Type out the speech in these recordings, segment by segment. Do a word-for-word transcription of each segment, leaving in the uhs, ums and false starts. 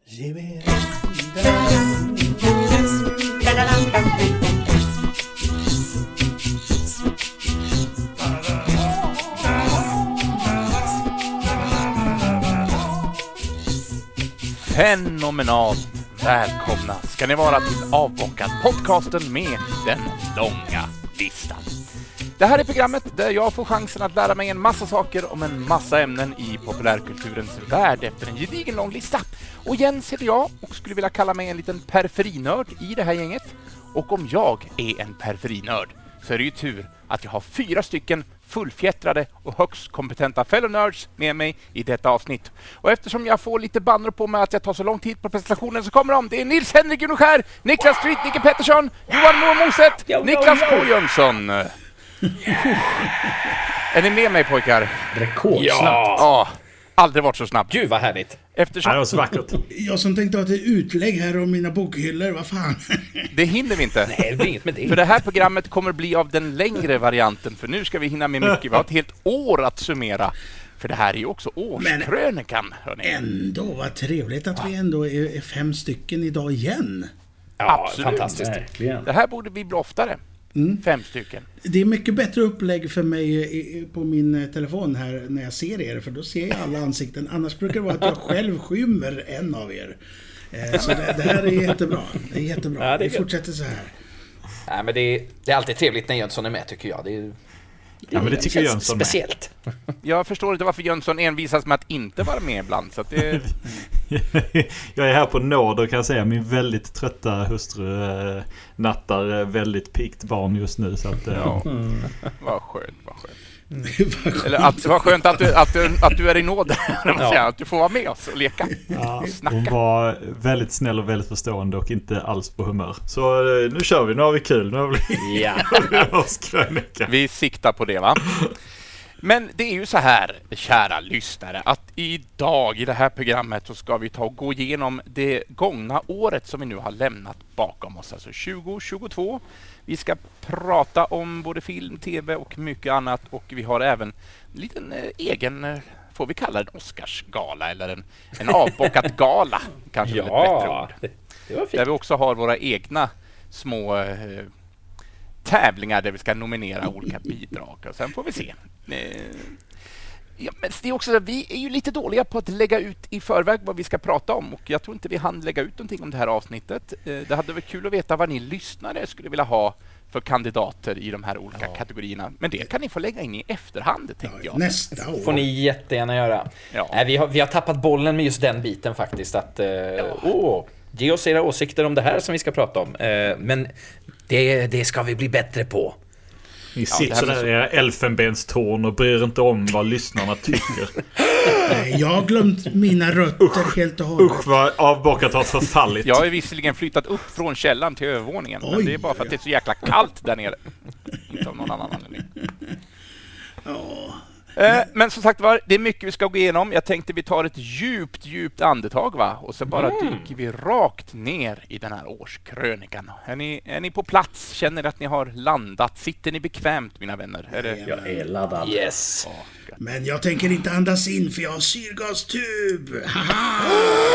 Fenomenalt välkomna ska ni vara till Avbockat, podcasten med den långa listan. Det här är programmet där jag får chansen att lära mig en massa saker om en massa ämnen i populärkulturens värld efter en gedigen lång lista. Och Jens heter jag och skulle vilja kalla mig en liten periferinörd i det här gänget. Och om jag är en periferinörd så är det ju tur att jag har fyra stycken fullfjättrade och högst kompetenta fellow nerds med mig i detta avsnitt. Och eftersom jag får lite bannor på mig att jag tar så lång tid på presentationen så kommer de. Det är Nils Henrik Guneskär, Niklas Street, Nicke Pettersson, Johan Moe Moset, Niklas K. Jönsson. Är ni med mig, pojkar? Rekordsnabbt. Ja, ja, aldrig varit så snabbt. Gud vad härligt. Eftersom... Det var så vackert. Jag som tänkte att det är utlägg här om mina bokhyllor, vad fan? Det hinner vi inte. Nej, det blir inget med det. För det här programmet kommer bli av den längre varianten. För nu ska vi hinna med mycket. Vi har ett helt år att summera. För det här är ju också årskrönikan. Men ändå, vad trevligt att vi ändå är fem stycken idag igen. Ja, absolut. Fantastiskt. Verkligen. Det här borde vi bli oftare. Mm. Fem stycken. Det är mycket bättre upplägg för mig på min telefon här när jag ser er. För då ser jag alla ansikten. Annars brukar det vara att jag själv skymmer en av er. Så det, det här är jättebra. Det är jättebra. Ja, det är vi fortsätter så här. Nej, men det är, det är alltid trevligt när Jönsson är med, tycker jag. Det är, det Ja, men det tycker känns Jönsson med. speciellt. Jag förstår inte varför Jönsson envisas med att inte vara med ibland. Så att det... Jag är här på nåd och kan säga min väldigt trötta hustru äh, nattar väldigt pikt barn just nu. Så att, äh, ja. Mm. Vad skönt, vad skönt. Mm. Eller att det var skönt att du, att du, att du är i nåd. Ja. Att du får vara med oss och leka. Ja, och snacka. Hon var väldigt snäll och väldigt förstående och inte alls på humör. Så nu kör vi, nu har vi kul. Nu har vi ja. Vi siktar på det, va? Men det är ju så här, kära lyssnare, att idag i det här programmet så ska vi ta och gå igenom det gångna året som vi nu har lämnat bakom oss, alltså tjugo tjugotvå. Vi ska prata om både film, tv och mycket annat, och vi har även en liten eh, egen, eh, får vi kalla det en Oscarsgala eller en, en avbockat gala, kanske. Ja, ett bättre ord. Det, det var fint. Där vi också har våra egna små eh, tävlingar där vi ska nominera olika bidrag, och sen får vi se. Eh, ja, men det är också så, vi är ju lite dåliga på att lägga ut i förväg vad vi ska prata om, och jag tror inte vi hann lägga ut någonting om det här avsnittet. Eh, det hade varit kul att veta vad ni lyssnare skulle vilja ha för kandidater i de här olika ja. kategorierna. Men det kan ni få lägga in i efterhand, tänker jag. Nästa år. Får ni jättegärna göra. Ja. Nej, vi, har, vi har tappat bollen med just den biten faktiskt. Att, eh, ja. åh, ge oss era åsikter om det här som vi ska prata om. Eh, men det, det ska vi bli bättre på. Ni sitter ja, där i era elfenbenstorn och bryr inte om vad lyssnarna tycker. Nej, jag har glömt mina rötter usch, helt och hållet. Usch, vad avbockat har förfallit. Jag har ju visserligen flyttat upp från källan till övervåningen. Oj, men det är bara för att det är så jäkla kallt där nere. Inte av någon annan anledning. Ja. Eh, men som sagt var, det är mycket vi ska gå igenom. Jag tänkte vi tar ett djupt, djupt andetag, va? Och så bara mm. dyker vi rakt ner i den här årskrönikan. Är ni, är ni på plats? Känner ni att ni har landat? Sitter ni bekvämt, mina vänner? Är det... Jag är laddad. Yes. Oh, men jag tänker inte andas in för jag har syrgastub. Haha!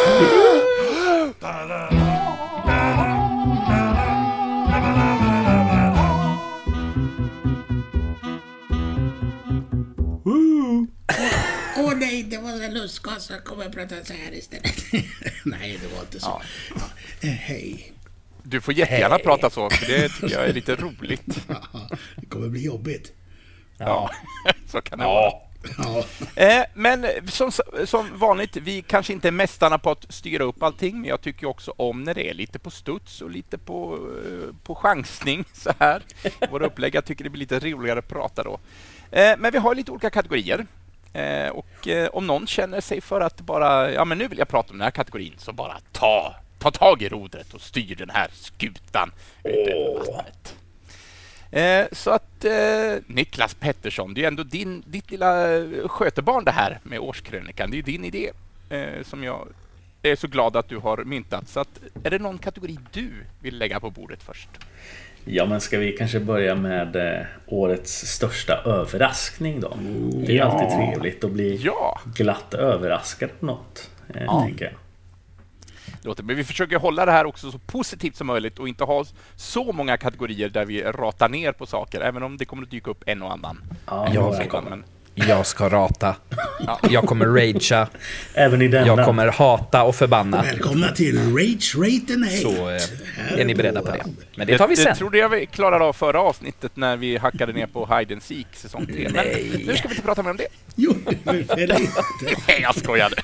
Åh oh, nej, det var en lustgas. Jag kommer att prata så här istället. Nej, det var inte så. Ja. Ja. Eh, hej. Du får jättegärna hej. prata så, för det tycker jag är lite roligt. Det kommer bli jobbigt. Ja, så kan det ja. vara. Ja. Eh, men som, som vanligt, vi kanske inte är mästarna på att styra upp allting, men jag tycker också om när det är lite på studs och lite på, på chansning så här. Våra upplägg, jag tycker det blir lite roligare att prata då. Eh, men vi har lite olika kategorier. Eh, och eh, om någon känner sig för att bara, ja men nu vill jag prata om den här kategorin, så bara ta, ta tag i rodret och styr den här skutan ut över vattnet. Eh, så att eh, Niklas Pettersson, det är ju ändå din, ditt lilla skötebarn det här med årskrönikan. Det är ju din idé eh, som jag är så glad att du har myntat. Så att, är det någon kategori du vill lägga på bordet först? Ja, men ska vi kanske börja med eh, årets största överraskning då? Det är ja. alltid trevligt att bli ja. glatt överraskad på något, eh, ja. tänker jag. låter. Men vi försöker hålla det här också så positivt som möjligt och inte ha så många kategorier där vi ratar ner på saker, även om det kommer att dyka upp en och annan. Ja, jag, ska, men... jag ska rata. Ja. Jag kommer ragea. Även i denna. Jag kommer hata och förbanna. Välkomna till Rage Rate and Hate. Så eh, är ni beredda på det. Men det tar vi sen. Det trodde jag vi klarade av förra avsnittet när vi hackade ner på Hide and Seek säsong tre. Men nu ska vi inte prata mer om det. Jo, det är inte. Nej, jag skojade.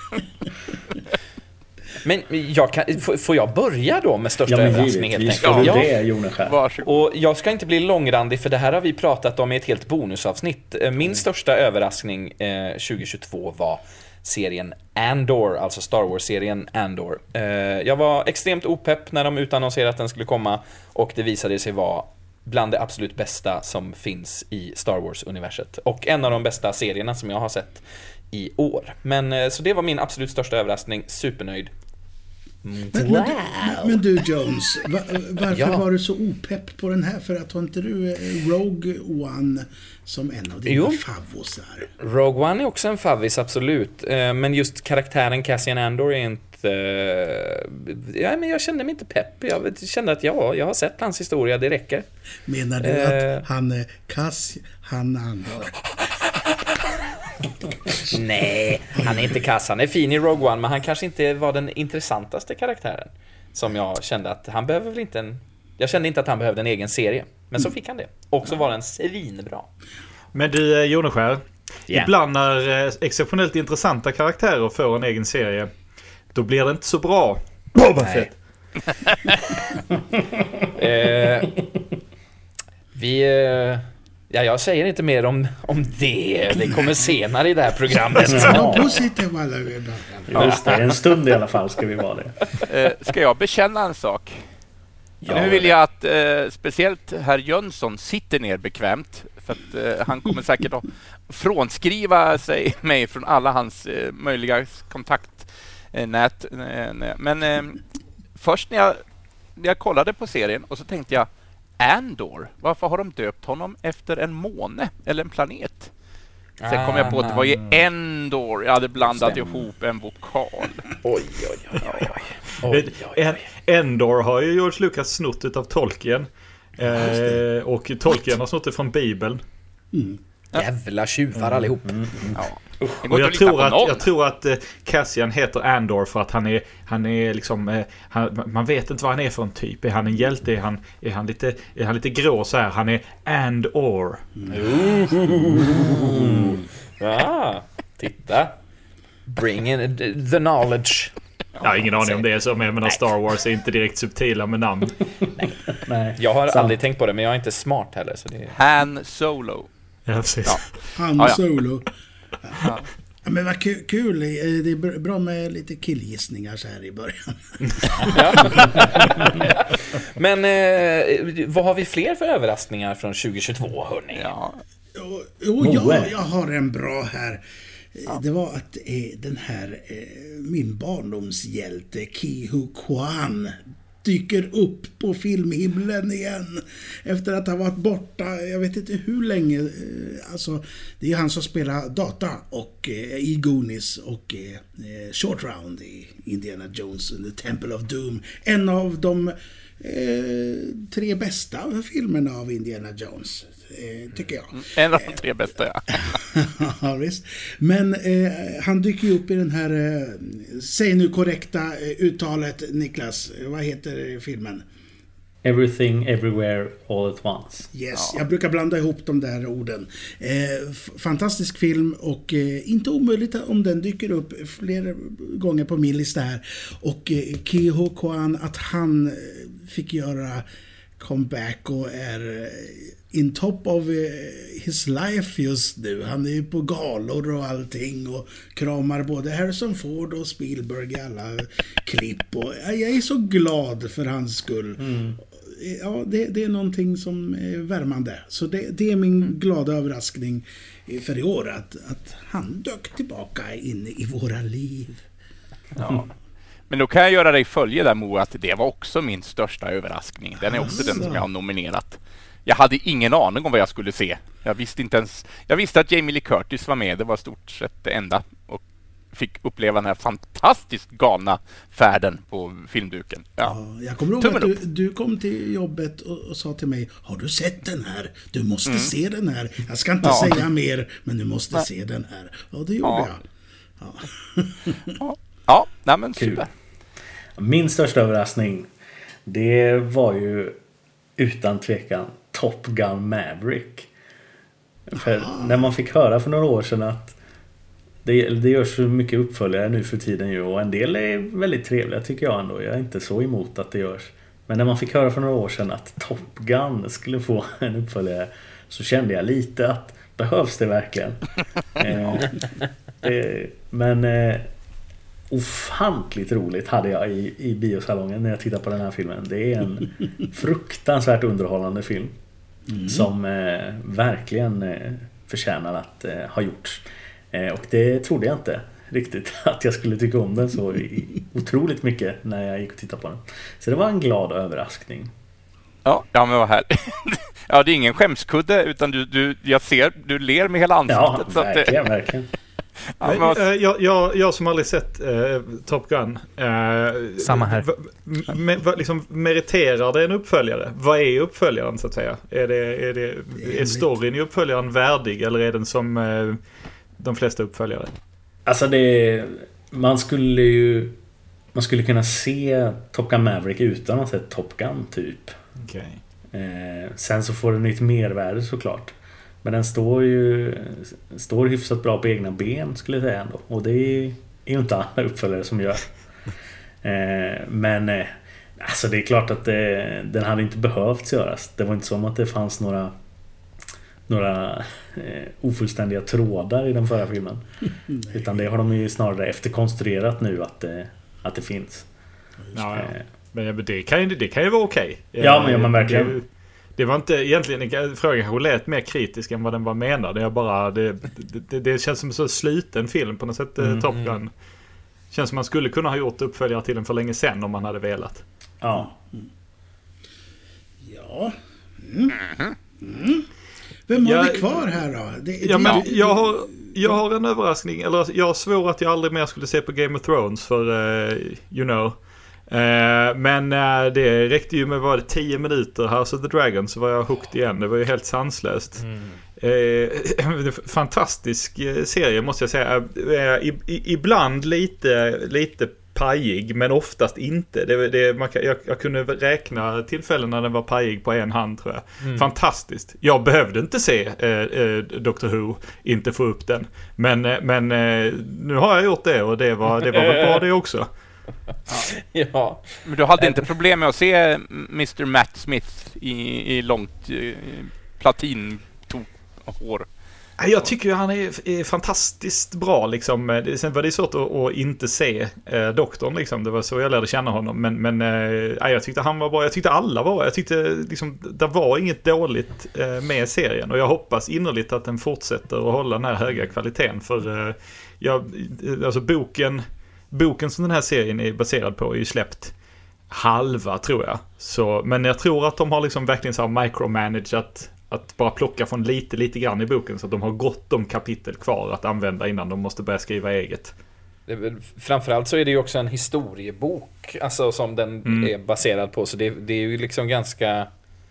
Men jag kan, får jag börja då med största ja, överraskning helt enkelt? Ja, ja. det, Jonas. Och jag ska inte bli långrandig, för det här har vi pratat om i ett helt bonusavsnitt. Min mm. största överraskning eh, tjugohundratjugotvå var serien Andor, alltså Star Wars-serien Andor. Eh, jag var extremt opepp när de utannonserade att den skulle komma, och det visade sig vara bland det absolut bästa som finns i Star Wars-universet. Och en av de bästa serierna som jag har sett i år. Men så det var min absolut största överraskning. Supernöjd. Mm. Men, wow. men, men du Jones, var, varför ja. var du så opepp på den här? För att har inte du Rogue One som en av dina jo. favvosar? Rogue One är också en favvis, absolut. Men just karaktären Cassian Andor är inte... Ja, men jag kände mig inte pepp. Jag kände att ja, jag har sett hans historia, det räcker. Menar du uh, att han är Cass, han Andor? Nej, han är inte kass. Han är fin i Rogue One, men han kanske inte var den intressantaste karaktären. Som jag kände att han behöver väl inte en... Jag kände inte att han behövde en egen serie. Men så fick han det. Och så var den svinbra. Men du, Joneskär, yeah. ibland när exceptionellt intressanta karaktärer får en egen serie, då blir det inte så bra. Boba Fett. eh, vi... Eh, Ja, jag säger inte mer om, om det. Det kommer senare i det här programmet. Ja, positivt. Just det, en stund i alla fall ska vi vara det. Eh, ska jag bekänna en sak? Ja, nu vill jag att eh, speciellt herr Jönsson sitter ner bekvämt. För att eh, han kommer säkert att frånskriva sig mig från alla hans eh, möjliga kontaktnät. Eh, Men eh, först när jag, när jag kollade på serien och så tänkte jag, Andor, varför har de döpt honom efter en måne eller en planet? Sen kom jag på att det var ju Endor. Jag hade blandat Stämmer. ihop en vokal. Oj, oj, oj, oj. oj, oj, oj. Endor har ju George Lucas snott av Tolkien. Eh, och Tolkien har snott det från Bibeln. Mm. Jävla tjuvar mm. allihop. Mm. Mm. Ja. Och jag tror, att, jag tror att Cassian heter Andor för att han är, han är liksom, han, man vet inte vad han är för en typ. Är han en hjälte? Är han, är han, lite, är han lite grå så här? Han är Andor. Mm. Mm. Ja, titta. Bring in the knowledge. Jag har ingen aning om det är så, men jag menar, Star Wars är inte direkt subtila med namn. Nej. Nej. Jag har så. aldrig tänkt på det, men jag är inte smart heller. Så det... Han Solo. Ja, precis. Ja. Han ja, ja. Solo. Ja. Ja, men vad kul, kul. Det är bra med lite killgissningar så här i början. Men eh, vad har vi fler för överraskningar från tjugohundratjugotvå, hörni? Ja. Jo, jo, ja, jag har en bra här. Ja. Det var att eh, den här eh, min barndomshjälte Ke-Huy Quan dyker upp på filmhimlen igen efter att ha varit borta, jag vet inte hur länge. Alltså, det är han som spelar Data och eh, i Goonies och eh, Short Round i Indiana Jones and the Temple of Doom. En av de eh, tre bästa filmerna av Indiana Jones, eh, tycker jag. En av de tre bästa, ja. Ja, visst. Men eh, han dyker ju upp i den här, eh, säg nu korrekta eh, uttalet, Niklas. Vad heter filmen? Everything, Everywhere, All at Once. Yes, ja. Jag brukar blanda ihop de där orden. Eh, f- fantastisk film och eh, inte omöjligt om den dyker upp flera gånger på min lista här. Och eh, Ke-Huy Quan, att han eh, fick göra comeback och är in top of his life just nu. Han är ju på galor och allting och kramar både Harrison Ford och Spielberg i alla klipp. Och jag är så glad för hans skull. Mm. Ja, det, det är någonting som är värmande. Så det, det är min glada överraskning för i år att, att han dök tillbaka in i våra liv. Ja. Men då kan jag göra dig följe där, Mo, att det var också min största överraskning. Den är också alltså. den som jag har nominerat. Jag hade ingen aning om vad jag skulle se. Jag visste inte ens... Jag visste att Jamie Lee Curtis var med. Det var stort sett det enda. Och fick uppleva den här fantastiskt galna färden på filmduken. Ja. Ja, jag kommer ihåg Tummen att du, du kom till jobbet och, och sa till mig, har du sett den här? Du måste mm. se den här. Jag ska inte ja. säga mer, men du måste ja. se den här. Och det gjorde ja. jag. Ja, ja. ja nej men super. Min största överraskning, det var ju utan tvekan Top Gun Maverick. För när man fick höra för några år sedan att det, det görs så mycket uppföljare nu för tiden ju, och en del är väldigt trevliga tycker jag ändå. Jag är inte så emot att det görs. Men när man fick höra för några år sedan att Top Gun skulle få en uppföljare, så kände jag lite att behövs det verkligen? eh, eh, men eh, ofantligt roligt hade jag i, i biosalongen när jag tittade på den här filmen. Det är en fruktansvärt underhållande film. Mm. Som eh, verkligen eh, förtjänar att eh, ha gjorts. Eh, och det trodde jag inte riktigt att jag skulle tycka om den så i, otroligt mycket när jag gick och tittade på den. Så det var en glad överraskning. Ja, ja men vad härligt. Ja, det är ingen skämskudde utan du, du, jag ser, du ler med hela ansiktet. Ja, verkligen, så att, verkligen. Ja, men, jag, jag, jag som aldrig sett uh, Top Gun uh, Samma här v, me, v, liksom, meriterar det en uppföljare? Vad är uppföljaren så att säga? Är, det, är, det, är storyn i uppföljaren värdig eller är den som uh, de flesta uppföljare? Alltså det, man skulle ju man skulle kunna se Top Gun Maverick utan att se Top Gun typ. Okay. uh, Sen så får den nytt mervärde såklart. Men den står ju står hyfsat bra på egna ben skulle jag säga ändå. Och det är ju inte alla uppföljare som gör. eh, men eh, alltså det är klart att det, den hade inte behövt göras. Det var inte som att det fanns några några eh, ofullständiga trådar i den förra filmen. Utan det har de ju snarare efterkonstruerat nu att, eh, att det finns. Ja, ja. Eh, men det kan ju, det kan ju vara okej. Okay. Ja, men, ja, men verkligen. Det, Det var inte egentligen, frågan kanske lät mer kritisk än vad den var menad. Det, är bara, det, det, det känns som en så sluten film på något sätt, mm, Top Gun. Mm. Känns som man skulle kunna ha gjort uppföljare till den för länge sedan om man hade velat. Ja. Mm. Ja. Mm. Mm. Vem har jag, vi kvar här då? Det, ja, det, men, det, jag, har, jag har en överraskning. Eller jag svor att jag aldrig mer skulle se på Game of Thrones för, uh, you know... Uh, men uh, det räckte ju med var det tio minuter House of the Dragon så var jag hooked igen. Det var ju helt sanslöst. Mm. Uh, fantastisk serie måste jag säga. Uh, i, i, ibland lite lite pajig men oftast inte. Det, det, man, jag, jag kunde räkna tillfällen när den var pajig på en hand tror jag. Mm. Fantastiskt. Jag behövde inte se uh, uh, Doctor Who, inte få upp den. Men, uh, men uh, nu har jag gjort det och det var, det var väl bra det också. Ja. Ja. Men du hade inte problem med att se mister Matt Smith i, i långt eh, platin-hår? Jag tycker ju han är, är fantastiskt bra liksom. Sen var det svårt att, att inte se eh, doktorn liksom. Det var så jag lärde känna honom. Men, men eh, jag tyckte han var bra. Jag tyckte alla var bra. Jag tyckte liksom, det var inget dåligt eh, med serien. Och jag hoppas innerligt att den fortsätter att hålla den här höga kvaliteten. För eh, jag, alltså boken... Boken som den här serien är baserad på är ju släppt halva tror jag. Så, men jag tror att de har liksom verkligen så här micromanageat att bara plocka från lite, lite grann i boken så att de har gott om kapitel kvar att använda innan de måste börja skriva eget. Det är väl, framförallt så är det ju också en historiebok alltså, som den mm. är baserad på. Så det, det är ju liksom ganska...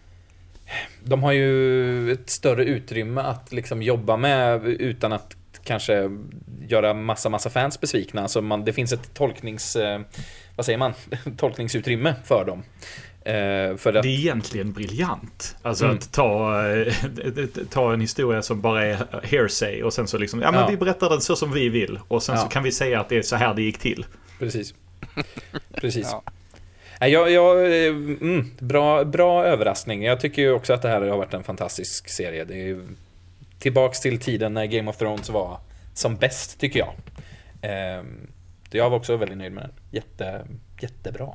De har ju ett större utrymme att liksom jobba med utan att kanske göra massa massa fans besvikna. Alltså man, det finns ett tolknings eh, vad säger man? tolkningsutrymme för dem. Eh, för att... Det är egentligen briljant. Alltså mm. att ta, ta en historia som bara är hearsay och sen så liksom, ja men ja. vi berättar den så som vi vill och sen ja. så kan vi säga att det är så här det gick till. Precis. Precis. Ja. Jag, jag, mm, bra, bra överraskning. Jag tycker ju också att det här har varit en fantastisk serie. Det är ju tillbaks till tiden när Game of Thrones var som bäst tycker jag. Eh, jag var också väldigt nöjd med den. Jätte, jättebra.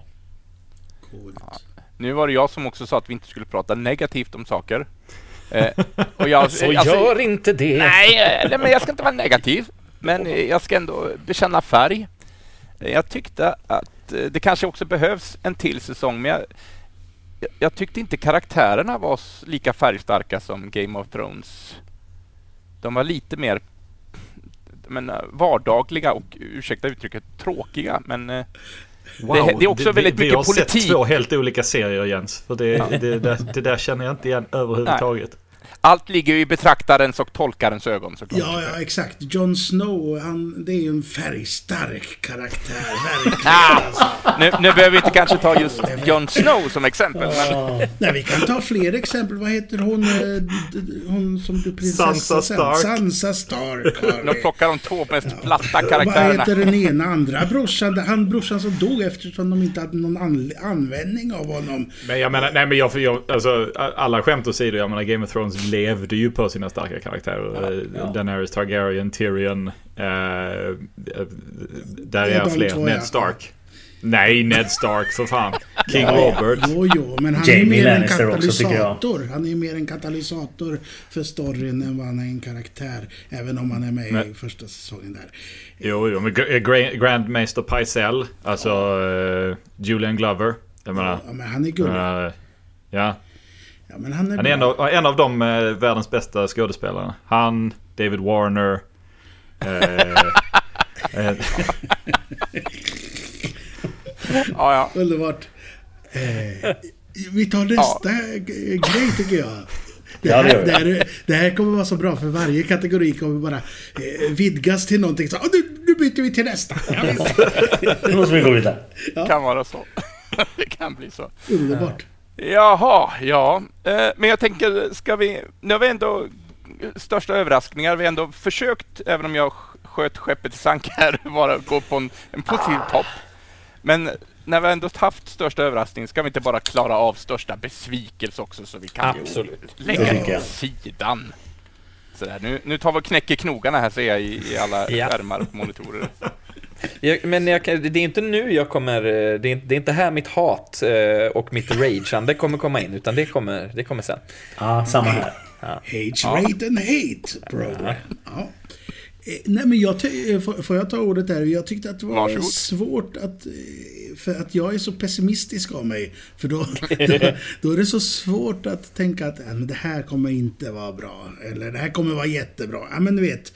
Ja. Nu var det jag som också sa att vi inte skulle prata negativt om saker. Eh, och jag, Så alltså, gör inte det. Nej, nej, men jag ska inte vara negativ. Men jag ska ändå bekänna färg. Jag tyckte att det kanske också behövs en till säsong. Men jag, jag tyckte inte karaktärerna var lika färgstarka som Game of Thrones. De var lite mer... men, vardagliga och, ursäkta uttrycket, tråkiga. Men wow, det, det är också det, väldigt vi, mycket politik. Vi har politik. sett två helt olika serier, Jens. För det, ja. det, det, det där känner jag inte igen överhuvudtaget. Nej. Allt ligger ju i betraktarens och tolkarens ögon, såklart. Ja, ja, exakt. Jon Snow, han, det är ju en färgstark karaktär, verkligen. Alltså. nu, nu behöver vi inte kanske ta just Jon Snow som exempel. Men... Nej, vi kan ta fler exempel. Vad heter hon, hon som du prinsessa? Sansa Stark. Sansa Stark. Nu plockar de två mest ja. platta karaktärerna. Vad heter den ena andra brorsan? Han brorsan som dog eftersom de inte hade någon an- användning av honom. Men jag menar, nej men jag, jag alltså, alla skämt åsido, jag menar Game of Thrones levde ju på sina starka karaktärer. Ja, ja. Daenerys Targaryen, Tyrion, eh, där är, är fler. Två, Ned Stark. Ja. Nej, Ned Stark för fan. King ja, Robert. Jo, jo, men han Jamie är mer Lannister en katalysator. Också, han är mer en katalysator för storyn än vad han är en karaktär. Även om han är med men, i första säsongen där. Jo, jo, men Grandmaster Pycelle, alltså ja. uh, Julian Glover. Jag menar, ja, men han är gullig. Uh, ja. Ja, men han är, han är en, av, en av de eh, världens bästa skådespelarna. Han, David Warner. Eh, eh. ja, ja. Underbart. Eh, vi tar nästa ja. grej tycker jag. Det här, det, här, det här kommer vara så bra för varje kategori kommer bara eh, vidgas till någonting. Så, nu, nu byter vi till nästa. Nu måste vi gå vidare. Ja. Kan vara så. Det kan bli så. Underbart. Jaha, ja. Eh, men jag tänker, ska vi... Nu har vi ändå största överraskningar. Vi har ändå försökt, även om jag sköt skeppet i sank här, bara gå på en, en positiv topp. Men när vi ändå haft största överraskning ska vi inte bara klara av största besvikelse också, så vi kan Absolut. ju lägga det åt sidan. Sådär, nu, nu tar vi och knäcker knogarna här, ser jag, i, i alla ja. skärmar och monitorer. Jag, men jag, det är inte nu jag kommer, det är, det är inte här mitt hat och mitt rageande kommer komma in, utan det kommer, det kommer sen. Ja, samma här. Ja. Hate, rate and hate program. Ja. Nej, men jag ty- får jag ta ordet där? Jag tyckte att det var Varsågod. svårt att, för att jag är så pessimistisk av mig, för då, då, då är det så svårt att tänka att äh, men det här kommer inte vara bra, eller det här kommer vara jättebra. Ja, men du vet,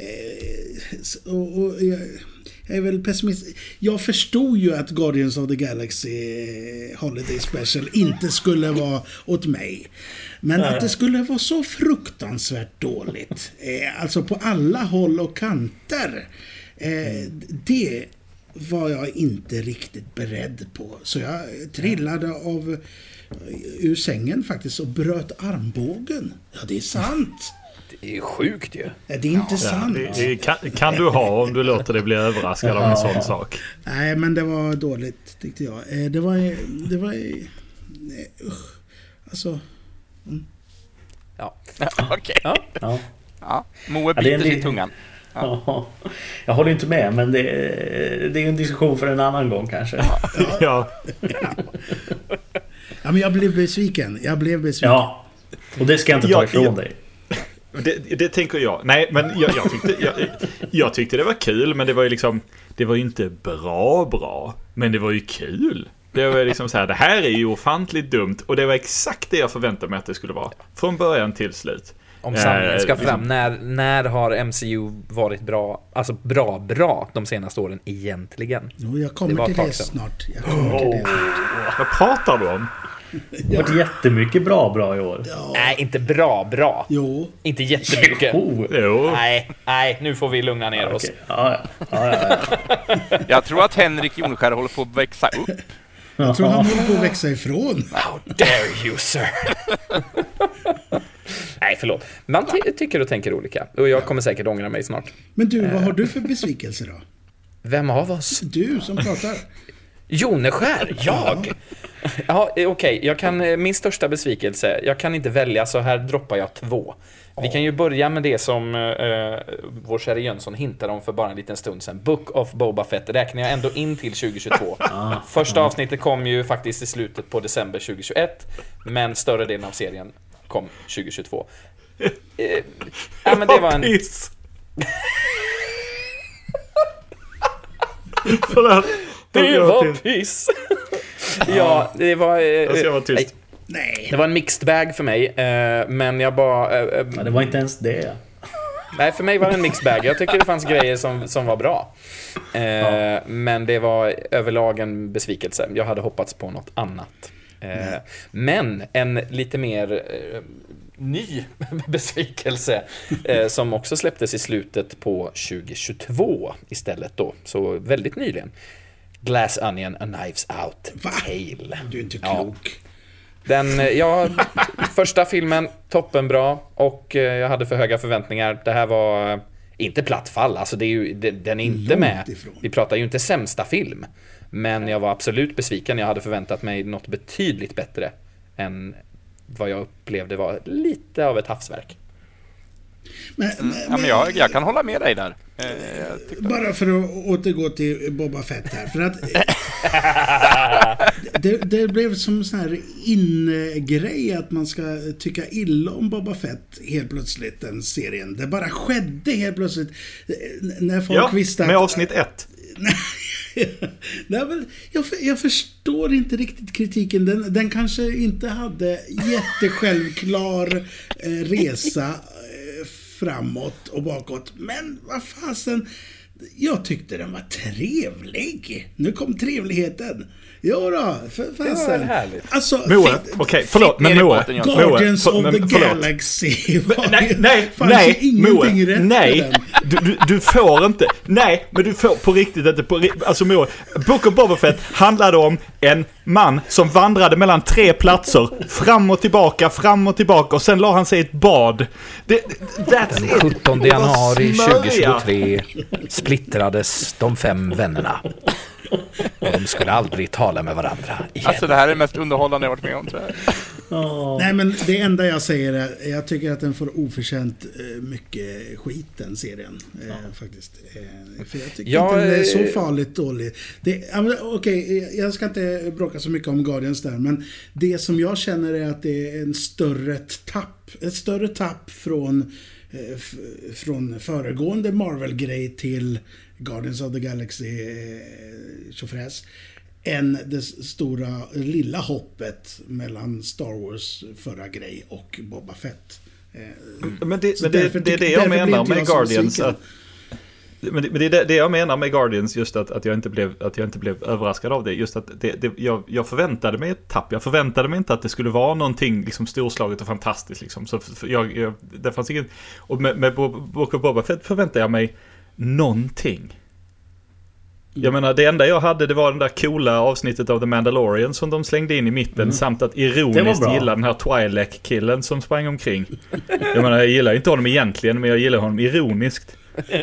eh, och, och jag, jag är väl pessimist. Jag förstod ju att Guardians of the Galaxy Holiday Special inte skulle vara åt mig. Men att det skulle vara så fruktansvärt dåligt, eh, alltså på alla håll och kanter, eh, det var jag inte riktigt beredd på. Så jag trillade av ur sängen faktiskt och bröt armbågen. Ja, det är sant. Det är sjukt ju. Ja, det är inte ja, sant. Det, det kan, kan du ha om du låter dig bli överraskad av en sån sak. Nej, men det var dåligt tyckte jag. Eh, det var... Det var nej, usch. Alltså... Mm. Ja, okej. Okay. Ja. Ja. Ja. Moe biter ja, sig i tungan. Ja. Ja. Jag håller inte med, men det är, det är en diskussion för en annan gång kanske. Ja. Ja. Ja, men jag blev besviken. Jag blev besviken. Ja. Och det ska jag inte ta ifrån jag, dig. Det, det tänker jag. Nej, men jag, jag, tyckte, jag, jag tyckte det var kul, men det var ju liksom, det var ju inte bra bra, men det var ju kul. Det var liksom så här, det här är ju ofantligt dumt, och det var exakt det jag förväntade mig att det skulle vara från början till slut. Om sanningen ska fram, när, när har M C U varit bra, alltså bra bra de senaste åren egentligen? Jo, jag kommer det till det snart. Jag kommer till det snart. Vad pratar du om? Det har varit jättemycket bra bra i år. Ja. Nej, inte bra bra. Jo. Inte jättemycket. Jo. Jo. Nej, nej, nu får vi lugna ner ja, oss. Okay. Ja, ja. Ja, ja. Jag tror att Henrik Jonskär håller på att växa upp. Jag tror han håller på att växa ifrån. How dare you, sir? Nej, förlåt. Man ty- tycker och tänker olika. Och jag kommer säkert ångra mig snart. Men du, vad har du för besvikelse då? Vem av oss? Du som pratar. Joneskär, jag? Ja, okej. Okay. Jag kan, min största besvikelse, jag kan inte välja, så här droppar jag två. Vi kan ju börja med det som eh, vår kära Jönsson hintade om för bara en liten stund sedan. Book of Boba Fett räknar jag ändå in till tjugo tjugotvå. Första avsnittet kom ju faktiskt i slutet på december tjugo tjugoett, men större delen av serien kom tjugo tjugotvå. Eh, ja, men det var en... Det var piss. Ja, det var... Eh, jag ska vara tyst. Nej. Det var en mixed bag för mig, eh, men jag bara... Eh, men det var inte ens det. Nej, för mig var det en mixed bag. Jag tycker det fanns grejer som, som var bra. Eh, ja. Men det var överlag en besvikelse. Jag hade hoppats på något annat. Eh, men en lite mer eh, ny besvikelse eh, som också släpptes i slutet på tjugohundratjugotvå istället då. Så väldigt nyligen. Glass Onion, A Knives Out Va? Tale. Du är inte klok. Ja. Den, ja, första filmen, toppenbra. Och eh, jag hade för höga förväntningar. Det här var inte plattfall. Alltså det är ju, det, den är inte Långt med. ifrån. Vi pratar ju inte sämsta film. Men jag var absolut besviken. Jag hade förväntat mig något betydligt bättre än vad jag upplevde var lite av ett havsverk. Men, men, ja, men jag, jag kan hålla med dig där. Eh, bara för att återgå till Boba Fett här. För att det, det blev som sån här ingrej att man ska tycka illa om Boba Fett helt plötsligt, den serien. Det bara skedde helt plötsligt. När folk ja, visste att, med avsnitt ett. Nej, men jag, jag förstår inte riktigt kritiken. Den, den kanske inte hade jättesjälvklar eh, resa eh, framåt och bakåt. Men vad fasen, jag tyckte den var trevlig. Nu kom trevligheten. Jo då, för fasen. Det var härligt. Alltså, Moe, okej, okay, förlåt, men Moe. Guardians Moe, of men, the förlåt. Galaxy. Nej, nej, fanns nej, ju ingenting Moe, rätt nej. med den. Du, du, du får inte, nej, men du får på riktigt inte, på, alltså Moe, Book of Boba Fett handlade om en man som vandrade mellan tre platser, fram och tillbaka, fram och tillbaka, och sen la han sig i ett bad. Det, that's it. sjuttonde januari tjugohundratjugotre splittrades de fem vännerna. Och de skulle aldrig tala med varandra igen. Alltså det här är det mest underhållande jag varit med om, tror jag. Oh. Nej, men det enda jag säger är jag tycker att den får oförtjänt eh, mycket skit, den serien eh, ja. faktiskt. Eh, för jag tycker ja, inte den är så farligt dålig. Det, okej, okay, jag ska inte bråka så mycket om Guardians där, men det som jag känner är att det är en större tapp, ett större tapp från eh, f- från föregående Marvel-grej till Guardians of the Galaxy eh, tjofräs, än det stora lilla hoppet mellan Star Wars förra grej och Boba Fett. Eh, men det, men det, det är det jag menar med Guardians. Att, men det, men det är det, det jag menar med Guardians, just att, att, jag, inte blev, att jag inte blev överraskad av det. Just att det, det, jag, jag förväntade mig ett tapp. Jag förväntade mig inte att det skulle vara någonting liksom storslaget och fantastiskt. Liksom. Så jag, jag, det fanns ingen, och med, med Book of Boba Fett förväntade jag mig någonting. Jag menar, det enda jag hade, det var den där coola avsnittet av The Mandalorian som de slängde in i mitten, mm. samt att ironiskt gilla den här Twi'lek-killen som sprang omkring. Jag menar, jag gillar inte honom egentligen, men jag gillar honom ironiskt.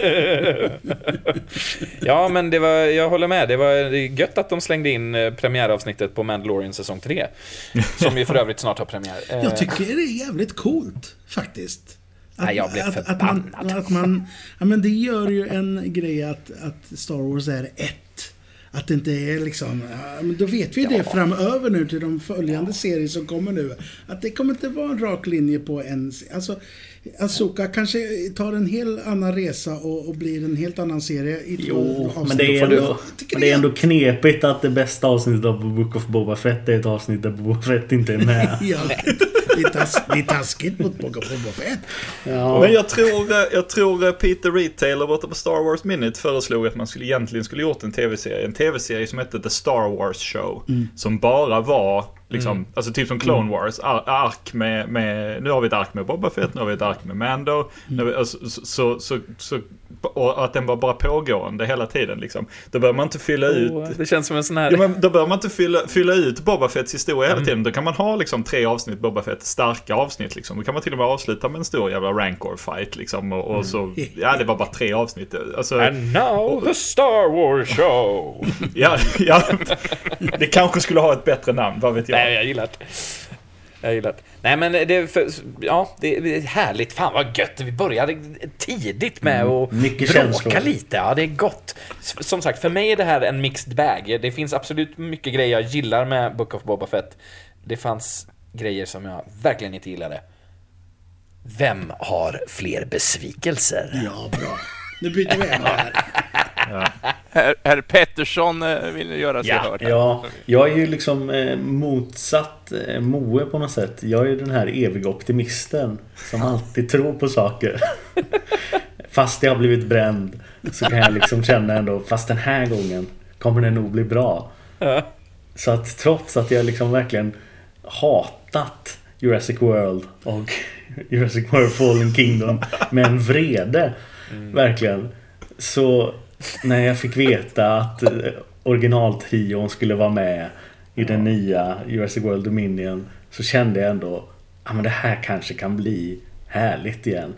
Ja, men det var, jag håller med. Det var gött att de slängde in premiäravsnittet på Mandalorian säsong tre, som ju för övrigt snart har premiär. Jag tycker det är jävligt coolt, faktiskt. Att, Nej, jag blev att, förbannad. Att man, att man, ja, men det gör ju en grej att, att Star Wars är ett. Att det inte är liksom, ja, men då vet vi ja. det framöver nu till de följande ja. serier som kommer nu. Att det kommer inte vara en rak linje på en, alltså Ahsoka kanske tar en helt annan resa och, och blir en helt annan serie i Jo, men det är ändå, men det är ändå knepigt att det bästa avsnittet av Book of Boba Fett är ett avsnitt där Boba Fett inte är med. Ja, det är, tas, det är taskigt mot Book of Boba Fett. Ja. Men jag tror, jag tror Peter Retailer borta på Star Wars Minute föreslog att man skulle egentligen skulle gjort en tv-serie. En tv-serie som hette The Star Wars Show. Mm. Som bara var liksom, mm. alltså typ som Clone Wars, ar- ark med, med, nu har vi ett ark med Boba Fett, nu har vi ett ark med Mando, mm. vi, alltså, så, så, så, så, och att den var bara pågående hela tiden liksom. Då bör man inte fylla oh, ut, det känns som en sån här, ja, men då bör man inte fylla, fylla ut Boba Fetts historia hela tiden. Mm. Då kan man ha liksom tre avsnitt Boba Fett, starka avsnitt liksom. Då kan man till och med avsluta med en stor jävla Rancor fight liksom, och, och mm. så, ja, det var bara tre avsnitt alltså, and now the Star Wars show. ja, ja, det kanske skulle ha ett bättre namn, vad vet jag. Nej, jag gillar det. Jag gillar det. Nej, men det är, för, ja, det är härligt. Fan vad gött. Vi började tidigt med mm. att mycket bråka känslor. lite. Ja, det är gott. Som sagt, för mig är det här en mixed bag. Det finns absolut mycket grejer jag gillar med Book of Boba Fett. Det fanns grejer som jag verkligen inte gillade. Vem har fler besvikelser? Ja, bra. Nu byter vi hem här. Ja. Herr, herr Pettersson vill göra sig ja, hörd. Ja, jag är ju liksom eh, motsatt eh, Moe på något sätt. Jag är ju den här eviga optimisten som alltid tror på saker. fast jag har blivit bränd, så kan jag liksom känna ändå, fast den här gången kommer det nog bli bra. Ja. Så att trots att jag liksom verkligen hatat Jurassic World och Jurassic World Fallen Kingdom med en vrede, mm. verkligen, så när jag fick veta att originaltrion skulle vara med i den nya Jurassic World Dominion, så kände jag ändå, ja, men det här kanske kan bli härligt igen.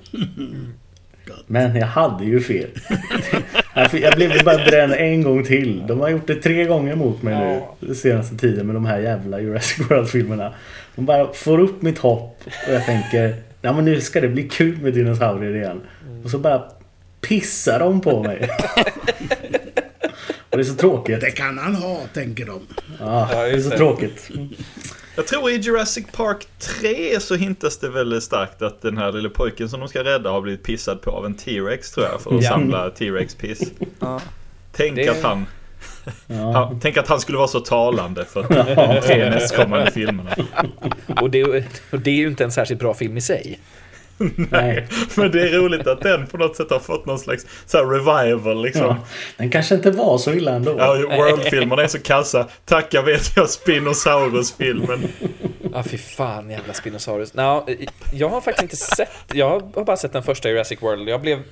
Men jag hade ju fel. Jag blev bara bränd en gång till. De har gjort det tre gånger mot mig nu den senaste tiden med de här jävla Jurassic World-filmerna. De bara får upp mitt hopp och jag tänker, ja, men nu ska det bli kul med dinosaurier igen. Och så bara pissar de på mig. Och det är så tråkigt. Det kan han ha, tänker de. Ja, det är så tråkigt. Jag tror i Jurassic Park tre så hintas det väldigt starkt att den här lilla pojken som de ska rädda har blivit pissad på av en T-Rex, tror jag, för att ja. samla T-Rex-piss. Ja. Tänk det... att han... Ja. han... Tänk att han skulle vara så talande för de tre nästkommande filmerna. Och det, och det är ju inte en särskilt bra film i sig. Nej, men det är roligt att den på något sätt har fått någon slags så här revival liksom. Ja, den kanske inte var så illa ändå. Ja, World-filmerna är så kassa. Tack, jag vet jag Spinosaurus-filmen. Ja, fy fan, jävla Spinosaurus. No, jag har faktiskt inte sett, jag har bara sett den första Jurassic World. Jag blev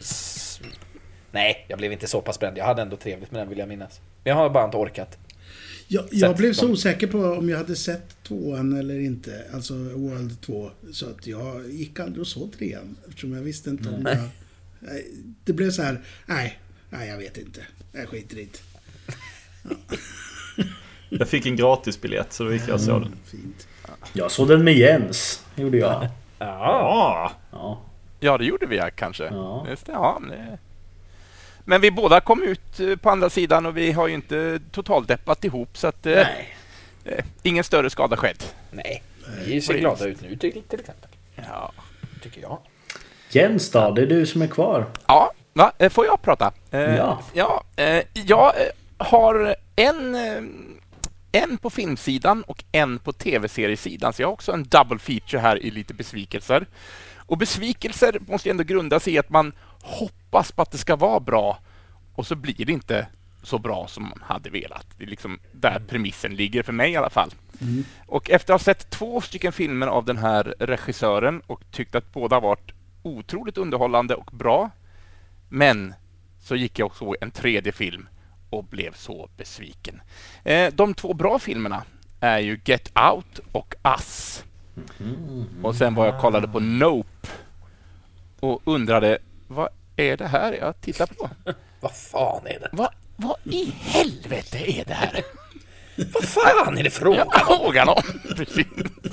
Nej, jag blev inte så pass bränd. Jag hade ändå trevligt med den, vill jag minnas. Men jag har bara inte orkat. Jag, jag blev så osäker på om jag hade sett tvåan eller inte. Alltså World två. Så att jag gick aldrig och såg trean. Eftersom jag visste inte om jag... Det blev så här, nej, nej jag vet inte. Jag skiter i det. Ja. Jag fick en gratisbiljett så då gick jag och såg den. Fint. Jag såg den med Jens, gjorde jag. Ja. Ja, ja det gjorde vi kanske. Ja. Just det, ja, men det... Men vi båda kom ut på andra sidan och vi har ju inte totalt deppat ihop, så att eh, eh, ingen större skada skedd. Nej, vi ser glada ut nu till, till exempel. Ja, tycker jag. Jens då, det är du som är kvar. Ja, va? Får jag prata? Eh, ja. Ja, eh, jag har en, en på filmsidan och en på tv-seriesidan, så jag har också en double feature här i lite besvikelser. Och besvikelser måste ju ändå grunda sig i att man hoppas på att det ska vara bra och så blir det inte så bra som man hade velat. Det är liksom där premissen ligger för mig i alla fall. Mm. Och efter att ha sett två stycken filmer av den här regissören och tyckt att båda varit otroligt underhållande och bra, men så gick jag också en tredje film och blev så besviken. Eh, de två bra filmerna är ju Get Out och Us. Mm. Och sen var jag kollade på Nope och undrade, vad är det här jag tittar på? Vad fan är det? Vad, vad i helvete är det här? Vad fan är det frågan om? Ja, frågan om. Precis.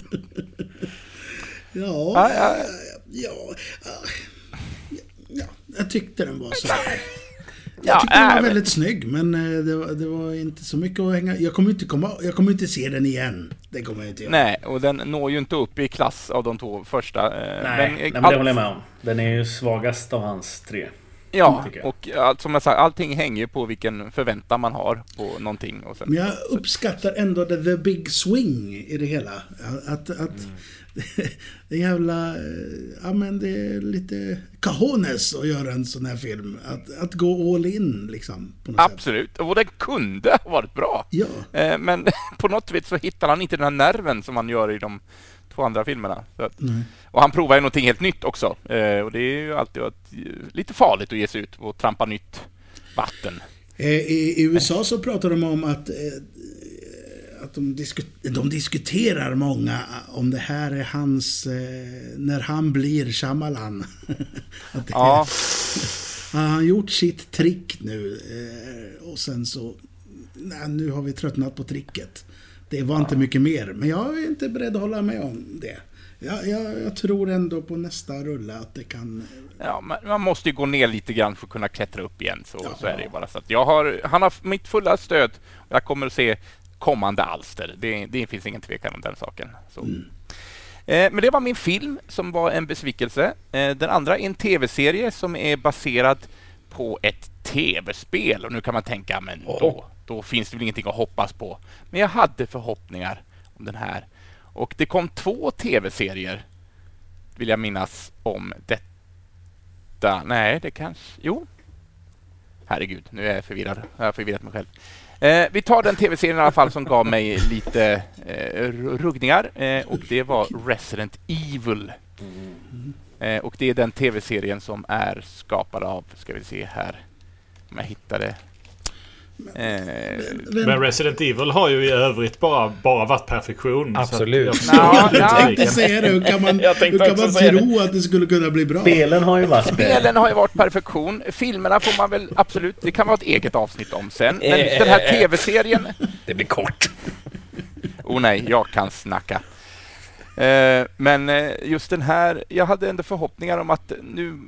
Ja, ja, ja. Ja, ja, jag tyckte den var så. Jag Jag tyckte den var äh, väldigt snygg, men det var, det var inte så mycket att hänga. Jag kommer inte komma, jag kommer inte se den igen. Det kommer jag inte göra. Nej, och den når ju inte upp i klass av de två första. Nej, men, nej, men det håller jag med om. Den är ju svagast av hans tre. Ja, och allt, som jag sagt, allting hänger på vilken förväntan man har på någonting. Och sen, men jag uppskattar ändå the, the big swing i det hela. Att, att mm. det jävla, ja men det är lite cajones att göra en sån här film. Att, att gå all in liksom. På något absolut, sätt. Och den kunde ha varit bra. Ja. Eh, men på något vis så hittar han inte den här nerven som han gör i de två andra filmerna. Så att, och han provar ju någonting helt nytt också. Eh, och det är ju alltid ett, lite farligt att ge sig ut och trampa nytt vatten. Eh, I, I U S A så pratar de om att, eh, att de, disku- de diskuterar många om det här är hans, eh, när han blir Shyamalan. Att det ja. är, han har gjort sitt trick nu eh, och sen så nej, nu har vi tröttnat på tricket. Det var inte mycket mer, men jag är inte beredd att hålla med om det. Jag, jag, jag tror ändå på nästa rulle att det kan... Ja, man, man måste ju gå ner lite grann för att kunna klättra upp igen. Så, ja. så är det ju bara. Så att jag har, han har mitt fulla stöd och jag kommer att se kommande alster. Det, det finns ingen tvekan om den saken. Så. Mm. Eh, men det var min film som var en besvikelse. Eh, den andra är en tv-serie som är baserad på ett tv-spel. Och nu kan man tänka, men då, då finns det väl ingenting att hoppas på. Men jag hade förhoppningar om den här. Och det kom två tv-serier, vill jag minnas, om det. titta. Nej, det kanske... Jo. Herregud, nu är jag förvirrad. Jag har förvirrat mig själv. Eh, vi tar den tv-serien i alla fall som gav mig lite eh, ruggningar. Eh, och det var Resident Evil. Eh, och det är den tv-serien som är skapad av, ska vi se här om jag hittar det. Eh, men Resident Evil har ju i övrigt bara, bara varit perfektion. Absolut. Så jag, ja, jag tänkte säga det. Hur kan man, hur kan man tro att det skulle kunna bli bra? Spelen har ju varit Spelen har ju varit perfektion. Filmerna får man väl absolut, det kan vara ett eget avsnitt om sen. Men den här tv-serien... Det blir kort. Oh nej, jag kan snacka. Eh, men just den här, jag hade ändå förhoppningar om att nu...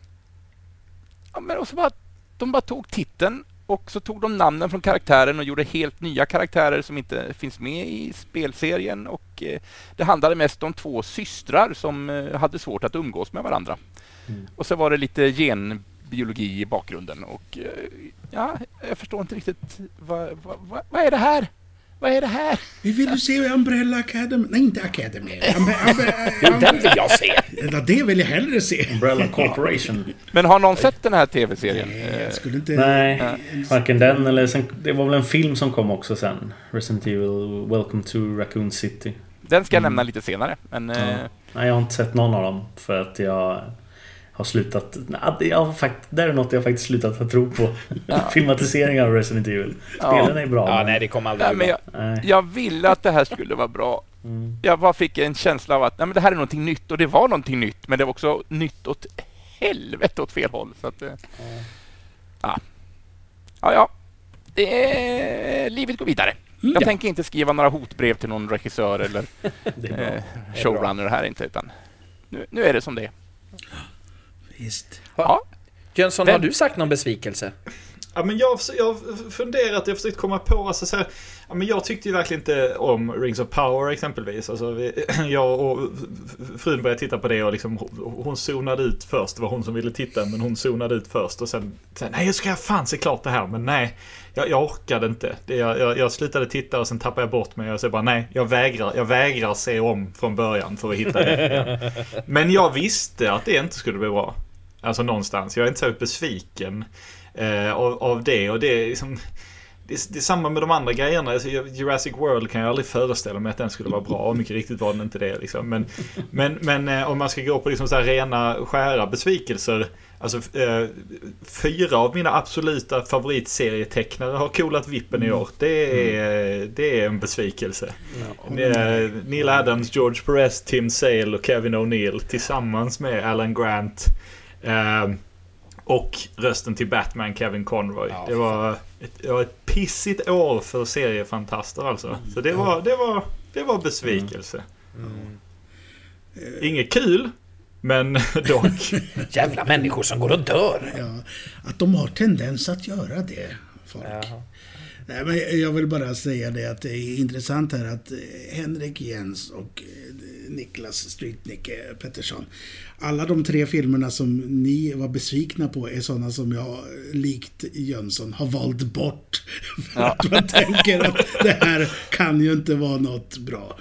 Ja, men också bara, de bara tog titeln och så tog de namnen från karaktären och gjorde helt nya karaktärer som inte finns med i spelserien. Och eh, det handlade mest om två systrar som eh, hade svårt att umgås med varandra. Mm. Och så var det lite genbiologi i bakgrunden. Och eh, ja, jag förstår inte riktigt, vad, vad, vad, vad är det här? Vad är det här? Vi vill ju se Umbrella Academy. Nej, inte Academy. Umbre- Umbre- Jo, den vill jag se. Ja, det vill jag hellre se. Umbrella Corporation. Men har någon sett den här tv-serien? Nej, jag skulle inte... Nej, varken den eller sen, det var väl en film som kom också sen. Resident Evil, Welcome to Raccoon City. Den ska jag nämna lite senare. Men, ja. eh... Nej, jag har inte sett någon av dem för att jag har slutat... Jag har fakt, det är något jag faktiskt slutat att tro på. Ja. Filmatiseringen av Resident Evil. Spelen ja. är bra. Ja, men... nej, det kommer aldrig nej, men jag, nej. jag ville att det här skulle vara bra. Mm. Jag bara fick en känsla av att nej, men det här är någonting nytt. Och det var någonting nytt. Men det var också nytt åt helvete åt fel håll. Så att, mm. ja. Ja, ja. Det är... Livet går vidare. Mm. Jag ja. tänker inte skriva några hotbrev till någon regissör eller eh, showrunner här inte. Utan nu, nu är det som det är. Visst. Ja. Jönsson, har du sagt någon besvikelse? Ja, men jag, jag har funderat, jag har försökt komma på alltså, så här, ja, men jag tyckte ju verkligen inte om Rings of Power exempelvis. Alltså, vi, jag och frun började titta på det och liksom, hon zonade ut först. Det var hon som ville titta, men hon zonade ut först. Och sen, sen nej, jag ska jag fan se klart det här. Men nej, jag, jag orkade inte. Det, jag, jag, jag slutade titta och sen tappade jag bort mig. Och så bara, nej, jag vägrar, jag vägrar se om från början för att hitta det. Men jag visste att det inte skulle bli bra. Alltså någonstans. Jag är inte så besviken eh, av, av det. Och det är liksom... Det är, det är samma med de andra grejerna. Alltså, Jurassic World kan jag aldrig föreställa mig att den skulle vara bra. Och mycket riktigt var den inte det. Liksom. Men, men, men eh, om man ska gå på liksom så här rena, skära besvikelser. Alltså, eh, fyra av mina absoluta favoritserietecknare har coolat vippen i år. Det är, mm. det är en besvikelse. Mm. Neil Adams, George Perez, Tim Sale och Kevin O'Neill tillsammans med Alan Grant. Eh, och rösten till Batman, Kevin Conroy. Ja, det, var ett, det var ett pissigt år för seriefantaster alltså. Så det var, det var, det var besvikelse. Mm. Mm. Inget kul, men dock. Jävla människor som går och dör. Ja, att de har tendens att göra det, folk. Jaha. Nej, men jag vill bara säga det att det är intressant här att Henrik Jens och Niklas Strytnik Pettersson, alla de tre filmerna som ni var besvikna på är sådana som jag likt Jönsson har valt bort. För ja. att man tänker att det här kan ju inte vara något bra.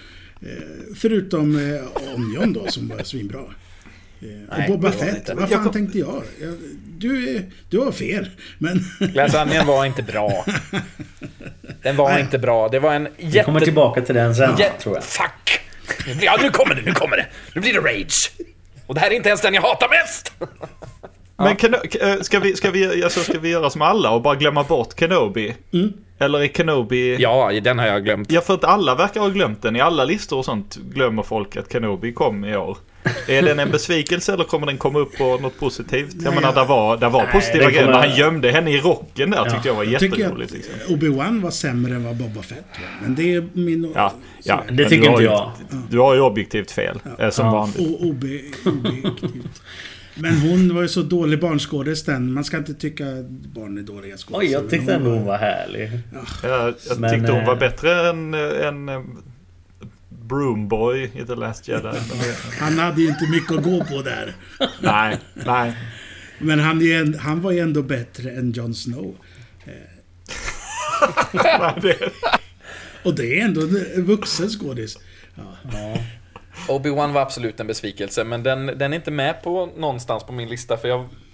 Förutom Onion då som var svinbra. Nej, och Boba Fett, vad fan kom... tänkte jag? jag du, du har fel. Men... Lasanien var inte bra. Den var Nej. inte bra. Det var en jätte... Vi kommer tillbaka till den sen, Jät... tror jag. Fuck! Ja, nu kommer det, nu kommer det. Nu blir det rage. Och det här är inte ens den jag hatar mest. Men kan, ska, vi, ska, vi, alltså, ska vi göra som alla och bara glömma bort Kenobi? Mm. Eller är Kenobi... Ja, den har jag glömt. Ja, för att alla verkar ha glömt den. I alla listor och sånt glömmer folk att Kenobi kom i år. Är den en besvikelse eller kommer den komma upp på något positivt? Nej, jag menar, där var, där var nej, positiva grejer. Kommer... Han gömde henne i rocken där, ja, tyckte jag var jätteroligt. Liksom. Obi-Wan var sämre än vad Boba Fett var. Men det är min... Ja, ja det tycker inte jag. Ju, du har ju objektivt fel, ja. som ja. vanligt. O- ob- objektivt. Men hon var ju så dålig barnskådis den. Man ska inte tycka barn är dåliga skådespelare. Oj, jag tyckte hon, hon var härlig. Ja. Jag, jag men, tyckte hon var bättre än... än Broomboy i The Last Jedi. Han hade ju inte mycket att gå på där. Nej, nej. Men han, är, han var ju ändå bättre än Jon Snow. Och det är ändå en vuxen skådis. Ja. Ja. Obi-Wan var absolut en besvikelse, men den, den är inte med på någonstans på min lista, för jag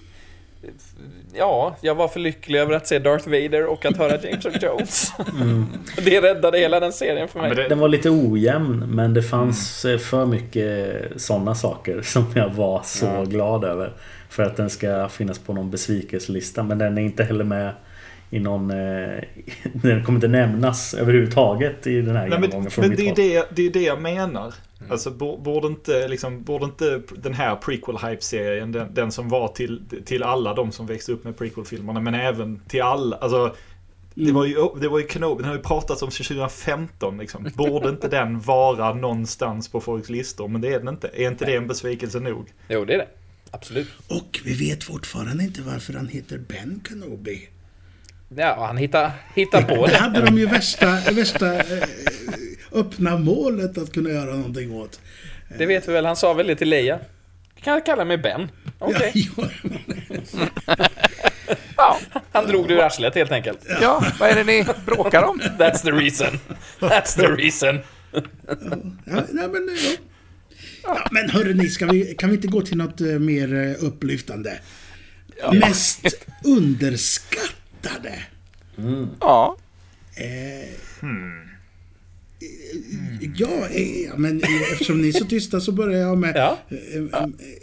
Ja, jag var för lycklig över att se Darth Vader och att höra James Earl Jones. Mm. Det räddade hela den serien för mig. Ja, det... Den var lite ojämn, men det fanns mm. för mycket sådana saker som jag var så ja. glad över. För att den ska finnas på någon besvikelselista. Men den är inte heller med i någon... Eh, den kommer inte nämnas överhuvudtaget i den här Nej, men, men det, är det, det är det jag menar. Mm. Alltså borde inte, liksom, borde inte den här prequel-hype-serien, den, den som var till, till alla de som växte upp med prequel-filmerna, men även till alla, alltså mm. det var ju, det var ju Kenobi, den har ju pratats om tjugo femton liksom. Borde inte den vara någonstans på folks listor? Men det är den inte. Är inte Nej. det en besvikelse nog? Jo, det är det. Absolut. Och vi vet fortfarande inte varför han heter Ben Kenobi. Ja, han hittar, hittar på det. Det hade de ju värsta, värsta eh, öppna målet att kunna göra någonting åt. Det vet vi väl, han sa väl det till Leia. Kan jag kalla mig Ben? Okej. Okay. Ja, ja, han drog det ur arslet helt enkelt. Ja. ja, vad är det ni bråkar om? That's the reason. That's the reason. ja, ja, nej, men, ja. Ja, men hörrni, ska vi, kan vi inte gå till något uh, mer uh, upplyftande? Ja. Mest underskattade. Mm. Ja. Eh, hmm. Ja, eh, men eftersom ni är så tysta så börjar jag med ja. eh, eh,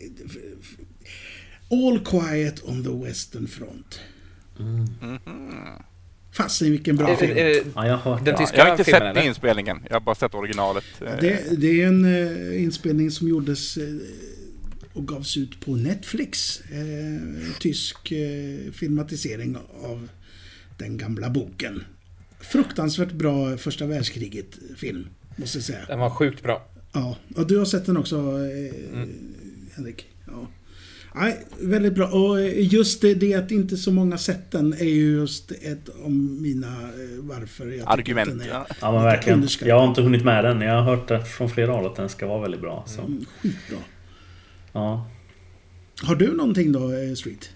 All Quiet on the Western Front. Mm. Mm-hmm. Fasen, vilken bra är, film. Är, är, ja, jag, har, den jag har inte filmen, sett eller? inspelningen. Jag har bara sett originalet. Det, det är en uh, inspelning som gjordes uh, och gavs ut på Netflix. Uh, tysk uh, filmatisering av den gamla boken. Fruktansvärt bra första världskriget-film, måste jag säga. Den var sjukt bra. Ja, och du har sett den också, uh, mm. Henrik. Ja. Nej, väldigt bra. Och just det, det att inte så många sett den är ju just ett om mina varför jag argument. Den är ja. Ja, men verkligen. Jag har inte hunnit med den. Jag har hört det från flera håll att den ska vara väldigt bra. Så. Mm, skitbra. Ja. Har du någonting då, Street?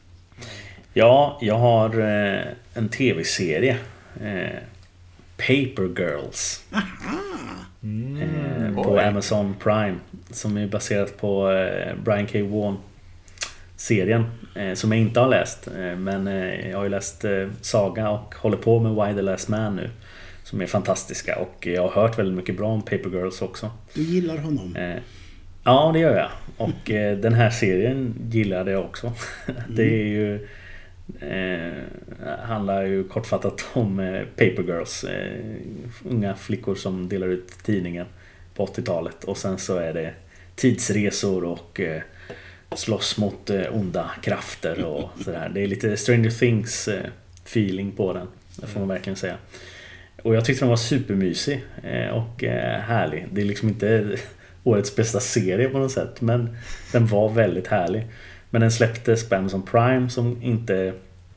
Ja, jag har eh, en tv-serie. Eh, Paper Girls. Aha! Mm. Eh, på Amazon Prime. Som är baserat på eh, Brian K. Vaughan serien eh, som jag inte har läst eh, men eh, jag har ju läst eh, Saga och håller på med Why the Last Man nu, som är fantastiska, och jag har hört väldigt mycket bra om Paper Girls också. Du gillar honom? Eh, ja, det gör jag, och eh, den här serien gillade jag också. Det är ju eh, handlar ju kortfattat om eh, Paper Girls, eh, unga flickor som delar ut tidningen på åttiotalet, och sen så är det tidsresor och eh, slåss mot eh, onda krafter och sådär. Det är lite Stranger Things eh, feeling på den, det får man verkligen säga. Och jag tyckte den var supermysig eh, och eh, härlig. Det är liksom inte årets bästa serie på något sätt, men den var väldigt härlig. Men den släpptes på Amazon Prime som inte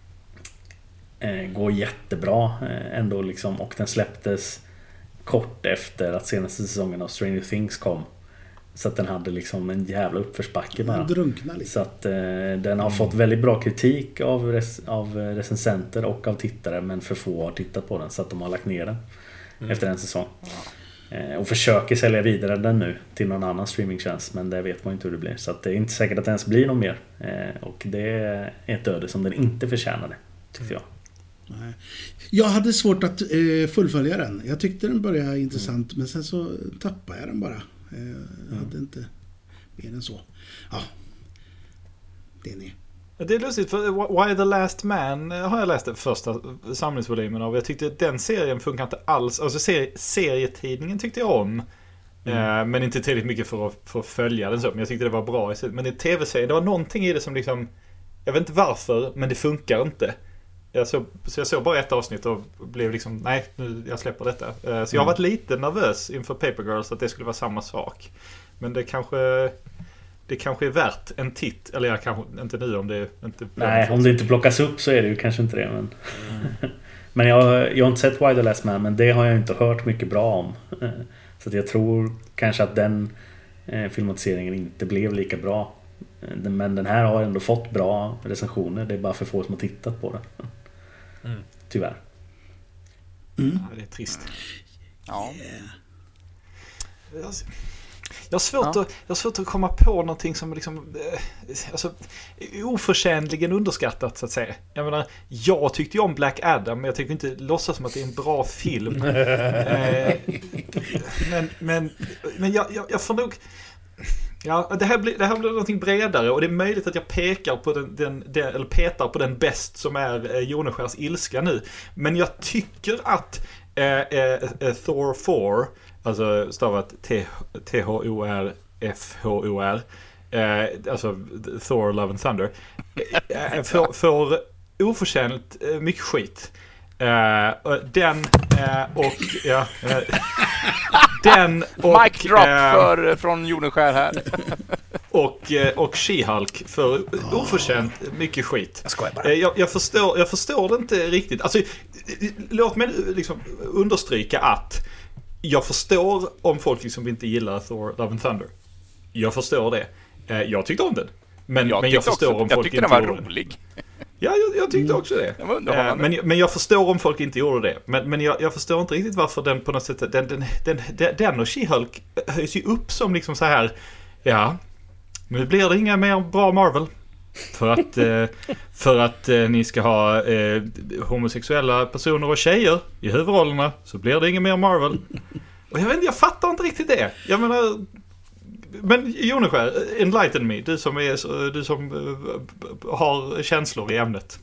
eh, går jättebra eh, ändå liksom, och den släpptes kort efter att senaste säsongen av Stranger Things kom. Så att den hade liksom en jävla uppförsbacke bara. Så att eh, den har mm. fått väldigt bra kritik av, res- av recensenter och av tittare, men för få har tittat på den, så att de har lagt ner den mm. efter en säsong. Eh, och försöker sälja vidare den nu till någon annan streamingtjänst, men det vet man inte hur det blir. Så att det är inte säkert att det ens blir någon mer. Eh, och det är ett öde som den inte förtjänade, tyckte jag. Nej. Jag hade svårt att eh, fullfölja den. Jag tyckte den började intressant, mm. men sen så tappade jag den bara. Jag hade mm. inte mer än så. Ja. Det är ni. Det är lustigt, för Why the Last Man har jag läst den första samlingsvolymen av. Jag tyckte att den serien funkar inte alls. Alltså serie, serietidningen tyckte jag om. Mm. Eh, men inte tillräckligt mycket för att, för att följa den så. Men jag tyckte det var bra. Men i tv-serien, det var någonting i det som liksom, jag vet inte varför, men det funkar inte. Jag såg, så jag såg bara ett avsnitt och blev liksom, nej, nu jag släpper detta. Så jag har varit lite nervös inför Paper Girls att det skulle vara samma sak. Men det kanske, det kanske är värt en titt. Eller jag kanske inte nu om det inte... Nej, om det inte plockas upp så är det ju kanske inte det. Men, mm. men jag, jag har inte sett Why the Last Man, men det har jag inte hört mycket bra om. Så att jag tror kanske att den eh, filmatiseringen inte blev lika bra. Men den här har ändå fått bra recensioner. Det är bara för få som har tittat på den. Mm. Tyvärr. Mm. Ja, det är trist. Ja. Yeah. Jag har, svårt ja. att, jag har svårt att komma på någonting som liksom, eh, alltså, oförtjänligen underskattat, så att säga. Jag menar, jag tyckte ju om Black Adam, men jag tycker inte låtsas som att det är en bra film. eh, men men, men jag, jag, jag får nog... Ja, det här blir, det här blir någonting bredare, och det är möjligt att jag pekar på den, den, den eller petar på den bäst som är eh, Joneskärs ilska nu. Men jag tycker att eh, eh, Thor fyra, alltså stavat T H O R F H O R, eh, alltså Thor Love and Thunder, eh, får, får oförtjänligt eh, mycket skit. Uh, den uh, och ja, uh, den och Mic drop uh, för, från Joneskär här. och, uh, och She-Hulk för oförtjänt mycket skit. Jag skojar bara. Uh, jag, jag, förstår, jag förstår det inte riktigt. Alltså, låt mig liksom understryka att jag förstår om folk liksom inte gillar Thor Love and Thunder. Jag förstår det. Uh, jag tyckte om den. Men jag, men jag förstår också, om jag folk inte den var gjorde rolig. Ja, jag, jag tyckte också det. det men, men jag förstår om folk inte gjorde det. Men, men jag, jag förstår inte riktigt varför den på något sätt... Den, den, den, den och She-Hulk höjs ju upp som liksom så här... Ja, nu blir det inga mer bra Marvel. För att, eh, för att eh, ni ska ha eh, homosexuella personer och tjejer i huvudrollerna, så blir det inga mer Marvel. Och jag vet inte, jag fattar inte riktigt det. Jag menar... Men Joneskär, enlighten me, du som, är, du som uh, har känslor i ämnet.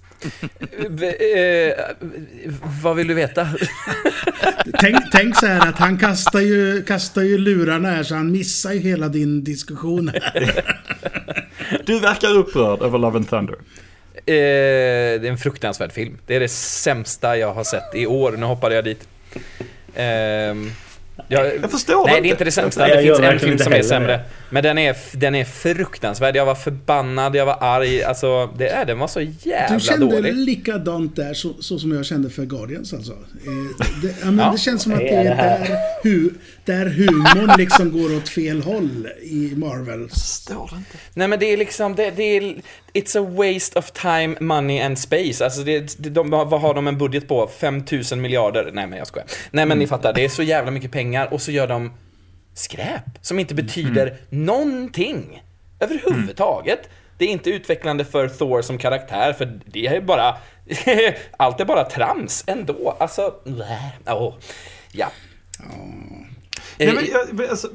Vad vill du veta? tänk, tänk så här att han kastar ju, kastar ju lurarna här, så han missar ju hela din diskussion här. Du verkar upprörd över Love and Thunder. Eh, det är en fruktansvärd film. Det är det sämsta jag har sett i år. Nu hoppade jag dit. Eh, Jag, jag förstår nej, inte. det är inte det sämsta. Det finns en film som är sämre. Men den är, den är fruktansvärd. Jag var förbannad, jag var arg. Alltså, det är, den var så jävla dålig. Du kände dålig. likadant där, så, så som jag kände för Guardians alltså. Eh, det, ja, men ja. det känns som att det är där, hu, där humorn liksom går åt fel håll i Marvel. Förstår det inte. Nej, men det är liksom, det, det är, it's a waste of time, money and space. Alltså, det, det, de, vad har de en budget på? fem tusen miljarder? Nej, men jag skojar. Nej, men mm. ni fattar, det är så jävla mycket pengar, och så gör de skräp som inte betyder mm. någonting överhuvudtaget. Mm. Det är inte utvecklande för Thor som karaktär, för det är bara allt är bara trams ändå. Alltså, oh. ja. Oh. Nej, men, alltså,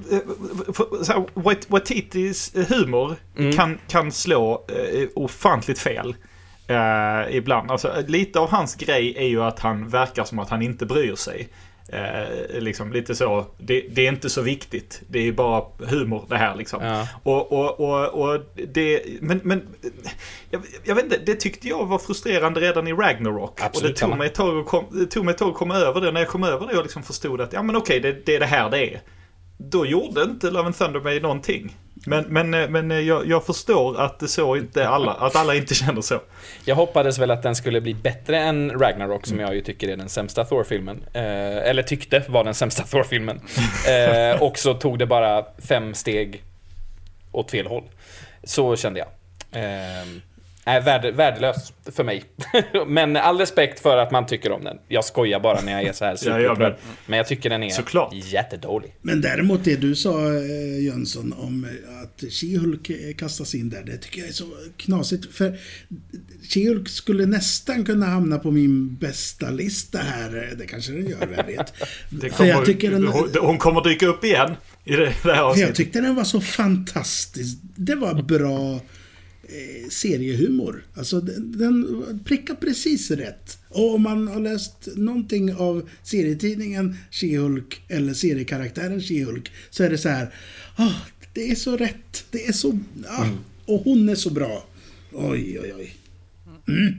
Waititis humor mm. kan, kan slå uh, ofantligt fel uh, ibland. Alltså, lite av hans grej är ju att han verkar som att han inte bryr sig. Eh, liksom lite så, det, det är inte så viktigt, det är bara humor det här liksom. Ja. och, och, och, och det, men, men jag, jag vet inte, det tyckte jag var frustrerande redan i Ragnarok. Absolut, och det tog mig ett tag att kom, det tog mig ett tag att komma över det. När jag kom över det och liksom förstod att ja men okej, det, det är det här det är. Då gjorde inte Love and Thunder mig någonting. Men, men, men jag, jag förstår att det så inte alla, att alla inte känner så. Jag hoppades väl att den skulle bli bättre än Ragnarok, som jag ju tycker är den sämsta Thor-filmen. Eh, eller tyckte var den sämsta Thor-filmen. Eh, och så tog det bara fem steg åt fel håll. Så kände jag. Eh, är värde, värdelös för mig. Men all respekt för att man tycker om den. Jag skojar bara när jag är så här superupprörd. Ja, men jag tycker den är såklart jättedålig. Men däremot det du sa, Jönsson, om att She-Hulk kastas in där, det tycker jag är så knasigt. För She-Hulk skulle nästan kunna hamna på min bästa lista här. Det kanske den gör, jag vet. Det kommer, jag tycker den, hon kommer dyka upp igen i det, det här avsnittet. Jag tyckte den var så fantastisk. Det var bra seriehumor. Alltså den, den prickar precis rätt. Och om man har läst någonting av serietidningen She-Hulk eller seriekaraktären She-Hulk, så är det så här, oh, det är så rätt. Det är så, ah, mm. och hon är så bra. Oj, oj, oj. Mm.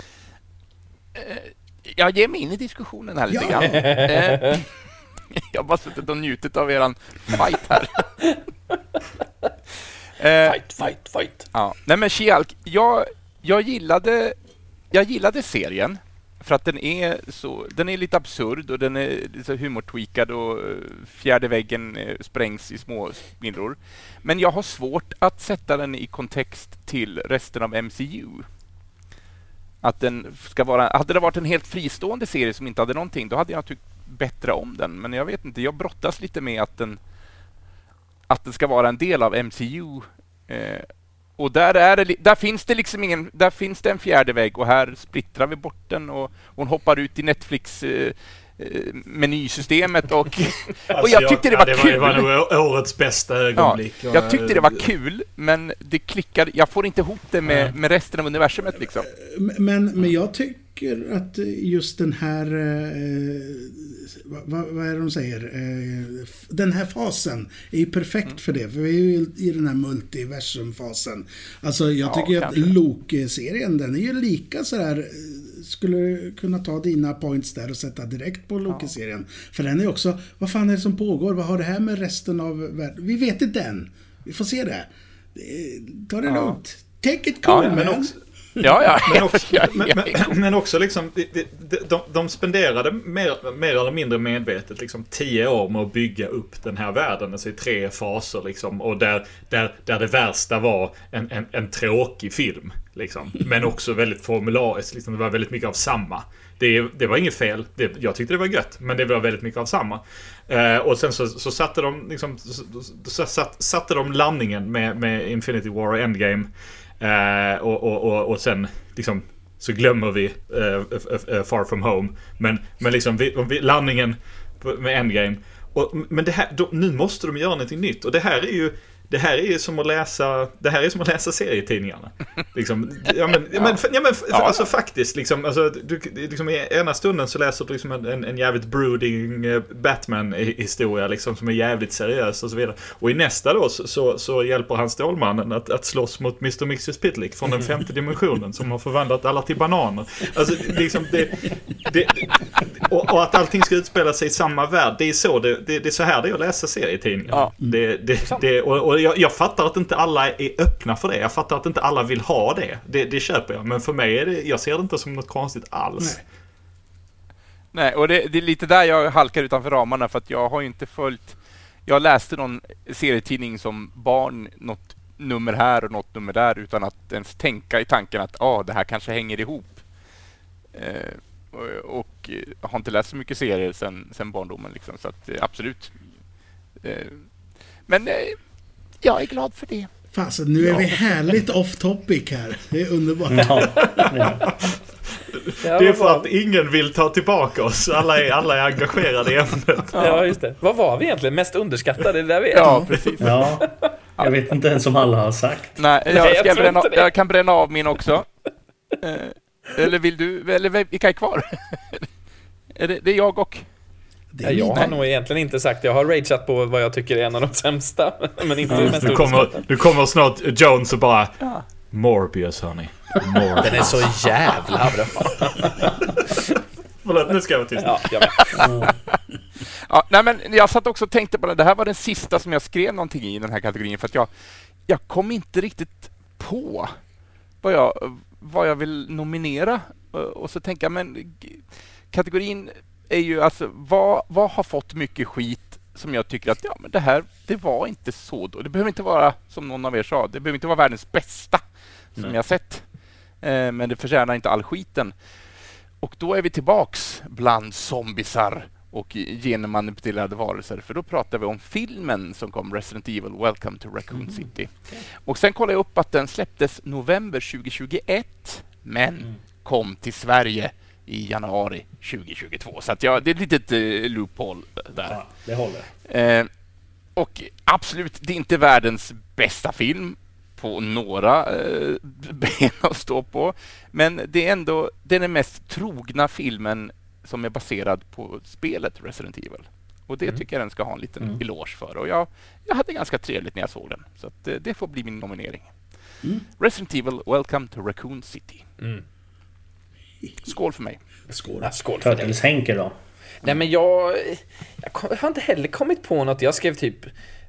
Jag ger mig in i diskussionen här lite ja. grann. Jag har bara suttit och njutit av eran fight här. Fight, fight, fight. Ja. Nej, men She-Hulk, jag, jag gillade jag gillade serien för att den är så den är lite absurd och den är lite humortweakad och fjärde väggen sprängs i små spillror. Men jag har svårt att sätta den i kontext till resten av M C U. Att den ska vara, hade det varit en helt fristående serie som inte hade någonting, då hade jag tyckt bättre om den, men jag vet inte, jag brottas lite med att den att det ska vara en del av M C U. Eh, och där, är det, där finns det liksom ingen, där finns det en fjärde vägg och här splittrar vi bort den och hon hoppar ut i Netflix eh, menysystemet och, alltså och jag tyckte det var ja, det kul. Var, det var nog årets bästa ögonblick. Ja, jag tyckte det var kul, men det klickade, jag får inte ihop det med, med resten av universumet liksom. Men, men jag tycker att just den här eh, vad, vad är det de säger? Eh, den här fasen är ju perfekt mm. för det, för vi är ju i den här multiversumfasen. Alltså jag ja, tycker kanske. Att Loki-serien, den är ju lika så här, skulle kunna ta dina points där och sätta direkt på Loki-serien. Ja. För den är också, vad fan är det som pågår? Vad har det här med resten av världen? Vi vet inte än. Vi får se det. Ta det ja. lugnt. Take it cool, ja, men man. också, ja, ja. Men också, men, men, men också liksom, de, de, de, de spenderade mer, mer eller mindre medvetet liksom tio år med att bygga upp den här världen, alltså i tre faser liksom, och där, där, där det värsta var en, en, en tråkig film liksom, men också väldigt formulariskt liksom, det var väldigt mycket av samma. Det, det var inget fel, det, jag tyckte det var gött, men det var väldigt mycket av samma. Eh, och sen så, så satte de liksom, så, så satt, satte de landningen med, med Infinity War och Endgame. Uh, och, och, och, och sen liksom, så glömmer vi uh, uh, uh, Far From Home. Men, men liksom vi, vi, landningen med Endgame. Och, men det här, då, nu måste de göra någonting nytt. Och det här är ju Det här är ju som att läsa Det här är som att läsa serietidningarna liksom, ja, men, ja. men, ja, men ja. Alltså faktiskt liksom, alltså, du, liksom, i ena stunden så läser du liksom en, en jävligt brooding Batman-historia liksom, som är jävligt seriös och så vidare. Och i nästa då så, så, så hjälper han Stålmannen att, att slåss mot mister Mxyzptlk från den femte dimensionen som har förvandlat alla till bananer. Alltså liksom det, det och, och att allting ska utspela sig i samma värld. Det är så det, det, det är så här det är att läsa serietidningar. Ja. Det, det, det, och, och jag, jag fattar att inte alla är öppna för det. Jag fattar att inte alla vill ha det. Det, det köper jag. Men för mig är det, jag ser det inte som något konstigt alls. Nej, Nej och det, det är lite där jag halkar utanför ramarna, för att jag har ju inte följt. Jag läste någon serietidning som barn, något nummer här och något nummer där, utan att ens tänka i tanken att ah, det här kanske hänger ihop. Eh, och, och jag har inte läst så mycket serier sen, sen barndomen liksom, så att absolut. Eh, men eh, jag är glad för det. Fast nu är ja. vi härligt off topic här. Det är underbart. Ja. Ja. Det är för att ingen vill ta tillbaka oss. Alla är, alla är engagerade i ämnet. Ja, just det. Vad var vi egentligen? Mest underskattade, det där vi är. Ja, precis. Ja. Jag vet inte ens om alla har sagt. Nej, jag, Nej, ska jag, bränna, jag kan bränna av min också. Eh, eller vill du? Eller vilka är kvar? är det, det är jag och... Ja, jag har nog egentligen inte sagt. Jag har rageat på vad jag tycker är en av de sämsta. Men inte mm. mest du, kommer, du kommer snart Jones och bara ja. Morbius, hörni. Morbius. Den är så jävla bra. Förlåt, nu ska jag vara tyst. Ja, jag vet. Ja, nej, men jag satt också och tänkte på det. Det här var den sista som jag skrev någonting i den här kategorin, för att jag, jag kom inte riktigt på vad jag, vad jag vill nominera. Och så tänker jag, men kategorin är ju alltså, vad, vad har fått mycket skit som jag tycker att ja, men det här, det var inte så då. Det behöver inte vara, som någon av er sa, det behöver inte vara världens bästa som mm. jag sett. Eh, men det förtjänar inte all skiten. Och då är vi tillbaks bland zombisar och genmanipulerade varelser. För då pratar vi om filmen som kom, Resident Evil, Welcome to Raccoon mm. City. Okay. Och sen kollade jag upp att den släpptes november tjugohundratjugoett, men mm. kom till Sverige i januari tjugohundratjugotvå. Så att ja, det är ett litet uh, loophole där. Ja, det håller. Eh, och absolut, det är inte världens bästa film på några eh, ben att stå på. Men det är ändå det är den mest trogna filmen som är baserad på spelet Resident Evil. Och det mm. tycker jag den ska ha en liten mm. eloge för. Och jag, jag hade ganska trevligt när jag såg den. Så att, eh, det får bli min nominering. Mm. Resident Evil, Welcome to Raccoon City. Mm. Skål för mig. Skål, ja, skål för dig. Henke då? Nej, men jag, jag, kom, jag har inte heller kommit på något. Jag skrev typ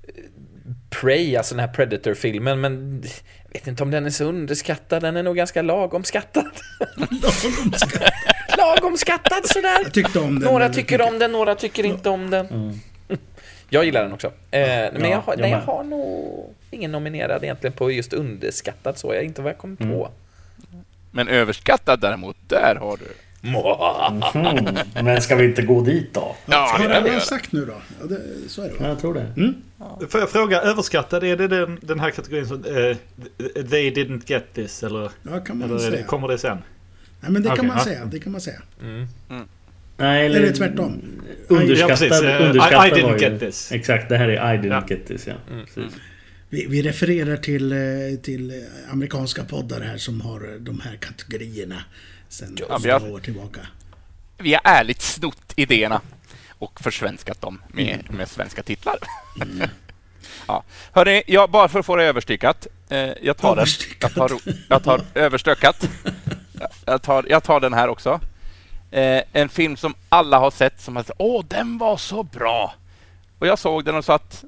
Prey, alltså den här Predator-filmen, men jag vet inte om den är så underskattad. Den är nog ganska lagom skattad. Lagom skattad. Lagom skattad sådär. Jag tyckte om den. Några tycker om den, några tycker inte om den. Mm. Jag gillar den också. Eh, ja, men jag har, nej, jag har nog ingen nominerad egentligen på just underskattad, så jag inte vad jag kommer mm. på. Men överskattad däremot, där har du. Mm. Men ska vi inte gå dit då? Ja, har det alla sagt nu då? Ja, det, så är det, va? Jag tror det. Mm? Ja. Får jag fråga, överskattad är det den, den här kategorin som uh, they didn't get this? Eller, ja, kan man eller säga. Det, kommer det sen? Nej, men det okay, kan man ja. säga. Det kan man säga. Mm. Mm. Nej, eller, eller tvärtom. Underskattad, ja, underskattad I, I didn't var ju, get this. Exakt, det här är I didn't ja. get this, ja. Mm. Precis. Vi, vi refererar till, till amerikanska poddar här som har de här kategorierna sedan Ja, några har, år tillbaka. Vi har ärligt snott idéerna och försvenskat dem med, mm. med svenska titlar. Mm. Ja. Hörrni, jag, bara för att få det överstökat. Eh, jag tar den. Jag tar, jag tar överstökat. Jag tar, jag tar den här också. Eh, en film som alla har sett som att åh, den var så bra. Och jag såg den och sa att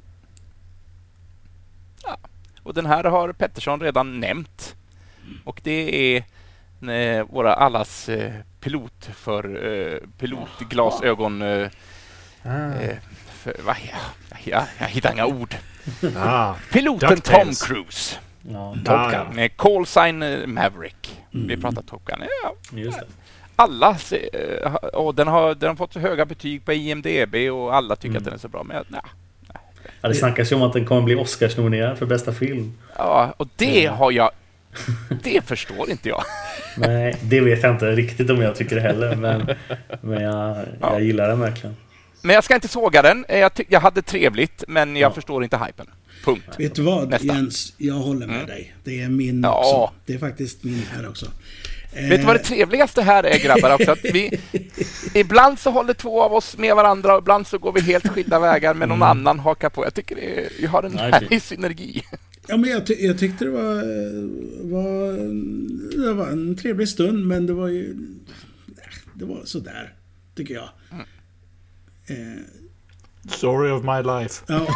ja. Och den här har Pettersson redan nämnt. Och det är eh, våra allas eh, pilot för eh, pilotglasögon eh, ah. eh, för, va, ja, jag, jag hittar inga ord. Ah. Piloten Tom Cruise. Ja, Top Gun. Med call sign Maverick. Mm. Vi pratar Top Gun. Ja. Just det. Alla eh, och den har den har fått så höga betyg på I M D B och alla tycker mm. att den är så bra, men nej. Ja, det snackas ju om att den kommer bli Oscarsnominerad för bästa film. Ja, och det har jag det förstår inte jag. Nej, det vet jag inte riktigt om jag tycker det heller, men men jag, ja. jag gillar den verkligen. Men jag ska inte såga den. Jag, ty- jag hade trevligt, men jag ja. förstår inte hypen. Punkt. Vet du vad, Nästa. Jens? Jag håller med mm. dig. Det är min ja. också. Det är faktiskt min här också. Vet du vad det trevligaste här är, grabbar? Också? Att vi, ibland så håller två av oss med varandra och ibland så går vi helt skilda vägar, men någon mm. annan hakar på. Jag tycker det är, vi har en Nej, härlig synergi. Ja, men jag, ty- jag tyckte det var, var, det var en trevlig stund, men det var ju det var sådär, tycker jag. Mm. Eh, Story of my life. Ja.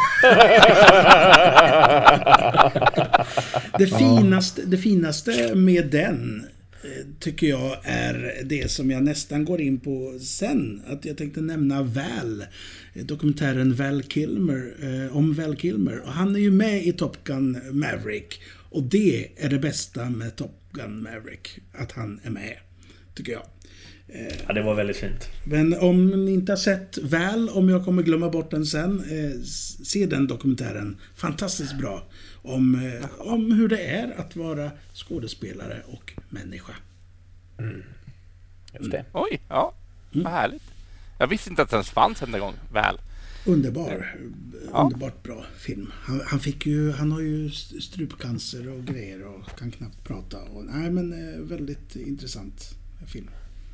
det, finaste, det finaste med den tycker jag är det som jag nästan går in på sen. Att jag tänkte nämna Val, dokumentären Val Kilmer, eh, om Val Kilmer. Och han är ju med i Top Gun Maverick. Och det är det bästa med Top Gun Maverick, att han är med, tycker jag. Ja, det var väldigt fint. Men om ni inte har sett Val, om jag kommer glömma bort den sen, eh, se den dokumentären. Fantastiskt bra. Om, eh, om hur det är att vara skådespelare och människa. Mm. Just det. Mm. Oj, ja. Vad mm. härligt. Jag visste inte att den fanns en gång. Väl. Underbar. Ja. Underbart bra film. Han, han fick ju, han har ju strupcancer och grejer och kan knappt prata. Och, nej, men eh, väldigt intressant film.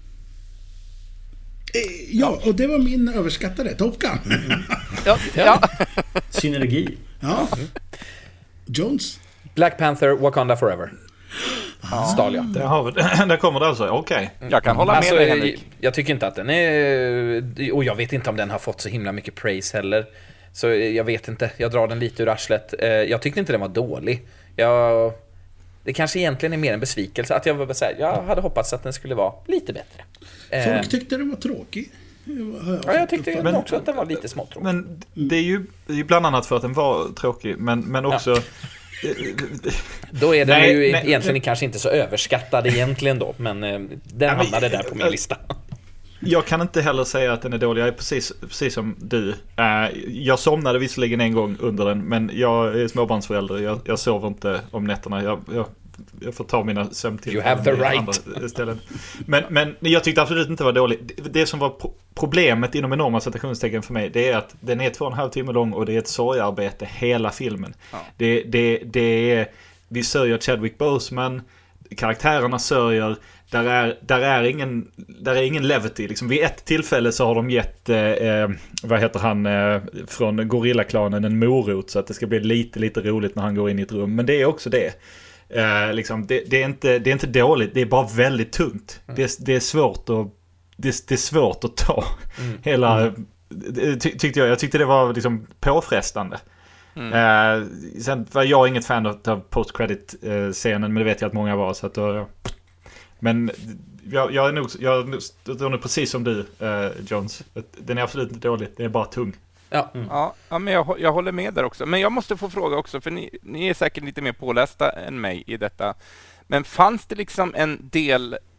Ja, och det var min överskattade Top Gun. Mm. ja, ja. Synergi. Ja. Jones. Black Panther, Wakanda Forever. Ah. Stalia. Där, har vi, där kommer det alltså, okej. Okay. Jag kan hålla med alltså, dig, Henrik. Jag tycker inte att den är... Och jag vet inte om den har fått så himla mycket praise heller. Så jag vet inte, jag drar den lite ur arslet. Jag tyckte inte den var dålig. Jag... Det kanske egentligen är mer en besvikelse. Att jag, var så här, jag hade hoppats att den skulle vara lite bättre. Folk tyckte den var tråkig. Jag ja, jag tyckte men, också att den var lite småtråkig. Men det är ju det är bland annat för att den var tråkig. Men, men också... Ja. Då är den nej, ju nej, egentligen nej. kanske inte så överskattad egentligen då. Men eh, den nej, hamnade där på min lista. Jag kan inte heller säga att den är dålig. Jag är precis, precis som du. Jag somnade visserligen en gång under den. Men jag är småbarnsförälder. Jag, jag sover inte om nätterna. Jag, jag, jag får ta mina sömntider. You have the right. Istället. Men, men jag tyckte absolut inte det var dåligt. Det som var pro- problemet inom enorma citationstecken för mig, det är att den är två och en halv timme lång och det är ett sorgarbete hela filmen. Ja. Det, det, det är, vi sörjer Chadwick Boseman, karaktärerna sörjer. Där är, där är ingen där är ingen levity liksom. Vid ett tillfälle så har de gett eh, vad heter han eh, från Gorilla-klanen en morot så att det ska bli lite lite roligt när han går in i ett rum, men det är också det. Eh, liksom, det, det, är inte, det är inte dåligt, det är bara väldigt tungt. Mm. Det, det är svårt att det, det är svårt att ta mm. hela mm. Ty, tyckte jag jag tyckte det var liksom påfrestande. Mm. Eh, sen var jag inget fan av post-credit eh, scenen, men det vet jag att många var, så att då, men jag, jag är nog jag är nog precis som du, eh, Jones. Den är absolut inte dålig, den är bara tung. Ja, mm. ja, ja men jag, jag håller med där också. Men jag måste få fråga också, för ni, ni är säkert lite mer pålästa än mig i detta. Men fanns det liksom en del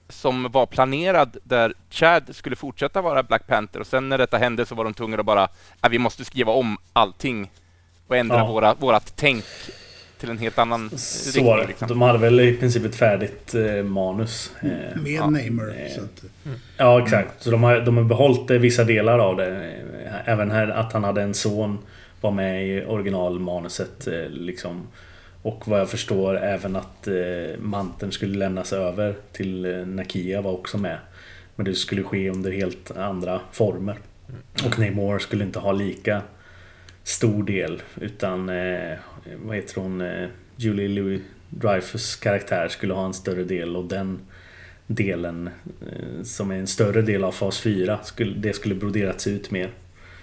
som var planerad där Chad skulle fortsätta vara Black Panther och sen när detta hände så var de tvungna att bara ah, vi måste skriva om allting och ändra ja. våra, vårat tänk till en helt annan så riktning. Liksom. De hade väl i princip ett färdigt eh, manus. Eh, Med ja, Namor. Eh, så att, mm. Ja, exakt. Så de har, de har behållit eh, vissa delar av det. Även här att han hade en son var med i originalmanuset. Eh, liksom. Och vad jag förstår även att eh, manteln skulle lämnas över till eh, Nakia var också med. Men det skulle ske under helt andra former. Mm. Och Namor skulle inte ha lika stor del utan eh, vad heter hon eh, Julie Louis-Dreyfus karaktär skulle ha en större del och den delen eh, som är en större del av fas fyra skulle, det skulle broderats ut mer.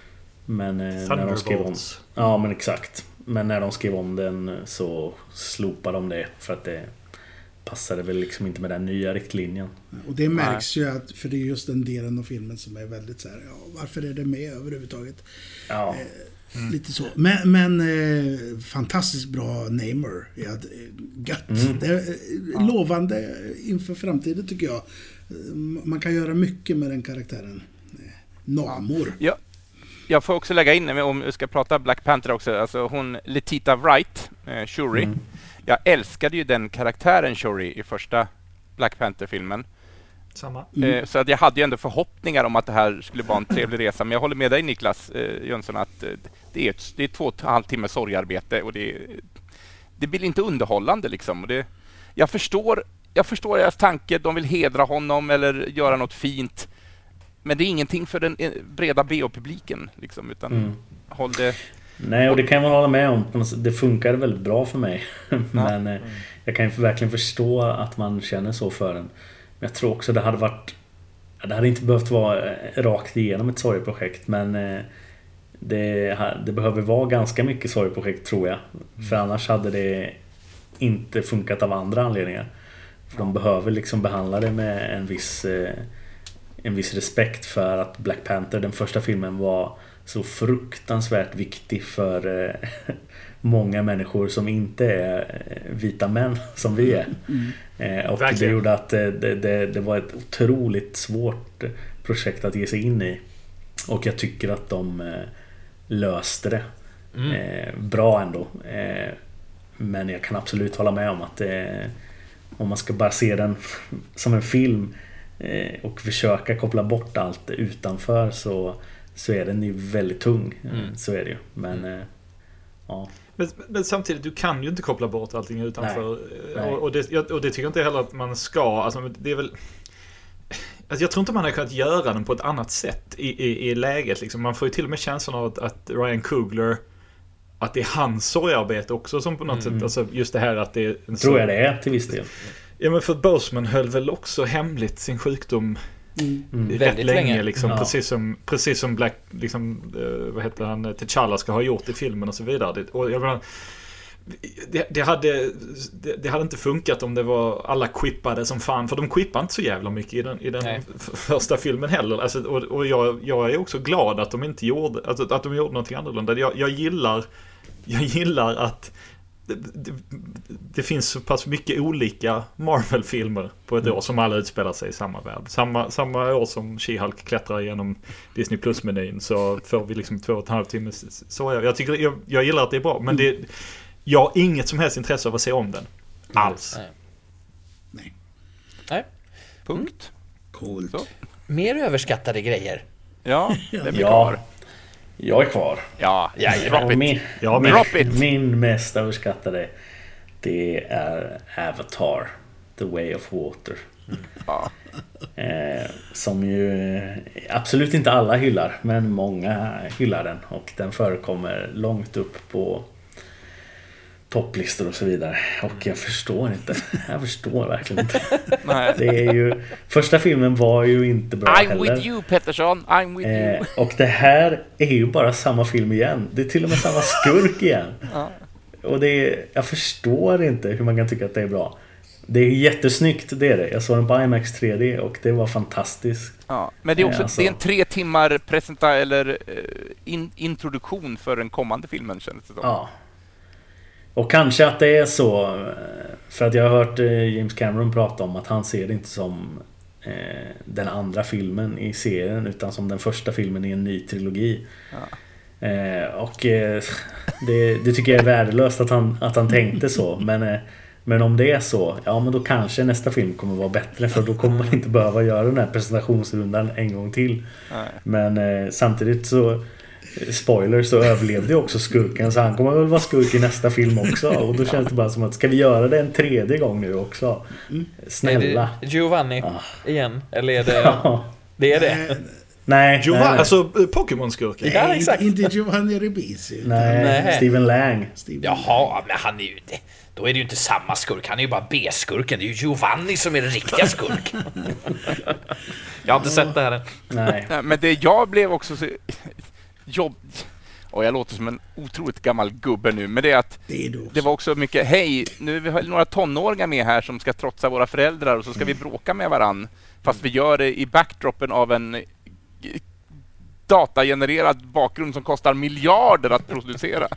Men eh, när de skrev om ja men exakt. Men när de skrev om den så slopade de det för att det passade väl liksom inte med den nya riktlinjen. Och det märks Nej. ju att, för det är just den delen av filmen som är väldigt så här, ja, varför är det med överhuvudtaget? Ja. Eh, Mm. Lite så. Men, men eh, fantastiskt bra Namor. Ja, gött. Mm. Det är ja. lovande inför framtiden tycker jag. Man kan göra mycket med den karaktären. Namor. Ja. Jag får också lägga in, om vi ska prata Black Panther också, alltså hon Letita Wright, eh, Shuri. Mm. Jag älskade ju den karaktären Shuri i första Black Panther-filmen. Samma. Mm. Så att jag hade ju ändå förhoppningar om att det här skulle vara en trevlig resa. Men jag håller med dig Niklas eh, Jönsson att eh, det, är ett, det är två och en halv timme sorgarbete och det, det blir inte underhållande liksom. Och det, jag, förstår, jag förstår deras tanke, de vill hedra honom eller göra något fint. Men det är ingenting för den breda B O-publiken liksom, utan mm. håll det... Nej, och det kan man hålla med om. Det funkar väldigt bra för mig. Men ja. mm. jag kan ju verkligen förstå att man känner så för den. Men jag tror också det hade varit... Det hade inte behövt vara rakt igenom ett sorgprojekt. Men det, det behöver vara ganska mycket sorgprojekt tror jag. Mm. För annars hade det inte funkat av andra anledningar. För de behöver liksom behandla det med en viss, en viss respekt för att Black Panther, den första filmen, var så fruktansvärt viktig för många människor som inte är vita män som vi är. Mm. Och Verkligen. Det gjorde att det, det, det var ett otroligt svårt projekt att ge sig in i. Och jag tycker att de löste det mm. bra ändå. Men jag kan absolut hålla med om att det, om man ska bara se den som en film och försöka koppla bort allt utanför så, så är den ju väldigt tung. Mm. Så är det ju. Men mm. ja. Men, men samtidigt, du kan ju inte koppla bort allting utanför. Nej. Och, och, det, och det tycker jag inte heller att man ska. Alltså, det är väl... Alltså, jag tror inte man har kunnat göra den på ett annat sätt i, i, i läget. Liksom. Man får ju till och med känslan av att, att Ryan Coogler, att det är hans sorgarbete också som på något mm. sätt, alltså just det här att det är... En tror så... jag det är till viss del. Ja, men för Boseman höll väl också hemligt sin sjukdom mm. rätt Väldigt länge, länge. Liksom, ja. precis som precis som Black, liksom, uh, vad heter han, T'Challa ska ha gjort i filmen och så vidare. Det, och jag menar, det, det hade det, det hade inte funkat om det var alla quippade som fan, för de quippar inte så jävla mycket i den, i den f- första filmen heller. Alltså, och och jag, jag är också glad att de inte gjorde alltså, att de gjorde någonting annorlunda. Jag, jag gillar jag gillar att Det, det, det finns så pass mycket olika Marvel-filmer på ett mm. år som alla utspelar sig i samma värld. Samma, samma år som She-Hulk klättrar igenom Disney Plus-menyn så får vi liksom två och en halv timme. Så jag, jag, tycker, jag, jag gillar att det är bra, men det, jag har inget som helst intresse av att se om den. Alls. Nej. Nej. Nej. Punkt. Coolt. Så. Mer överskattade grejer. Ja, det är ja. Jag är kvar. Ja, ja, drop it. Min, ja, min, drop it. Min mest överskattade, det är Avatar, The Way of Water. Ja. Eh, som ju absolut inte alla hyllar, men många hyllar den. Och den förekommer långt upp på topplistor och så vidare. Och jag förstår inte. Jag förstår verkligen inte. Nej. Det är ju, första filmen var ju inte bra I'm heller. with you, Pettersson. I'm with eh, you. Och det här är ju bara samma film igen. Det är till och med samma skurk igen. Ja. Och det är, jag förstår inte hur man kan tycka att det är bra. Det är jättesnyggt, det är det. Jag såg den på IMAX tre D och det var fantastiskt. Ja, men det är också alltså, det är en tre timmar presenta eller in, introduktion för den kommande filmen, känns det som. Ja. Och kanske att det är så, för att jag har hört James Cameron prata om att han ser det inte som eh, den andra filmen i serien utan som den första filmen i en ny trilogi. Ja. Eh, och eh, det, det tycker jag är värdelöst att han, att han tänkte så. Men, eh, men om det är så, ja men då kanske nästa film kommer vara bättre, för då kommer man inte behöva göra den här presentationsrundan en gång till. Nej. Men eh, samtidigt så spoiler, så överlevde ju också skurken, så han kommer väl vara skurk i nästa film också. Och då känns det bara som att, ska vi göra det en tredje gång nu också? Snälla. Är det Giovanni ah. igen? Eller är det... Ja. Det är det. Nej, Giovanni, nej, nej. Alltså Pokémon-skurken. Ja, exakt. Inte Giovanni Ribisi. Nej, nej, Stephen Lang. Stephen Jaha, Lang. Men han är ju inte... Då är det ju inte samma skurk. Han är ju bara B-skurken. Det är ju Giovanni som är den riktiga skurk. Jag har inte sett det här än. Nej. Men det jag blev också så... jobb... Och jag låter som en otroligt gammal gubbe nu, men det är att det, är det var också mycket, hej, nu vi har några tonåringar med här som ska trotsa våra föräldrar och så ska mm. vi bråka med varann, fast vi gör det i backdropen av en datagenererad bakgrund som kostar miljarder att producera.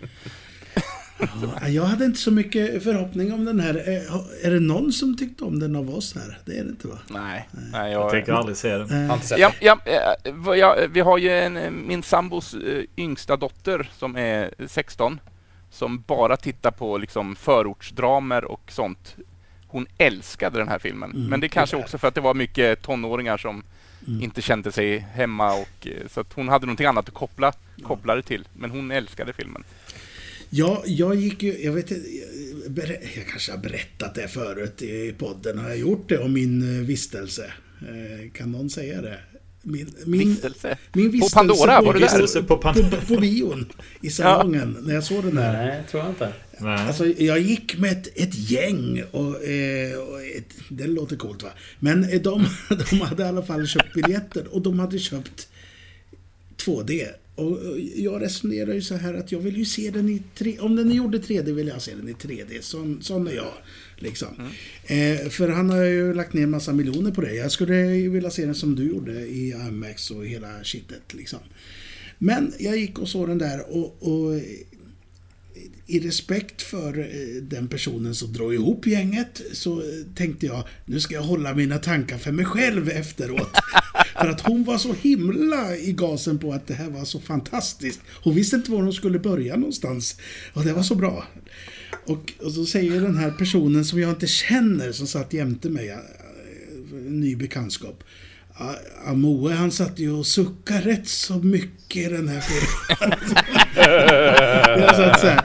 Ja, jag hade inte så mycket förhoppning om den här. Är det någon som tyckte om den av oss här? Det är det inte, va? Nej, Nej jag, jag tänker aldrig se den. Ja, ja, ja, vi har ju en, min sambos yngsta dotter som är sexton, som bara tittar på liksom förortsdramer och sånt. Hon älskade den här filmen. Mm, men det är kanske också för att det var mycket tonåringar som mm. inte kände sig hemma, och så att hon hade någonting annat att koppla, koppla det till. Men hon älskade filmen. Ja, jag gick ju, jag vet inte, jag, jag kanske har berättat det förut i podden, har jag gjort det om min vistelse? Kan någon säga det? Min, min, vistelse? Min vistelse på Pandora, var du där? På, på, på bion, i salongen, ja. När jag såg den där. Nej, tror jag inte. Nej. Alltså, jag gick med ett, ett gäng, och, och ett, det låter coolt, va? Men de, de hade i alla fall köpt biljetter, och de hade köpt två D. Och jag resonerar ju så här att jag vill ju se den i tre, om den gjorde tre D vill jag se den i tre D, sån, sån är jag liksom. Mm. Eh, för han har ju lagt ner en massa miljoner på det. Jag skulle vilja se den som du gjorde i IMAX och hela shitet liksom. Men jag gick och såg den där, och, och i respekt för den personen som drar ihop gänget så tänkte jag, nu ska jag hålla mina tankar för mig själv efteråt. För att hon var så himla i gasen på att det här var så fantastiskt. Hon visste inte var hon skulle börja någonstans. Och det var så bra. Och, och så säger den här personen som jag inte känner, som satt jämte mig, en ny bekantskap, Amoe, han satt ju och suckade rätt så mycket i den här filmen. Jag satt så här.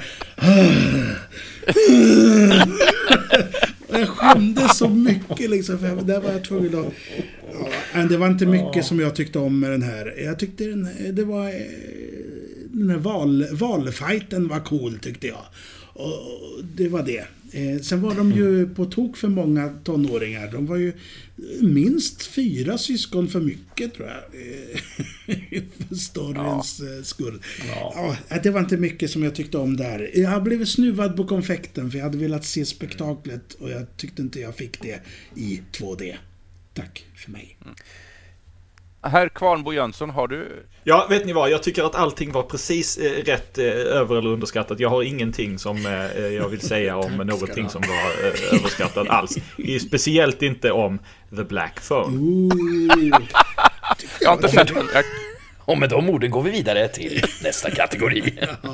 Jag skämde så mycket liksom, för där var jag tvungen att... Ja, det var inte mycket som jag tyckte om med den här. Jag tyckte den, det var... Den här val, valfighten var cool, tyckte jag. Och det var det. Eh, sen var de ju på tok för många tonåringar. De var ju minst fyra syskon för mycket, tror jag. För storyns ja. skull. Ja. Ja, det var inte mycket som jag tyckte om där. Jag blev snuvad på konfekten, för jag hade velat se spektaklet, och jag tyckte inte jag fick det i två D. Tack för mig. Mm. Herr Kvarnbo Jönsson, har du... Ja, vet ni vad? Jag tycker att allting var precis eh, rätt eh, över- eller underskattat. Jag har ingenting som eh, jag vill säga om någonting som var eh, överskattat alls. Speciellt inte om The Black Phone. Jag har inte sett den. Och med de orden går vi vidare till nästa kategori.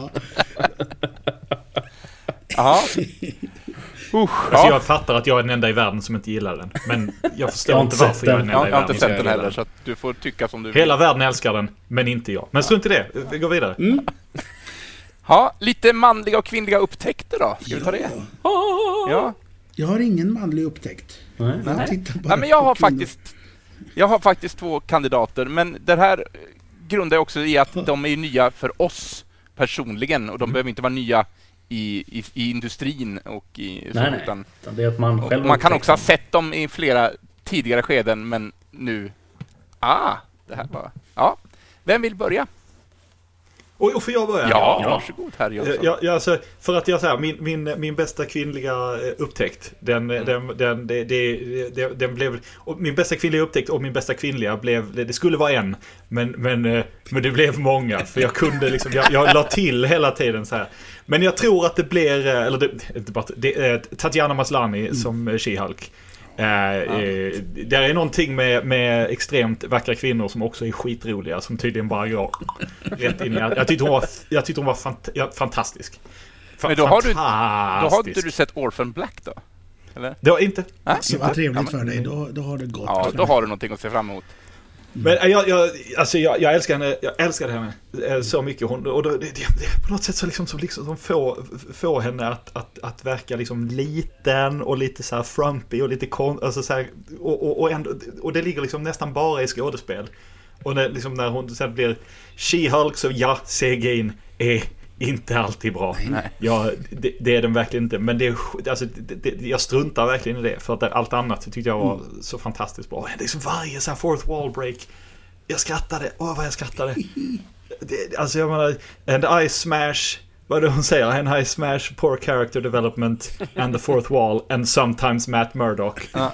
Ja. Usch, alltså jag fattar att jag är den enda i världen som inte gillar den. Men jag förstår jag inte varför jag är den enda jag, i världen. Jag har inte sett den heller, så att du får tycka som du vill. Hela världen älskar den, men inte jag. Men strunt i det, vi går vidare. Mm. Ja, lite manliga och kvinnliga upptäckter då. Ska ja. vi ta det? Ja. Jag har ingen manlig upptäckt. Nej, jag Nej. Nej men jag har faktiskt jag har faktiskt två kandidater, men det här grundar också i att de är nya för oss personligen, och de mm. behöver inte vara nya I, i, i industrin och i nej, så, nej. Utan, det är att man själv man kan också ha sett dem i flera tidigare skeden, men nu ah, det här var ja. Vem vill börja? Och, och får jag börja? Ja, ja. Varsågod herr Jönsson. Ja, ja, alltså, för att jag säger min, min, min bästa kvinnliga upptäckt den, mm. den, den, det, det, det, den blev och min bästa kvinnliga upptäckt och min bästa kvinnliga blev det, det skulle vara en, men, men, men det blev många, för jag kunde liksom jag, jag la till hela tiden så här. Men jag tror att det blir eller det, det, det, Tatiana Maslany mm. som She-Hulk. Eh, ja. eh, det är någonting med, med extremt vackra kvinnor som också är skitroliga, som tydligen bara går rätt in i. Jag tyckte hon var, jag tyckte hon var fant- ja, fantastisk. Fa- Men då har, du, då har inte du sett Orphan Black då? Eller? Det har inte. Ah, så vad trevligt för dig, då, då har det gått. Ja, då har du någonting att se fram emot. Mm. Men jag, jag, alltså jag, jag älskar henne, jag älskar henne så mycket. Hon, och det, det, det på något sätt så liksom, så liksom som får, får henne att, att, att verka liksom liten och lite så här frumpy och lite kon, alltså så här, och, och, och, ändå, och det ligger liksom nästan bara i skådespel. Och när, liksom när hon sen blir She-Hulk, så ja, C G I är inte alltid bra. Nej. Ja, det, det är den verkligen inte. Men det är, alltså, det, det, jag struntar verkligen i det. För att allt annat tyckte jag var mm. så fantastiskt bra. Det är liksom varje så här fourth wall break. Jag skrattade. Åh, vad jag skrattade. Det, alltså jag menar, and I smash, vad är det hon säger? And I smash poor character development and the fourth wall and sometimes Matt Murdock. Ja,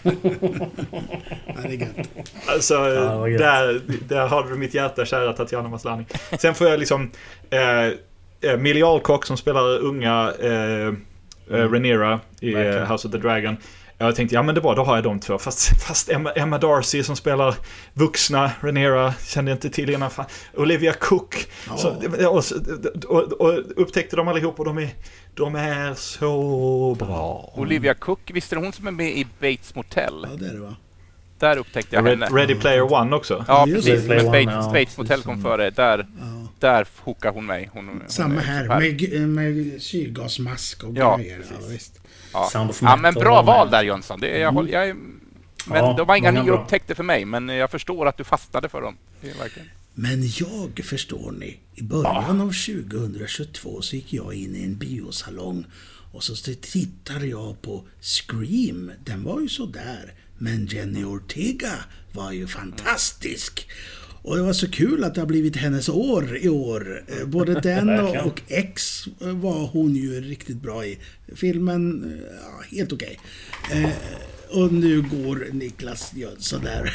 det är gött. Alltså, ja, där, där har du mitt hjärta, kära Tatiana Maslany. Sen får jag liksom eh, Millie Alcock som spelar unga eh, mm. Rhaenyra i Verkligen. House of the Dragon. Jag tänkte, ja men det var, då har jag de två. Fast, fast Emma, Emma Darcy som spelar vuxna Rhaenyra kände jag inte till innan. Olivia Cook. Oh. Så, och, och, och upptäckte de allihop och de är, de är så bra. Olivia Cook, visst är det hon som är med i Bates Motel? Ja, det är det va? Där upptäckte jag Red, henne. Ready Player One också. Ja, precis. Men Bates, ja, Bates Motel kom före. Där, ja. där hookar hon mig. Hon, hon Samma här, med, med syrgasmask och ja, grejer. Ja, visst. Ja. Ja, men bra val där, Jönsson. Det är, jag, mm. jag är, men ja, de var inga nya upptäckter för mig, men jag förstår att du fastnade för dem. Det är verkligen. Men jag, förstår ni, i början ja. av tjugohundratjugotvå så gick jag in i en biosalong och så tittade jag på Scream. Den var ju så där. Men Jenny Ortega var ju fantastisk. Och det var så kul att det har blivit hennes år i år. Både den och, och X var hon ju riktigt bra i. Filmen, ja, helt okej. Okay. Eh, och nu går Niklas Jönsson där.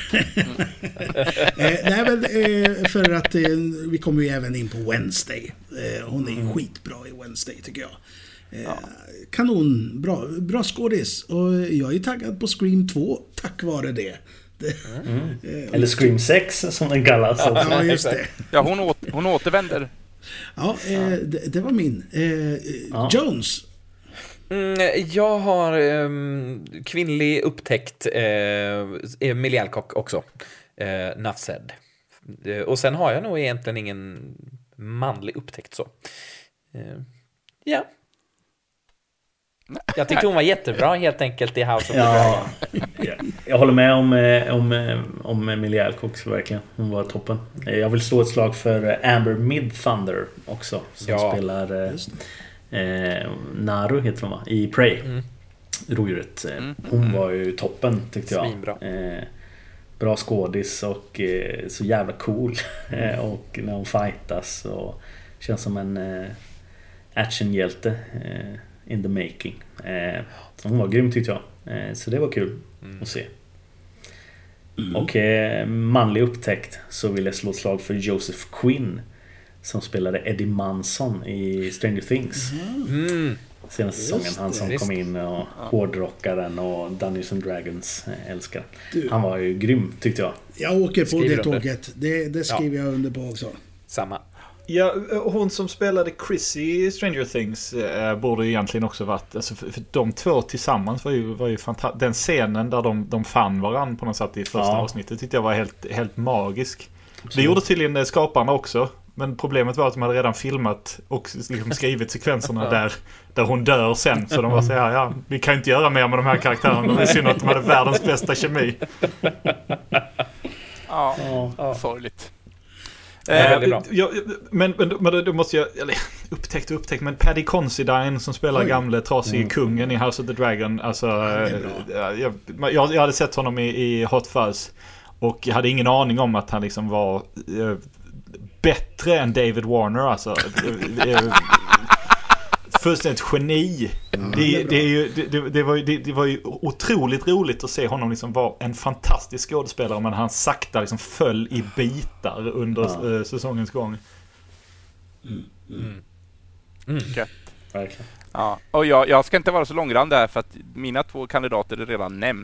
eh, nej, men, eh, för att eh, vi kommer ju även in på Wednesday. Eh, hon är mm. skitbra i Wednesday tycker jag. Eh, ja. Kanon, bra, bra skådis. Och jag är taggad på Scream två tack vare det. Mm. Eh, Eller Scream sex som den kallas. Ja, ja just det. Ja, hon, å- hon återvänder. Ja, eh, det, det var min. Eh, ja. Jones. Mm, jag har eh, kvinnlig upptäckt eh, Millie Alcock också. Eh, Nuff said. Eh, och sen har jag nog egentligen ingen manlig upptäckt så. Eh, ja. Jag tyckte hon var jättebra helt enkelt i House of the ja, Dragon. Jag håller med om, om, om Millie Alcock verkligen. Hon var toppen. Jag vill slå ett slag för Amber Midthunder också. Som ja, spelar eh, Naru heter hon va? I Prey. Mm. Rovdjuret. Hon var ju toppen tyckte jag. Svinbra. Eh, bra skådis och eh, så jävla cool. Och när hon fightas och känns som en eh, actionhjälte. Eh, in the making. Eh, hon var grym tyckte jag. Eh, så det var kul mm. att se. Mm. Och eh, manlig upptäckt så vill jag slå ett slag för Joseph Quinn som spelade Eddie Munson i Stranger Things. Mm. Senaste säsongen, han som kom in och ja. hårdrockaren och Dungeons and Dragons älskar. Du. Han var ju grym tyckte jag. Jag åker på skriver det tåget. Det, det skriver ja. jag under på också. Samma. Ja, hon som spelade Chrissy i Stranger Things eh, borde egentligen också varit, alltså för, för de två tillsammans var ju, var ju fantastisk. Den scenen där de, de fann varann på något sätt i första ja. avsnittet tyckte jag var helt, helt magisk. Absolut. Det gjorde tydligen skaparna också, men problemet var att de hade redan filmat och liksom skrivit sekvenserna där, där hon dör sen. Så de var så här, ja, vi kan inte göra mer med de här karaktärerna. Det är synd att de hade världens bästa kemi. Ja, ja. sorgligt. Eh, jag, men, men, men då måste jag eller, upptäckt och upptäckt men Paddy Considine som spelar Oj. gamle trasig mm. kungen i House of the Dragon alltså, ja, jag, jag, jag hade sett honom i, i Hot Fuzz och jag hade ingen aning om att han liksom var eh, bättre än David Warner alltså eh, fullständigt geni. Mm. Det, det, är ju, det, det, var ju, det, det var ju otroligt roligt att se honom liksom vara en fantastisk skådespelare men han sakta liksom föll i bitar under ja. äh, säsongens gång. Mm. Mm. Mm. Gött. Verkligen. Ja. Och jag, jag ska inte vara så långrandig där för att mina två kandidater är redan nämnda.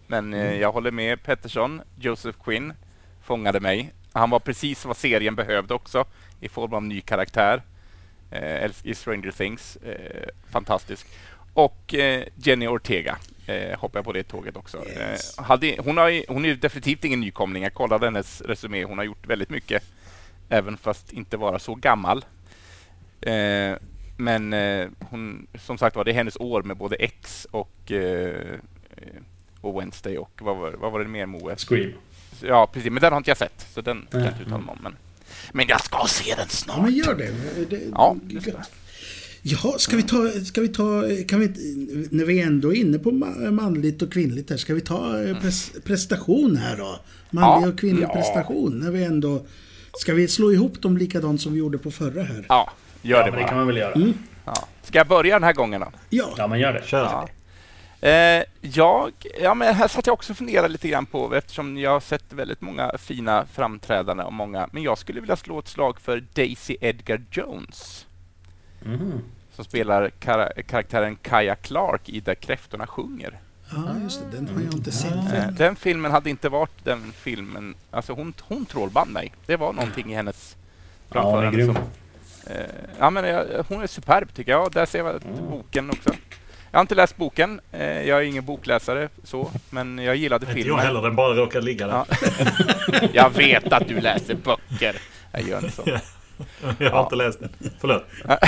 Men eh, jag håller med Pettersson. Joseph Quinn fångade mig. Han var precis vad serien behövde också i form av ny karaktär. Eh, i Stranger Things. Eh, fantastisk. Och eh, Jenny Ortega eh, hoppar jag på det tåget också. Yes. Eh, hade, hon, har, hon är definitivt ingen nykomling. Jag kollade hennes resumé. Hon har gjort väldigt mycket. Även fast inte vara så gammal. Eh, men eh, hon, som sagt var det hennes år med både X och, eh, och Wednesday och vad var, vad var det mer Moe? Scream. Ja, precis. Men den har inte jag sett. Så den kan jag inte uttala mig om. Men, men jag ska se den snart. Ja, men gör det. det ja, det Jaha, ska vi ta, ska vi ta, kan vi, när vi ändå är inne på manligt och kvinnligt här, ska vi ta pres, prestation här då? Manlig ja, och kvinnlig ja. prestation, när vi ändå, ska vi slå ihop dem likadant som vi gjorde på förra här? Ja, gör ja, det bara. Det kan man väl göra. Mm. Ja. Ska jag börja den här gången då? Ja, ja men gör det. Kör. Ja. Eh, jag, ja, men här satt jag också och funderade lite grann på, eftersom jag har sett väldigt många fina framträdanden och många, men jag skulle vilja slå ett slag för Daisy Edgar Jones. Mm. Som spelar kar- karaktären Kaja Clark i Där kräftorna sjunger. Ja, just det. Den har jag inte sett. Eh, den filmen hade inte varit den filmen. Alltså hon, hon trålband mig. Det var någonting i hennes framförande ja, som... Eh, ja, men jag, hon är superb tycker jag. Där ser jag mm. boken också. Jag har inte läst boken. Eh, jag är ingen bokläsare så. Men jag gillade filmen. Inte jag heller. Den bara råkar ligga där. Ja. Jag vet att du läser böcker. Jag gör inte så. Jag har ja. inte läst den. Förlåt.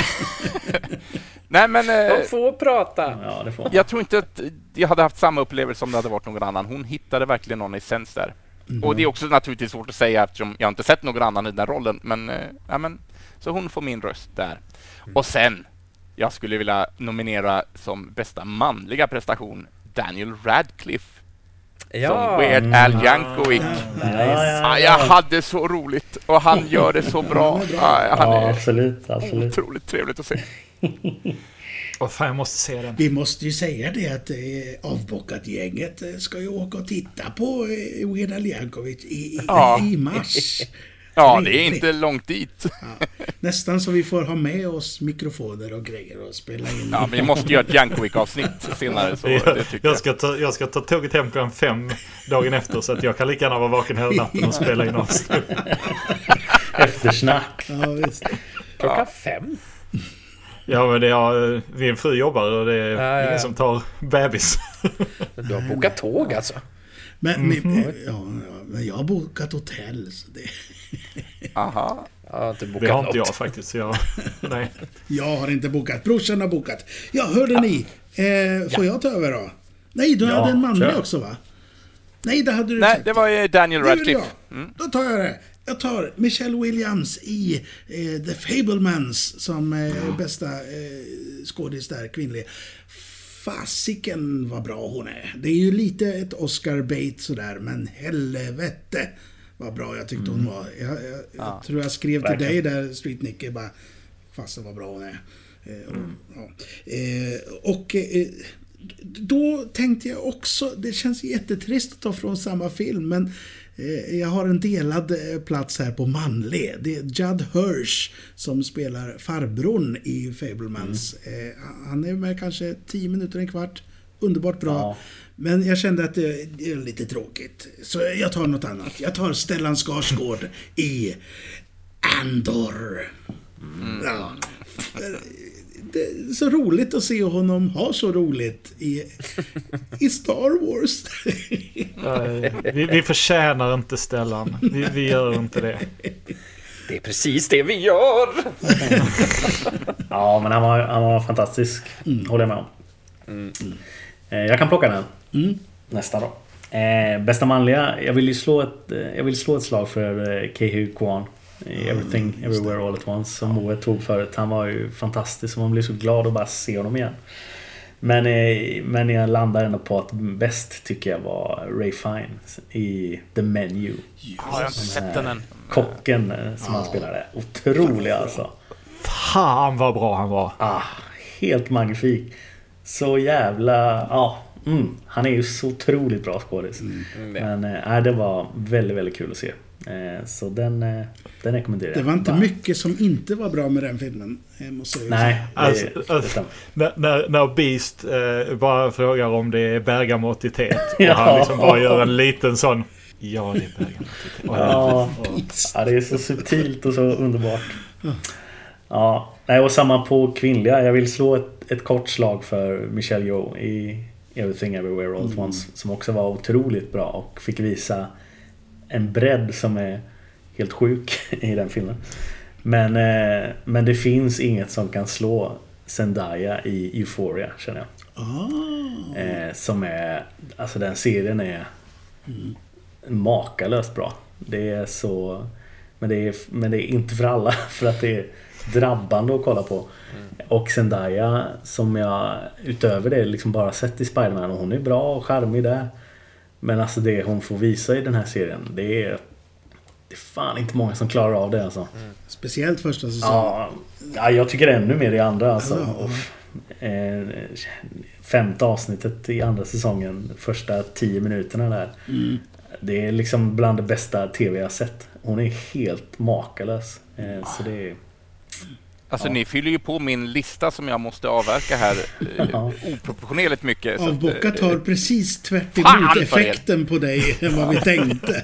Nej, men... Eh, De får prata. Ja, det får. Jag tror inte att jag hade haft samma upplevelse om det hade varit någon annan. Hon hittade verkligen någon essens där. Mm. Och det är också naturligtvis svårt att säga eftersom jag inte sett någon annan i den rollen. Men, eh, ja, men så hon får min röst där. Mm. Och sen, jag skulle vilja nominera som bästa manliga prestation Daniel Radcliffe. Ja. Som Weird Al Yankovic. Ja, ja, ja. Ah, jag hade så roligt. Och han gör det så bra. Ah, han ja, är absolut, absolut. otroligt trevligt att se. Åh, fan, jag måste se den. Vi måste ju säga det att eh, avbockat gänget ska ju åka och titta på eh, Weird Al Yankovic i, i, ja. i mars. Ja, det är inte långt dit. Ja, nästan så vi får ha med oss mikrofoner och grejer och spela in. Ja, men vi måste göra ett Yankovic-avsnitt senare. Så jag, det tycker jag, ska ta, jag ska ta tåget hem klockan fem dagen efter så att jag kan lika gärna vara vaken hela natten och spela in avsnitt. Eftersnack. Ja, visst. Klockan ja. fem? Ja, men det är, vi är en fru jobbar och det är ja, ja. ingen som tar bebis. Du har bokat tåg alltså? Men, mm. men, ja, ja, men jag har bokat hotell. Så det... Aha. Jag har inte bokat det har något. inte jag faktiskt. Så jag, nej. jag har inte bokat. Brorsan har bokat. Ja, hörde ja. ni? Eh, får ja. jag ta över då? Nej, du ja, hade en manlig också va? Nej, det hade du Nej, sagt. Det var ju Daniel Radcliffe. Mm. Då tar jag det. Jag tar Michelle Williams i eh, The Fabelmans som eh, mm. bästa eh, skådis där, kvinnlig. Fasiken vad bra hon är. Det är ju lite ett Oscar-bait sådär, men helvete vad bra jag tyckte mm. hon var. Jag, jag, jag ja. tror jag skrev till Verkligen. dig där, Street Nicky, bara fasen vad bra hon är. Eh, och, mm. ja. eh, och eh, då tänkte jag också, det känns jättetrist att ta från samma film, men eh, jag har en delad eh, plats här på manlig. Det är Judd Hirsch som spelar farbrorn i Fabelmans. Mm. Eh, han är med kanske tio minuter, en kvart. Underbart bra. Ja. Men jag kände att det, det är lite tråkigt. Så jag tar något annat. Jag tar Stellan Skarsgård i Andor. Mm. Ja. Det är så roligt att se honom ha så roligt i, i Star Wars. Nej, vi, vi förtjänar inte Stellan. Vi, vi gör inte det. Det är precis det vi gör. Ja, men han var, han var fantastisk. Mm. Håller jag med om. Mm. Mm. Jag kan plocka den. Mm. Nästa då. Eh, bästa manliga. Jag vill ju slå ett, jag vill slå ett slag för eh, Ke-Huy Quan. Everything, Everywhere All At Once som Moe tog förut. Han var ju fantastisk och man blir så glad att bara se honom igen. Men, eh, men jag landar ändå på att bäst tycker jag var Ray Fiennes i The Menu. Ja, jag har inte sett den än. Kocken som han spelade. Otrolig alltså. Fan vad bra han var. Ah, helt magnifik. Så jävla... Ja, mm, han är ju så otroligt bra skådis. Mm. Men äh, det var väldigt, väldigt kul att se. Så den, den rekommenderar jag. Det var inte bara mycket som inte var bra med den filmen, måste jag Nej, det, alltså, det alltså, när, när Beast eh, bara frågar om det är bergamotitet och ja. han liksom bara gör en liten sån. Ja, det är bergamotitet. Ja, ja, det är så subtilt och så underbart. Ja, nej, och samma på kvinnliga. Jag vill slå ett, ett kort slag för Michelle Yeoh i Everything Everywhere All at Once, som också var otroligt bra och fick visa en bredd som är helt sjuk i den filmen. Men, eh, men det finns inget som kan slå Zendaya i Euphoria, känner jag. Oh. Eh, som är, alltså den serien är mm. makalöst bra. Det är så, men det är, men det är inte för alla, för att det är drabbande att kolla på. Mm. Och Zendaya, som jag utöver det liksom bara sett i Spider-Man, och hon är bra och charmig där. Men alltså det hon får visa i den här serien, det är det är fan inte många som klarar av det alltså. Mm. Speciellt första säsongen. Ja, ja, jag tycker ännu mer i andra alltså. Och, eh, femte avsnittet i andra säsongen, första tio minuterna där. Mm. Det är liksom bland det bästa tv jag sett. Hon är helt makalös. Eh, så det är Alltså ja. Ni fyller ju på min lista som jag måste avverka här ja. oproportionerligt mycket. Avbockat har precis tvärt emot effekten på dig än vad vi tänkte.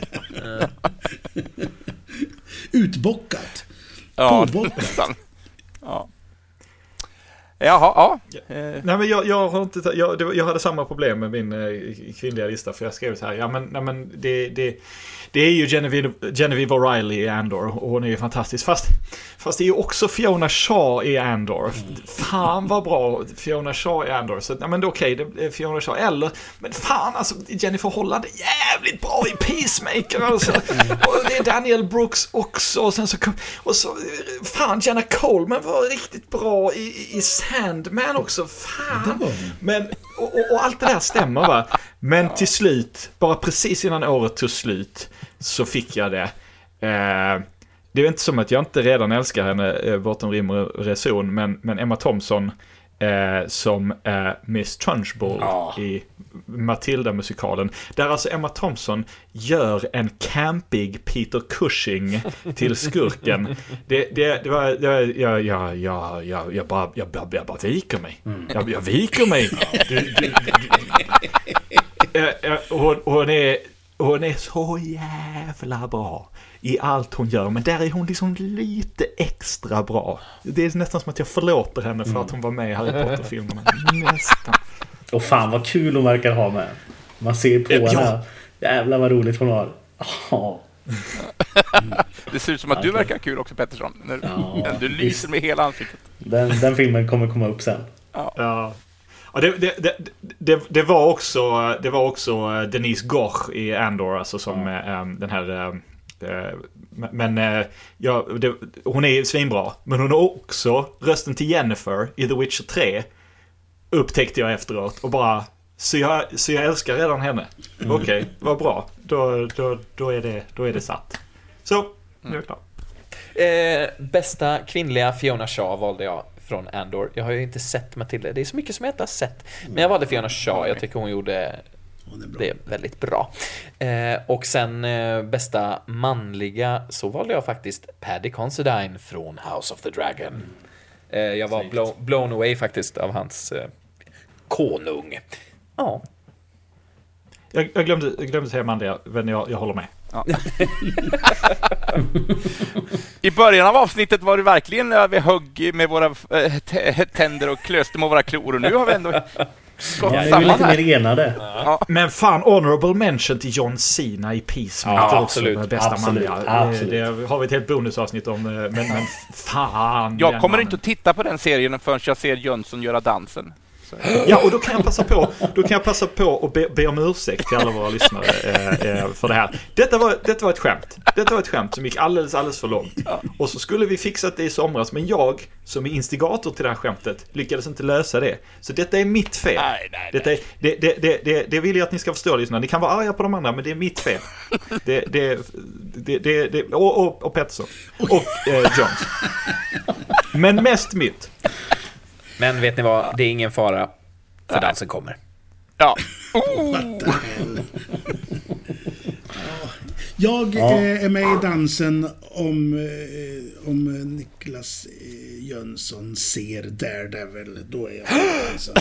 Utbockat. Ja, Påbockat. Ja. Jaha, ja. Nej, men jag, jag, har inte, jag, jag hade samma problem med min kvinnliga lista, för jag skrev så här, ja men, nej, men det, det, det är ju Genevieve, Genevieve O'Reilly i Andor, och hon är ju fantastisk, fast, fast det är ju också Fiona Shaw i Andor. Fan vad bra Fiona Shaw i Andor, så nej, men okej, okay, det är Fiona Shaw, eller, men fan alltså, Jennifer Holland är jävligt bra i Peacemaker alltså. Och det är Daniel Brooks också, och sen så, och så fan, Jenna Coleman var riktigt bra i, i Sandman också, fan. Men, och, och, och allt det där stämmer, va? Men till slut, bara precis innan året tog slut, så fick jag det. Eh, det är inte som att jag inte redan älskar henne, eh, bortom rim och reson, men, men Emma Thompson eh, som eh, Miss Trunchbull ja. i Matilda-musikalen, där alltså Emma Thompson gör en campig Peter Cushing till skurken. Det, det, det var jag, jag, jag, jag, jag, jag, bara, jag, jag, jag bara viker mig. Jag, jag viker mig. Du, du, du, du. Hon, hon, är, hon är så jävla bra i allt hon gör, men där är hon liksom lite extra bra. Det är nästan som att jag förlåter henne för att hon var med i Harry Potter-filmerna. Nästan. Och fan vad kul hon verkar ha med. Man ser på ja. henne. Jävlar vad roligt hon har. Oh. Mm. Det ser ut som att du verkar kul också, Pettersson. När ja, du lyser visst. Med hela ansiktet. Den, den filmen kommer komma upp sen. Ja. Ja. Ja, det, det, det, det, det var också det var också Denise Gough i Andor, alltså som mm. äh, den här äh, men äh, ja, det, hon är svinbra, men hon är också rösten till Jennifer i The Witcher tre, upptäckte jag efteråt, och bara så jag, så jag älskar redan henne. Mm. Okej, okay, vad bra. Då, då, då, är det, då är det satt. Så, nu är det klart. Eh, bästa kvinnliga Fiona Shaw valde jag från Andor. Jag har ju inte sett Matilda. Det är så mycket som jag inte har sett. Men jag valde Fiona Shaw. Jag tycker hon gjorde det väldigt bra. Eh, och sen eh, bästa manliga, så valde jag faktiskt Paddy Considine från House of the Dragon. Eh, jag var blow, blown away faktiskt av hans eh, konung. Ja. Jag, jag glömde, jag glömde säga manliga, men jag, jag håller med. Ja. I början av avsnittet var det verkligen när vi högg med våra t- tänder och klöste med våra klor, och nu har vi ändå gått ja, samman lite här. Mer enade. Ja. Men fan, honorable mention till John Cena i Peacemaker, ja, absolut. Också, bästa absolut. manliga. Absolut. Det, det har vi ett helt bonusavsnitt om, men, men fan. Jag kommer inte att titta på den serien förrän jag ser Jönsson göra dansen. Ja, och då kan jag passa på då kan jag passa på och be, be om ursäkt till alla våra lyssnare eh, för det här. Detta var, detta var ett skämt. Detta var ett skämt som gick alldeles, alldeles för långt. Och så skulle vi fixa det i somras, men jag, som är instigator till det här skämtet, lyckades inte lösa det. Så detta är mitt fel. Nej, nej, nej. Detta är, det, det, det, det, det vill jag att ni ska förstå, lyssnare. Ni kan vara arga på de andra, men det är mitt fel. Det, det, det, det, det, och, och, och Pettersson. Och eh, Jones. Men mest mitt. Men vet ni vad? Det är ingen fara, för dansen kommer. Ja. Oh. Jag ja. är med i dansen om, om Niklas Jönsson ser Daredevil. Då är jag med i dansen.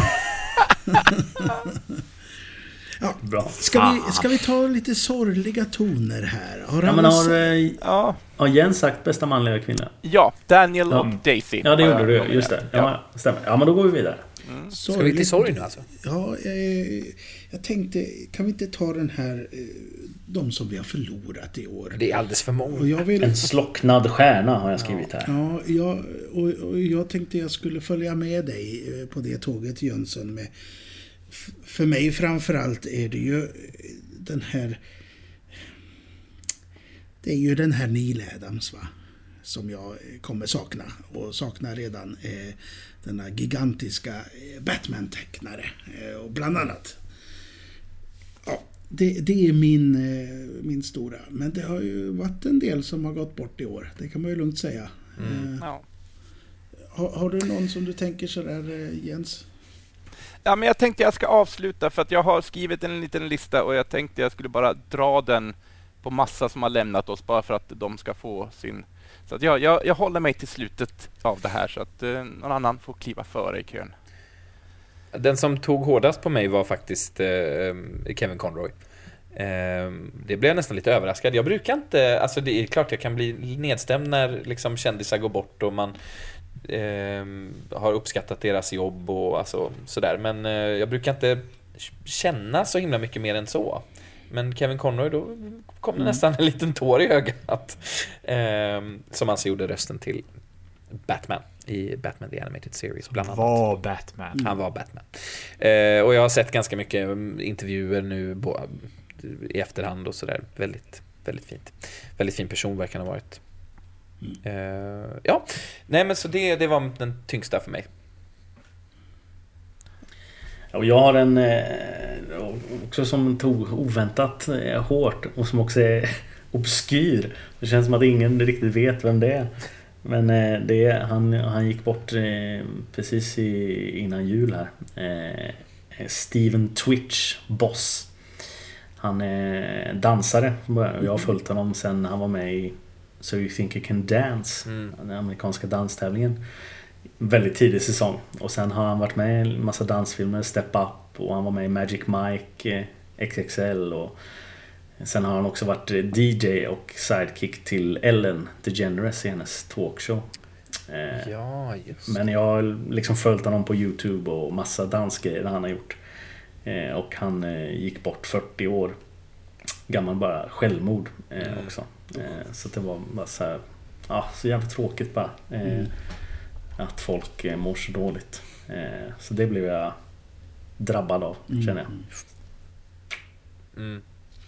Ja, bra. Ska vi, ska vi ta lite sorgliga toner här? Har ja, men har, ja. har Jens sagt bästa manliga kvinna? Ja, Daniel ja. och Daisy. Ja, det gjorde du. Just det. Ja, ja. Stämmer. Ja, men då går vi vidare. Mm. Ska vi till sorg nu alltså? Ja, jag, jag tänkte, kan vi inte ta den här, de som vi har förlorat i år? Det är alldeles för många. Och jag vill... En slocknad stjärna har jag skrivit här. Ja, jag, och, och jag tänkte jag skulle följa med dig på det tåget, Jönsson, med för mig framförallt är det ju den här det är ju den här Neil Adams, va, som jag kommer sakna och saknar redan eh, denna gigantiska Batman-tecknare eh, och bland annat. Ja, det, det är min eh, min stora, men det har ju varit en del som har gått bort i år, det kan man ju lugnt säga. Mm. Eh, ja. har, har du någon som du tänker så där, eh, Jens? Ja, men jag tänkte jag ska avsluta för att jag har skrivit en liten lista och jag tänkte jag skulle bara dra den på massa som har lämnat oss bara för att de ska få sin... Så att jag, jag, jag håller mig till slutet av det här så att eh, någon annan får kliva före i kön. Den som tog hårdast på mig var faktiskt eh, Kevin Conroy. Eh, det blev jag nästan lite överraskad. Jag brukar inte... Alltså det är klart jag kan bli nedstämd när liksom kändisar går bort och man... Eh, har uppskattat deras jobb och alltså, sådär. Men eh, jag brukar inte känna så himla mycket mer än så. Men Kevin Conroy, då kom det mm. nästan en liten tår i ögat. Eh, som alltså gjorde rösten till Batman i Batman The Animated Series bland annat. Var Batman. Han var Batman. Eh, och jag har sett ganska mycket intervjuer nu bo, i efterhand och sådär. Väldigt, väldigt fint. Väldigt fin person verkar han ha varit. Mm. Uh, ja, nej men så det, det var den tyngsta för mig. Och jag har en eh, också som tog oväntat eh, hårt och som också är obskyr. Det känns som att ingen riktigt vet vem det är. Men eh, det, han, han gick bort eh, precis i, innan jul här. Eh, Steven Twitch, Boss. Han är dansare och jag har följt honom sen han var med i So You Think You Can Dance, mm. den amerikanska danstävlingen. Väldigt tidig säsong. Och sen har han varit med i en massa dansfilmer, Step Up, och han var med i Magic Mike, X X L, och sen har han också varit D J och sidekick till Ellen DeGeneres i hennes talkshow. Ja, just. Men jag har liksom följt honom på YouTube och massa dansgrejer han har gjort. Och han gick bort fyrtio år gammal, bara självmord mm. också. Så det var bara så här, ja, så jävla tråkigt bara mm. att folk mår så dåligt. Så det blev jag drabbad av, mm. känner jag. Mm.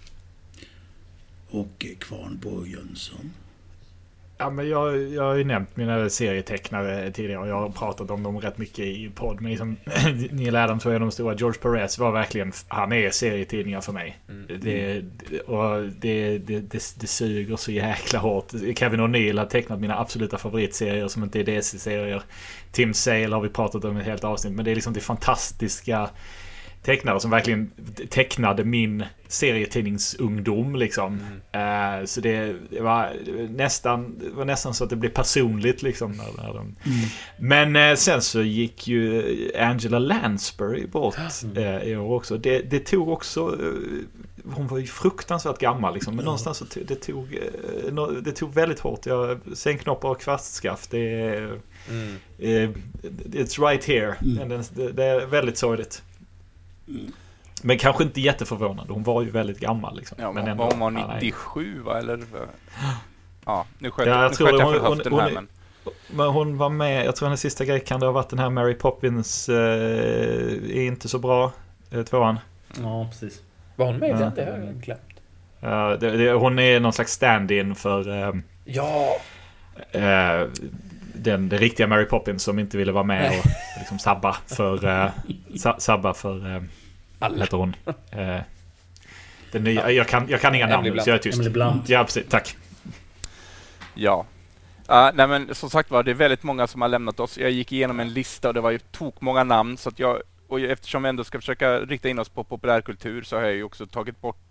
Och Kvarnbo Jönsson. Ja, men jag, jag har ju nämnt mina serietecknare tidigare och jag har pratat om dem rätt mycket i podd. Men liksom, Neil Adams och de stora, George Perez var verkligen, han är serietidningar för mig. Mm. Det, och det, det, det, det suger så jäkla hårt. Kevin O'Neill har tecknat mina absoluta favoritserier som inte är D C-serier. Tim Sale har vi pratat om ett helt avsnitt, men det är liksom det fantastiska tecknare som verkligen tecknade min serietidningsungdom liksom. Mm. Uh, så det, det, var, det, var nästan, det var nästan så att det blev personligt liksom. När, när de... mm. Men uh, sen så gick ju Angela Lansbury bort mm. uh, i år också. Det, det tog också... Uh, hon var ju fruktansvärt gammal liksom. Men mm. någonstans så tog, det, tog, uh, no, det tog väldigt hårt. Jag, sängknoppar och kvastskaft. Det är... Mm. Uh, it's right here. Mm. Det, det är väldigt sorgligt. Mm. Men kanske inte jätteförvånande. Hon var ju väldigt gammal liksom. Ja, men ändå, hon var nittiosju va? Eller... Ja, nu sköt ja, jag, nu sköt jag hon, för höften hon, här. hon, men... men hon var med, jag tror hennes sista grej kan det ha varit den här Mary Poppins eh, är inte så bra, eh, tvåan. Ja, precis. Var hon med? Ja. Det har jag glömt. Ja, det, det, hon är någon slags stand-in för eh, ja. eh, den, den riktiga Mary Poppins som inte ville vara med och liksom sabba för eh, sabba för eh, alla heter hon. Eh, den nya, ja. jag, kan, jag kan inga namn så jag är tyst. Ja, precis. Tack. Ja. Uh, nej men som sagt var det är väldigt många som har lämnat oss. Jag gick igenom en lista och det var ju tok många namn så att jag, och eftersom vi ändå ska försöka rikta in oss på populärkultur så har jag ju också tagit bort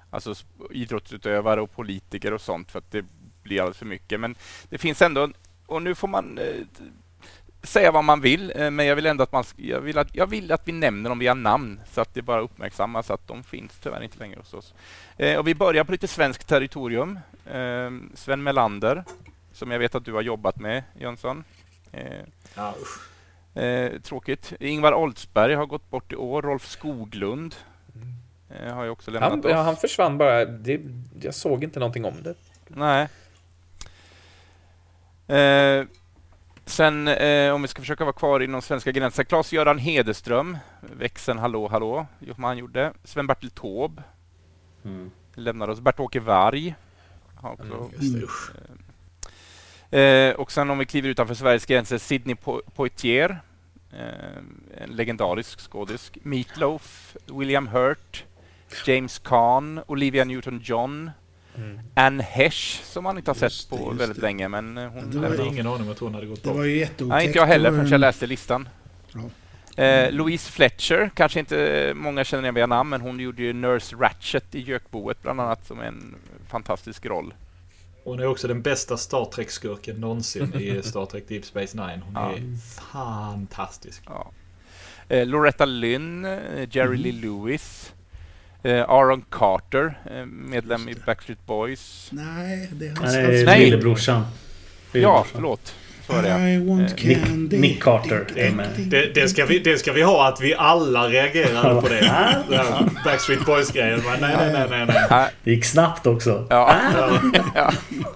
alltså idrottsutövare och politiker och sånt, för att det blir alldeles för mycket. Men det finns ändå, och nu får man eh, säga vad man vill, eh, men jag vill ändå att man, jag vill att, jag vill att vi nämner dem via namn, så att det bara uppmärksammas att de finns tyvärr inte längre hos oss. Eh, och vi börjar på lite svenskt territorium. Eh, Sven Melander, som jag vet att du har jobbat med, Jönsson. Eh, ja, eh, tråkigt. Ingvar Oldsberg har gått bort i år. Rolf Skoglund eh, har ju också lämnat han, oss. Ja, han försvann bara. Det, jag såg inte någonting om det. Nej. Eh, sen, eh, om vi ska försöka vara kvar inom svenska gränser. Claes-Göran Hederström, växeln Hallå Hallå, som han gjorde. Sven-Bertil Taube mm. lämnar oss. Bert-Åke Varg har också, mm, eh, eh, och sen om vi kliver utanför Sveriges gränser, Sidney po- Poitier, eh, en legendarisk skådisk. Meatloaf, William Hurt, James Caan, Olivia Newton-John, mm. Anne Hesh, som man inte har just sett på det, väldigt det. länge, men hon ja, det var ingen aning om att hon hade gått det bort. var ju jätteotäckt. Nej, inte jag heller förrän jag läste listan. Ja. Eh, Louise Fletcher, kanske inte många känner igen via namn, men hon gjorde ju Nurse Ratched i Gökboet bland annat, som är en fantastisk roll. Hon är också den bästa Star Trek-skurken någonsin i Star Trek Deep Space Nine. Hon ja. är fantastisk. Ja. Eh, Loretta Lynn, eh, Jerry mm. Lee Lewis, eh, Aaron Carter, eh, medlem i Backstreet Boys. Nej, det är hans Nej, lillebrorsan. Ja, förlåt. I want candy. Nick, Nick Carter är med. Det, det, ska vi, det ska vi ha, att vi alla reagerade på det. Backstreet Boys-grejen. Nej, nej, nej, nej, nej. Det gick snabbt också. Ja. Ja.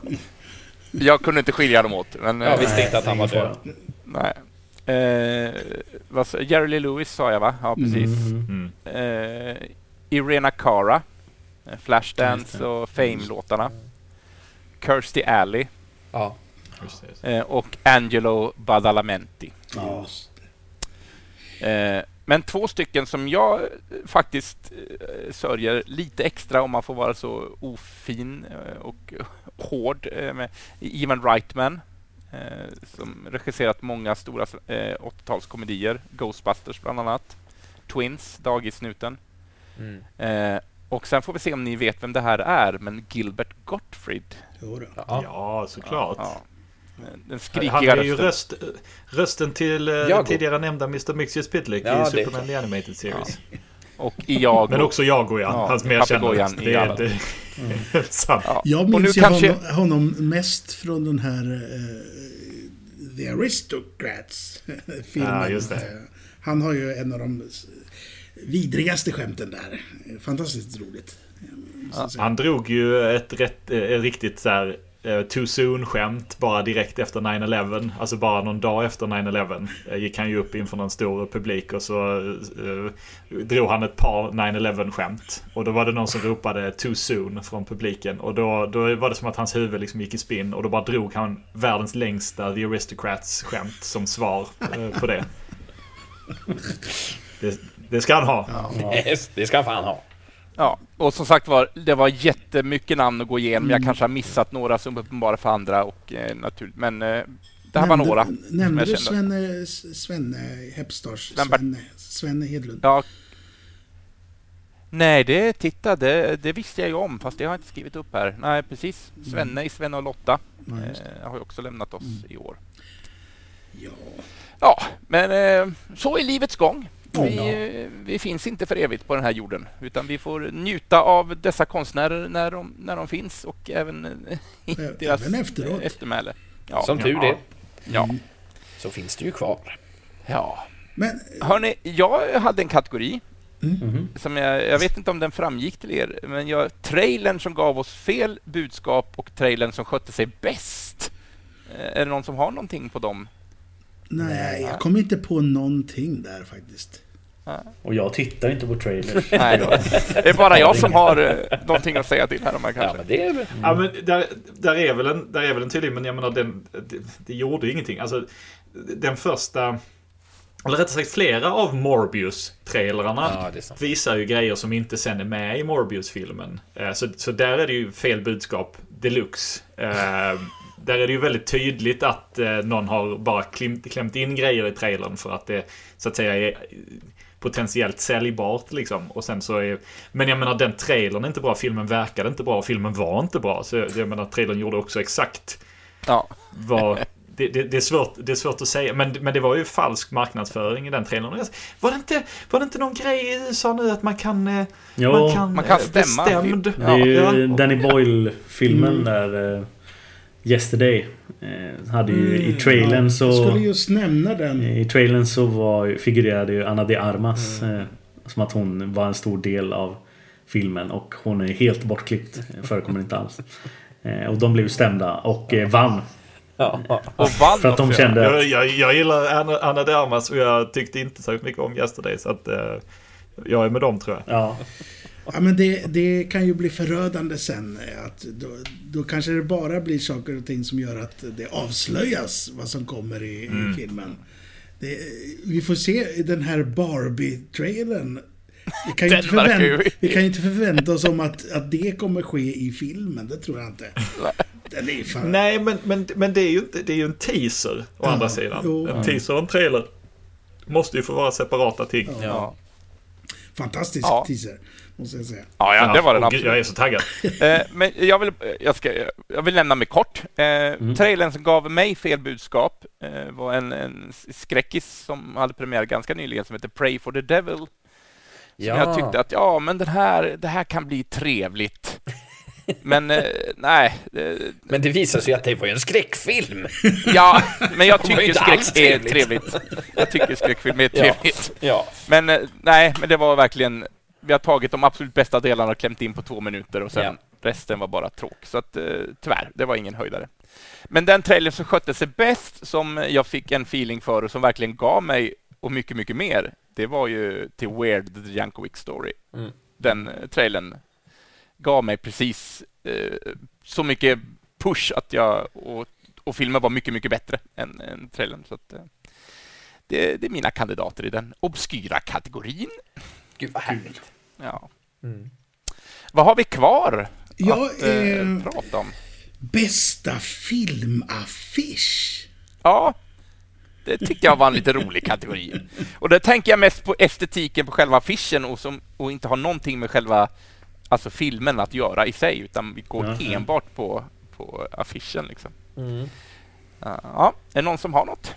Jag kunde inte skilja dem åt. Men, jag visste inte att han var död. Nej. Eh, vad, Jerry Lee Lewis sa jag, va? Ja, precis. Mm. Eh, Irena Cara, Flashdance och Fame-låtarna. Kirstie Alley. Ja. Eh, och Angelo Badalamenti. Ja. Eh, men två stycken som jag faktiskt eh, sörjer lite extra, om man får vara så ofin eh, och hård, eh, med Ivan Reitman, eh, som regisserat många stora eh, åttiotalskomedier, Ghostbusters bland annat, Twins, Dagisnuten. Mm. Eh, och sen får vi se om ni vet vem det här är, men Gilbert Gottfried. Ja, ja såklart. Ja, ja. Den skrikiga han är rösten. ju röst, rösten till uh, tidigare nämnda mister Mixus Pitlick ja, i Superman The Animated Series. Ja. Och Iago. Men också Jago, ja. ja hans mer kända. Det, det, det, mm. ja. Jag minns ju kanske... honom, honom mest från den här uh, The Aristocrats-filmen. Ja, just det. Han har ju en av de vidrigaste skämten där. Fantastiskt roligt. Ja. Han drog ju ett rätt, eh, riktigt så här too soon-skämt bara direkt efter nine eleven. Alltså bara någon dag efter nine eleven gick han ju upp inför någon stor publik och så uh, drog han ett par nine eleven-skämt. Och då var det någon som ropade too soon från publiken. Och då, då var det som att hans huvud liksom gick i spinn. Och då bara drog han världens längsta The Aristocrats-skämt som svar uh, på det. det. Det ska han ha. Ja, det ska han fan ha. Ja, och som sagt var, det var jättemycket namn att gå igenom. Jag kanske har missat några som uppenbara för andra och eh, naturligt, men eh, det här nämnde, var några. Nämnde du Svenne, Svenne Hepstars, Svenne, Svenne Hedlund? Ja. Nej, det titta, det, det visste jag ju om, fast det har jag inte skrivit upp här. Nej, precis. Svenne mm. i Svenne och Lotta ja, eh, har ju också lämnat oss mm. i år. Ja. Ja, men eh, så är livets gång. Vi, vi finns inte för evigt på den här jorden, utan vi får njuta av dessa konstnärer när de, när de finns och även i deras även efteråt. eftermäle. Ja. Som tur det. Ja. Mm. Så finns det ju kvar. Ja. Men hörni, jag hade en kategori mm. som jag, jag vet inte om den framgick till er, men jag, trailern som gav oss fel budskap och trailern som skötte sig bäst. Är det någon som har någonting på dem? Nej, jag kom inte på någonting där faktiskt. Och jag tittar inte på trailers. Nej, då. Det är bara jag som har uh, någonting att säga till här om jag kanske. Ja, men det är väl... ja, men där, där är väl en, där är väl en tydlig, men jag menar, den, det, det gjorde ju ingenting. Alltså, den första, eller rättare sagt flera av Morbius-trailerarna ja, visar ju grejer som inte sen är med i Morbius-filmen. Uh, så, så där är det ju fel budskap deluxe. Uh, Där är det ju väldigt tydligt att eh, någon har bara klämt, klämt in grejer i trailern för att det så att säga är potentiellt säljbart liksom. Och sen så är, men jag menar, den trailern är inte bra, filmen verkade inte bra, filmen var inte bra. Så jag menar, trailern gjorde också exakt ja. vad... Det, det, det, är svårt, det är svårt att säga, men, men det var ju falsk marknadsföring i den trailern. Var det inte, var det inte någon grej i U S A nu att man kan, jo, man kan, man kan stämma? Bestämd, det är ju ja. Danny Boyle-filmen mm. där uh, Yesterday uh, hade ju mm, i trailern så... Jag skulle just nämna den. I trailern så var, figurerade ju Ana de Armas mm. uh, som att hon var en stor del av filmen, och hon är helt bortklippt, förekommer inte alls. Uh, och de blev stämda och uh, vann. Ja, ja. Och vann för att de kände jag, jag, jag gillar Anna, Anna de Armas, och jag tyckte inte så mycket om Yesterday, så att uh, jag är med dem, tror jag. Ja. Ja, men det, det kan ju bli förödande sen. Att då, då kanske det bara blir saker och ting som gör att det avslöjas vad som kommer i, mm. i filmen. Det, vi får se den här Barbie-trailern. Vi kan, ju inte förvänta, vi kan ju inte förvänta oss om att, att det kommer ske i filmen. Det tror jag inte. Den är fan... Nej, men, men, men det är ju inte, det är ju en teaser å ja, andra sidan. Jo. En teaser och en trailer måste ju få vara separata ting. Ja. Ja. Fantastisk ja. teaser, måste jag säga. Ja, ja, det var den absolut. Jag är så taggad. eh, men jag vill, jag, ska, jag vill nämna mig kort. Eh, mm. Trailern som gav mig fel budskap eh, var en, en skräckis som hade premiär ganska nyligen som heter Pray for the Devil. Som ja. jag tyckte att ja, men den här, det här kan bli trevligt. Men eh, nej. Eh, men det visar sig att det var ju en skräckfilm. Ja, men jag tycker skräck är trevligt. Jag tycker skräckfilm är trevligt. Ja. Ja. Men eh, nej, men det var verkligen, vi har tagit de absolut bästa delarna och klämt in på två minuter och sen ja. resten var bara tråk. Så att eh, tyvärr, det var ingen höjdare. Men den trailern som skötte sig bäst, som jag fick en feeling för och som verkligen gav mig och mycket, mycket mer, det var ju till Weird the Jankovic Story. Mm. Den eh, trailern gav mig precis eh, så mycket push att jag och, och filmen var mycket, mycket bättre än, än trailern. Så att, eh, det, det är mina kandidater i den obskyra kategorin. Gud vad härligt. Ja. Mm. Vad har vi kvar ja, att eh, prata om? Bästa filmaffisch. Ja, det tyckte jag var en lite rolig kategori. Och där tänker jag mest på estetiken på själva affischen och, som, och inte har någonting med själva alltså filmen att göra i sig, utan vi går mm. enbart på, på affischen liksom. Mm. Ja, är det någon som har något?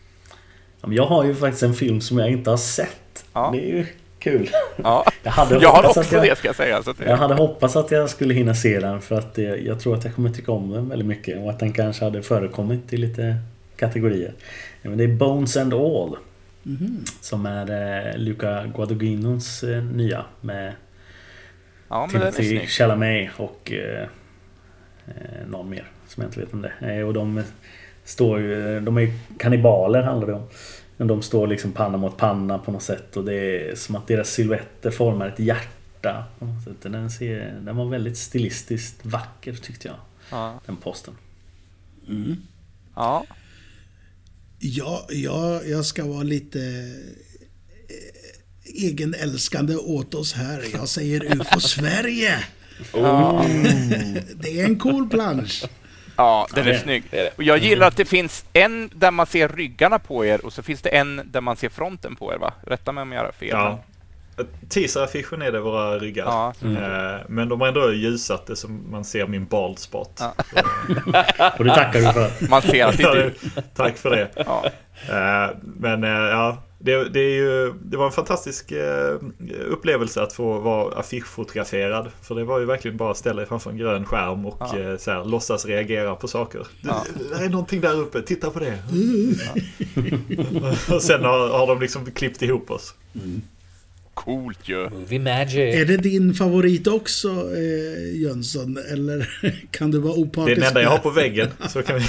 Jag har ju faktiskt en film som jag inte har sett. Ja. Det är ju kul. Ja. Jag, hade jag har också jag, det ska jag säga. Så att det... Jag hade hoppats att jag skulle hinna se den, för att det, jag tror att jag kommer tycka om den väldigt mycket och att den kanske hade förekommit i lite kategorier. Men det är Bones and All mm. som är eh, Luca Guadagninos eh, nya med ja, men Timothy Chalamet och eh, eh, någon mer som jag inte vet om det är. Och de står ju, de är kannibaler handlar det om. Men de står liksom panna mot panna på något sätt, och det är som att deras silhuetter formar ett hjärta på något sätt. Den, ser, den var väldigt stilistiskt vacker tyckte jag, ja. Den posten. Mm. Ja. Ja, ja, jag ska vara lite egenälskande åt oss här. Jag säger U F O Sverige. Oh. Mm. Det är en cool plansch. Ja, den är snygg. Och jag gillar att det finns en där man ser ryggarna på er och så finns det en där man ser fronten på er, va? Rätta mig om jag har fel. Ja. Teaser-affischen är det våra ryggar. Ja. Mm. Men de har ändå ljusat det som man ser min bald spot. Ja. Och det tackar du för. Man ser att det är ja, tack för det. Ja. Men ja, det, det, är ju, det var en fantastisk upplevelse att få vara affischfotograferad. För det var ju verkligen bara att ställa dig framför en grön skärm och ja. så här, låtsas reagera på saker. Ja. Det, det är någonting där uppe, titta på det. Ja. Och sen har, har de liksom klippt ihop oss. Mm. Coolt ju. Ja. Movie magic. Är det din favorit också, eh, Jönsson? Eller kan du vara opartisk? Det är den enda jag har på väggen. Så kan vi...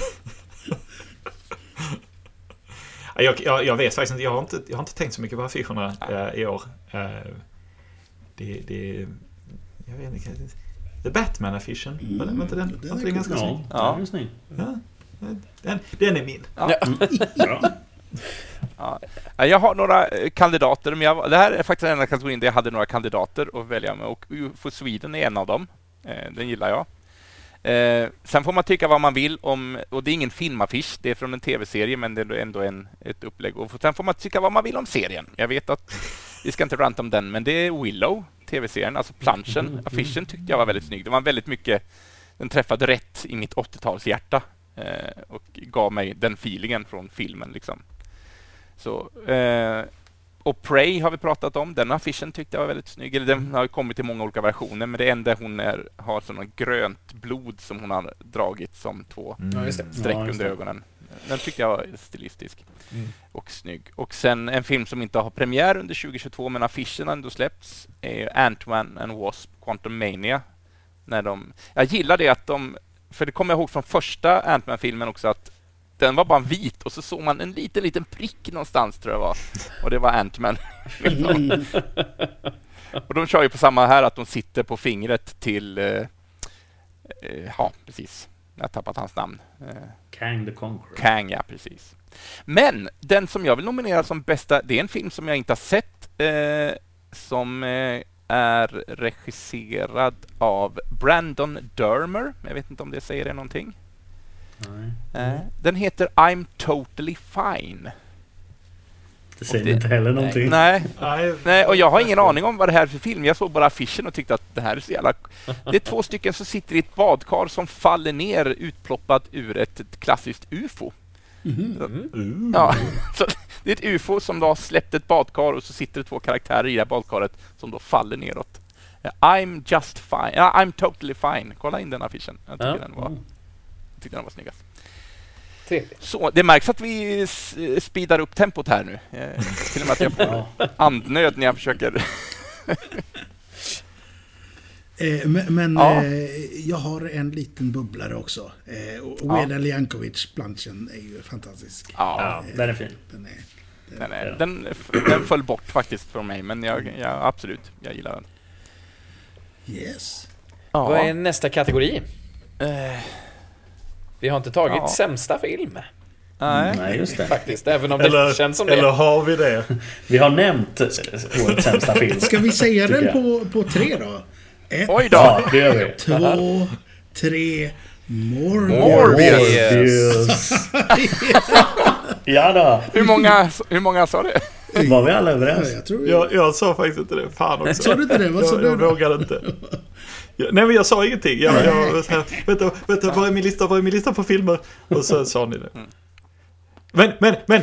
jag, jag, jag vet faktiskt inte jag, har inte. jag har inte tänkt så mycket på affischerna eh, i år. Eh, det, det, jag vet inte. The Batman-affischen. Mm. Var, var inte den? Den är, är ganska snygg. Ja, den är snygg. Ja, den, den är min. Ja. Ja. Ja, jag har några kandidater, men jag, det här är faktiskt den enda kategorin där jag hade några kandidater att välja med, och U F O Sweden är en av dem. Den gillar jag. Eh, sen får man tycka vad man vill om, och det är ingen filmaffisch, det är från en tv-serie, men det är ändå en, ett upplägg. Och sen får man tycka vad man vill om serien. Jag vet att vi ska inte ranta om den, men det är Willow, tv-serien, alltså planschen. Affischen tyckte jag var väldigt snygg. Det var väldigt mycket, den träffade rätt i mitt åttiotalshjärta eh, och gav mig den feelingen från filmen liksom. Så, eh, och Prey har vi pratat om. Den affischen tyckte jag var väldigt snygg. Eller den har ju kommit i många olika versioner, men det enda hon är, har sån grönt blod som hon har dragit som två Mm. streck Ja, under ögonen. Den tyckte jag var stilistisk Mm. och snygg. Och sen en film som inte har premiär under tjugo tjugotvå, men affischen ändå släpps, är Ant-Man and Wasp Quantumania. När de, jag gillar det att de, för det kommer jag ihåg från första Ant-Man-filmen också, att den var bara vit och så såg man en liten, liten prick någonstans, tror jag var. Och det var Ant-Man. Och de kör ju på samma här, att de sitter på fingret till... Eh, eh, ja, precis. Jag har tappat hans namn. Eh, Kang the Conqueror. Kang, ja, precis. Men den som jag vill nominera som bästa, det är en film som jag inte har sett, eh, som eh, är regisserad av Brandon Dermer. Jag vet inte om det säger det någonting. Nej. Eh, den heter I'm Totally Fine. Det säger det- inte heller någonting. Nej, Nej, nej, och jag har ingen aning om vad det här är för film. Jag såg bara affischen och tyckte att det här är så jävla... Det är två stycken som sitter i ett badkar som faller ner utploppat ur ett, ett klassiskt U F O. Uh. Ja, så det är ett U F O som då har släppt ett badkar och så sitter det två karaktärer i det här badkaret som då faller neråt. I'm just fine. Ja, I'm totally fine. Kolla in den affischen. Jag tycker Ja. den var, jag tyckte den var snyggast. Trevligt. Så det märks att vi s- speedar upp tempot här nu. Eh, till och med att jag får Ja. andnöd när jag försöker. Eh, men men Ja. eh, jag har en liten bubblare också. Eh, och Ja. Weird Al Yankovic, planschen, är ju fantastisk. Ja, Ja, den är fin. Den är, den, är, den, den föll bort faktiskt från mig, men jag, jag, absolut, jag gillar den. yes. Ja. Vad är nästa kategori? Eh, Vi har inte tagit Ja. sämsta film. nej. Nej, just det. Faktiskt, även om det Eller, känns som det. eller har vi det? Vi har nämnt eh, årets sämsta film. Ska vi säga Tycker den jag. på, på tre då? Ett, Oj då! Ja, det gör vi. två, tre, Morbius. Morbius. Ja då. Hur många, hur många sa det? Var vi alla Ja, överens? jag tror Jag, jag sa faktiskt inte det. Fan också. Sa du inte det? Vad sa jag, du jag då? vågade inte. Jag, nej men jag sa ingenting. Jag, jag, så här, vänta, vänta, vad är min lista? Vad är min lista på filmer? Och så sa ni det. Men, men, men!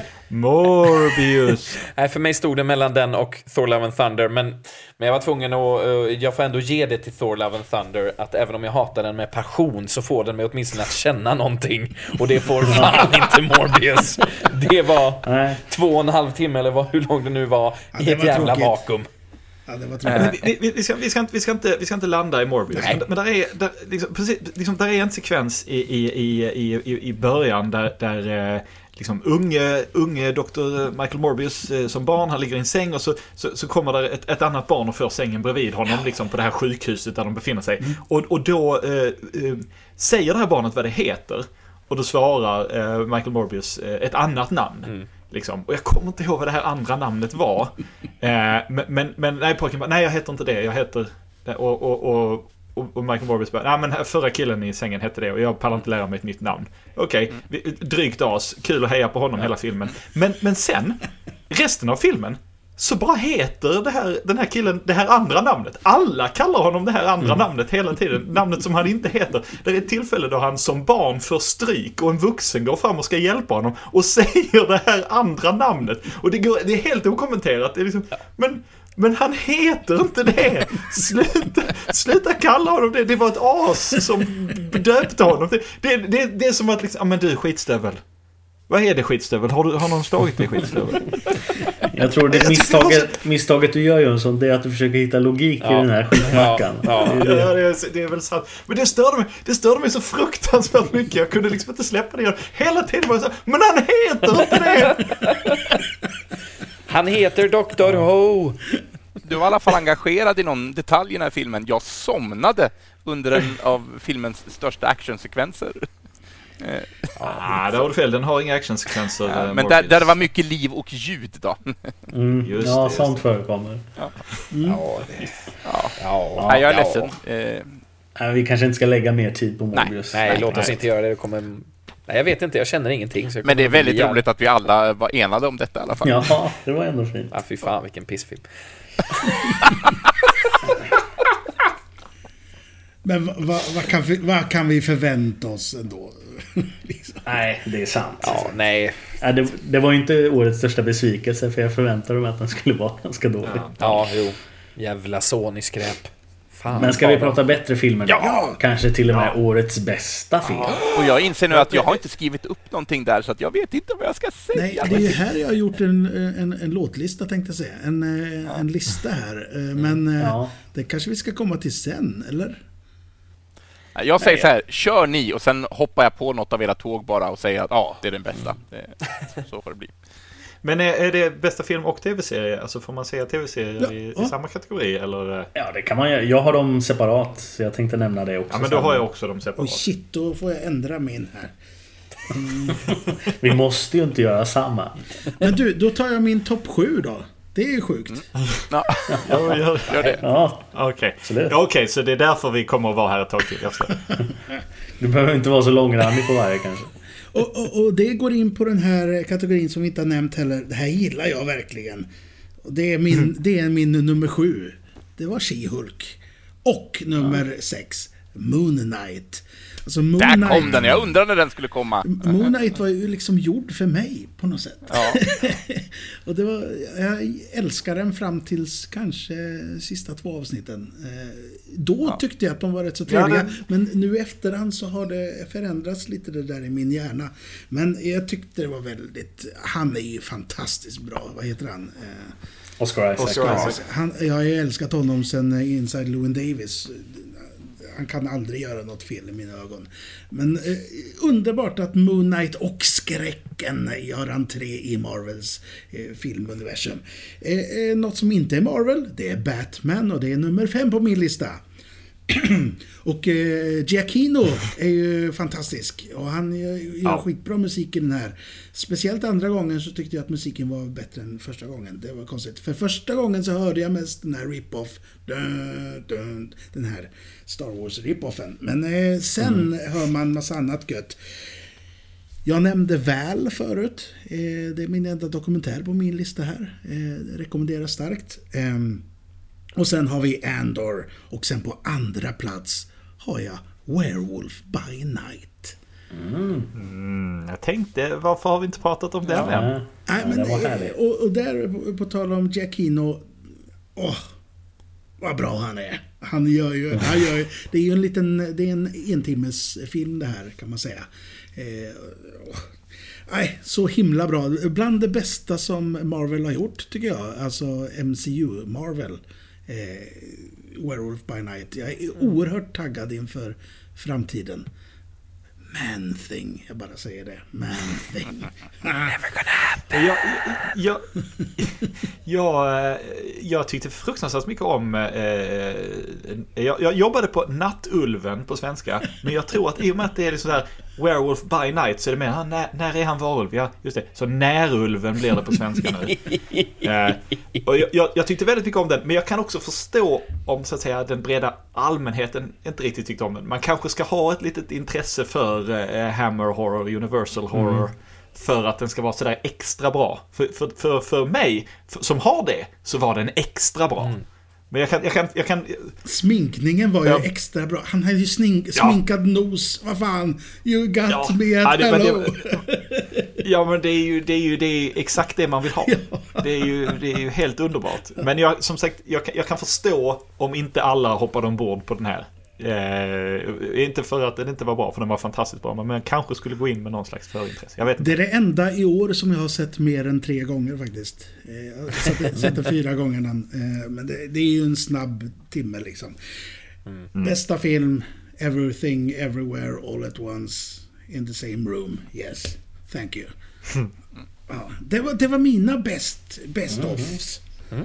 Morbius! Nej, för mig stod det mellan den och Thor Love and Thunder, men, men jag var tvungen att, uh, jag får ändå ge det till Thor Love and Thunder, att även om jag hatar den med passion så får den mig åtminstone att känna någonting, och det får fan inte Morbius. Det var Nej. två och en halv timme, eller vad, hur långt det nu var, Ja, i det ett var jävla tråkigt. vakuum. Ja, det var Eh. tråkigt. vi, vi, vi, ska, vi, ska inte, vi, ska inte, vi ska inte landa i Morbius. Nej. Men, men där är, där, liksom, precis, liksom, där är en sekvens i, i, i, i, i början där, där eh, liksom, unge, unge doktor Michael Morbius eh, som barn, han ligger i en säng och så, så, så kommer där ett, ett annat barn och får sängen bredvid honom liksom, på det här sjukhuset där de befinner sig. Mm. Och, och då eh, eh, säger det här barnet vad det heter. Och då svarar eh, Michael Morbius eh, ett annat namn. Mm. Liksom. Och jag kommer inte ihåg vad det här andra namnet var. Eh, men, men, men nej, pojken bara, nej jag heter inte det, jag heter... Och, och, och, och Michael Morbius bara, nej men förra killen i sängen hette det och jag pallar inte lära mig ett nytt namn. Okej, okay, drygt as, kul att heja på honom hela filmen. Men, men sen, resten av filmen, så bara heter det här, den här killen det här andra namnet. Alla kallar honom det här andra namnet hela tiden. Namnet som han inte heter. Det är ett tillfälle då han som barn får stryk och en vuxen går fram och ska hjälpa honom och säger det här andra namnet. Och det, går, det är helt okommenterat. Det är liksom, men, men han heter inte det. Sluta, sluta kalla honom det. Det var ett as som döpte honom. Det, det, det, det är som att liksom, ja men du skitstövel. Vad är det skitstövel? Har, du, har någon slagit dig skitstövel? Jag tror det misstaget, misstaget du gör, Jönsson, det är att du försöker hitta logik Ja. i den här skitmackan. Ja, ja. Det är det. Ja, det är, det är väl sant. Men det störde mig, det störde mig så fruktansvärt mycket. Jag kunde liksom inte släppa det. Hela tiden var jag så här, men han heter inte det! Han heter doktor Ho. Du var i alla fall engagerad i någon detalj i den här filmen. Jag somnade under en av filmens största actionsekvenser. Ah, där har du fel. Den har inga actionsekvenser. Ja, eh, men där, Morbius. där det var mycket liv och ljud då. Mm. Just Ja, det, sånt just förekommer. Ja, det, Ja. ja, Nej, jag är ja. ledsen. Eh, Nej, vi kanske inte ska lägga mer tid på Morbius. Nej, nej, låt oss nej. inte göra det. Det kommer... Nej, jag vet inte, jag känner ingenting. Så men det är väldigt bli... roligt att vi alla var enade om detta i alla fall. Ja, det var ändå fint. Ja, fy fan, vilken pissfilm. Men vad va, va kan, va kan vi förvänta oss ändå? liksom. Nej, det är sant. Ja, nej. Ja, det, det var ju inte årets största besvikelse, för jag förväntade mig att den skulle vara ganska dålig. Ja, ja jo. Jävla Sony-skräp. Fan, men ska vi prata bättre filmer? Ja. Kanske till och med ja. årets bästa film. Ja. Och jag inser nu att jag har inte skrivit upp någonting där, så att jag vet inte vad jag ska säga. Nej, det är ju här jag har gjort en, en, en låtlista, tänkte jag säga. En, ja. en lista här. Men ja. det kanske vi ska komma till sen, eller? Jag säger Nej. så här, kör ni och sen hoppar jag på något av era tåg bara och säger att ja, det är den bästa. Det, så får det bli. Men är, är det bästa film och tv-serie? Alltså får man säga tv-serier ja, i, ja. i samma kategori? Eller? Ja, det kan man göra. Jag har dem separat, så jag tänkte nämna det också. Ja, men då har jag också dem separat. Oj, shit, då får jag ändra min här. Mm. Vi måste ju inte göra samma. Men du, då tar jag min topp sju då. Det är ju sjukt. Mm. Ja, ja, gör, gör det. Ja, okej. Okay. Ja, okay, så det är därför vi kommer att vara här ett tag till. Du behöver inte vara så långrandig på varje kanske. Och, och, och det går in på den här kategorin som vi inte har nämnt heller. Det här gillar jag verkligen. Det är min, mm. det är min nummer sju. Det var She-Hulk. Och nummer ja. sex, Moon Knight. Alltså Moon Där Knight, kom den, jag undrade när den skulle komma. Moon Knight var ju liksom gjord för mig på något sätt. Ja. Och det var, jag älskar den fram tills kanske sista två avsnitten. Då ja. tyckte jag att de var rätt så trevliga. Ja, det... Men nu efterhand så har det förändrats lite det där i min hjärna. Men jag tyckte det var väldigt... Han är ju fantastiskt bra. Vad heter han? Oscar Isaac. Oscar Isaac. Han, jag har älskat honom sen Inside Llewyn Davis. Han kan aldrig göra något fel i mina ögon. Men eh, underbart att Moon Knight och skräcken gör entré i Marvels eh, filmuniversum. Eh, eh, något som inte är Marvel, det är Batman och det är nummer fem på min lista. Och eh, Giacchino är ju fantastisk och han gör, gör ja. skitbra musik i den här. Speciellt andra gången så tyckte jag att musiken var bättre än första gången. Det var konstigt. För första gången så hörde jag mest den här rip-off, dun, dun, den här Star Wars rip-offen. Men eh, sen mm. hör man massa annat gött. Jag nämnde Val förut. Eh, det är min enda dokumentär på min lista här. Eh, rekommenderar starkt. Eh, Och sen har vi Andor. Och sen på andra plats har jag Werewolf by Night. Mm. Mm, jag tänkte, varför har vi inte pratat om den ja. än? Nej, men, ja, och, och där, på, på tal om Giacchino, åh, vad bra han är. Han gör ju, han gör ju, det är ju en liten, det är en entimmes film det här, kan man säga. Eh, åh. Nej, så himla bra. Bland det bästa som Marvel har gjort, tycker jag. Alltså M C U, Marvel. Eh, Werewolf by Night. Jag är oerhört taggad inför framtiden. Man thing, jag bara säger det. Man thing. Never gonna happen. Jag, jag, jag, jag tyckte fruktansvärt mycket om eh, jag, jag jobbade på Nattulven på svenska, men jag tror att i och med att det är liksom där Werewolf by Night så är det mer, ah, när, när är han varulv? Ja, just det. Så Närulven blir det på svenska nu. eh, och jag, jag, jag tyckte väldigt mycket om den, men jag kan också förstå om så att säga den breda allmänheten inte riktigt tyckte om den. Man kanske ska ha ett litet intresse för eh, Hammer Horror, Universal Horror, mm. för att den ska vara sådär extra bra. För, för, för, för mig, för, som har det, så var den extra bra. Mm. Men jag kan, jag kan, jag kan... Sminkningen var ju ja. extra bra. Han hade ju snink, sminkad ja. nos. Vad fan? You got ja. me at ja, hello. Det, ja, men det är ju, det är ju det är exakt det man vill ha. Ja. Det, är ju, det är ju helt underbart. Men jag, som sagt, jag, jag kan förstå om inte alla hoppade ombord på den här. Eh, inte för att den inte var bra, för den var fantastiskt bra, men man kanske skulle gå in med någon slags förintresse. Jag vet inte. Det är det enda i år som jag har sett mer än tre gånger faktiskt. Eh, jag har sett, sett det fyra gånger, eh, men det, det är ju en snabb timme liksom. Mm. Mm. Bästa film, Everything, Everywhere, All at Once, in the same room. Yes, thank you. Mm. Ja, det, var, det var mina best, best mm. offs. Mm.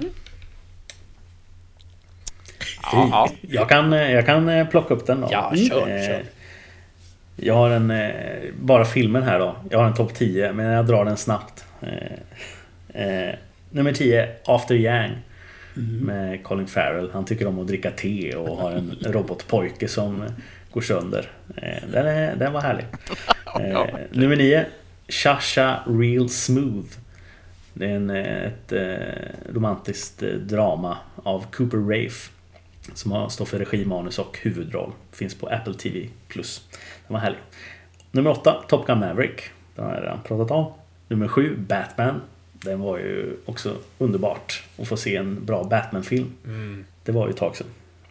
Ja, jag kan, jag kan plocka upp den då. Ja, kör, kör. Jag har en, bara filmen här då. Jag har en topp tio, men jag drar den snabbt. Eh, nummer tio, After Yang. Mm. Med Colin Farrell. Han tycker om att dricka te och har en robotpojke som går sönder. Den, är, den var härlig. eh, nummer nio. Shasha Real Smooth. Det är en, ett eh, romantiskt eh, drama av Cooper Raiff som har stått för regi, manus och huvudroll. Finns på Apple T V plus. Den var härlig. Nummer åtta. Top Gun Maverick. Den har jag redan pratat om. Nummer sju. Batman. Den var ju också underbart att få se en bra Batman-film. Mm. Det var ju ett tag sedan.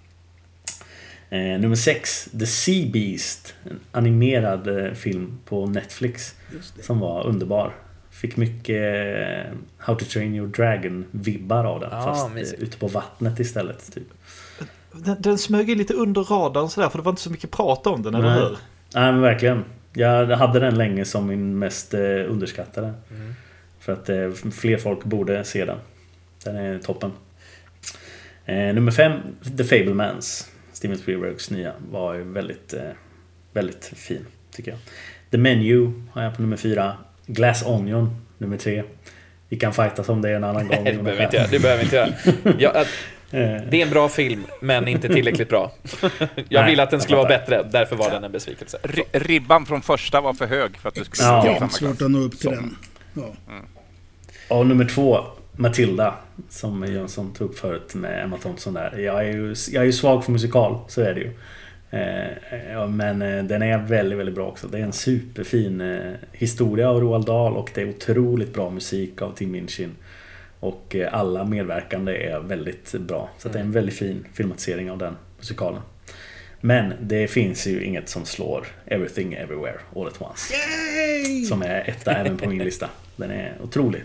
Eh, nummer sex. The Sea Beast. En animerad eh, film på Netflix som var underbar. Fick mycket eh, How to Train Your Dragon-vibbar av den. Ah, fast eh, ute på vattnet istället. Typ. Den, den smög in lite under radarn sådär, för det var inte så mycket prat om den, eller Nej. hur? Nej, men verkligen. Jag hade den länge som min mest eh, underskattade. Mm. För att eh, fler folk borde se den. Den är toppen. Eh, nummer fem, The Fabelmans. Steven Spielbergs nya var ju väldigt, eh, väldigt fin, tycker jag. The Menu har jag på nummer fyra. Glass Onion, nummer tre. Vi kan fightas om det en annan gång. Nej, det behöver inte göra. Det behöver inte göra. Jag, att, det är en bra film, men inte tillräckligt bra. Jag Nej, vill att den skulle vara bättre, därför var den en besvikelse. R- ribban från första var för hög för att det skulle ja, vara samma svårt att nå upp till den. Ja. Mm. Och nummer två, Matilda, som Jönsson tog upp förut med Emma Thompson där. Jag är ju, jag är ju svag för musikal, så är det ju. Eh, men eh, den är väldigt, väldigt bra också. Det är en superfin eh, historia av Roald Dahl och det är otroligt bra musik av Tim Minchin. Och eh, alla medverkande är väldigt bra. Så mm. det är en väldigt fin filmatisering av den musikalen. Men det finns ju inget som slår Everything Everywhere All at Once. Yay! Som är etta även på min lista. Den är otrolig.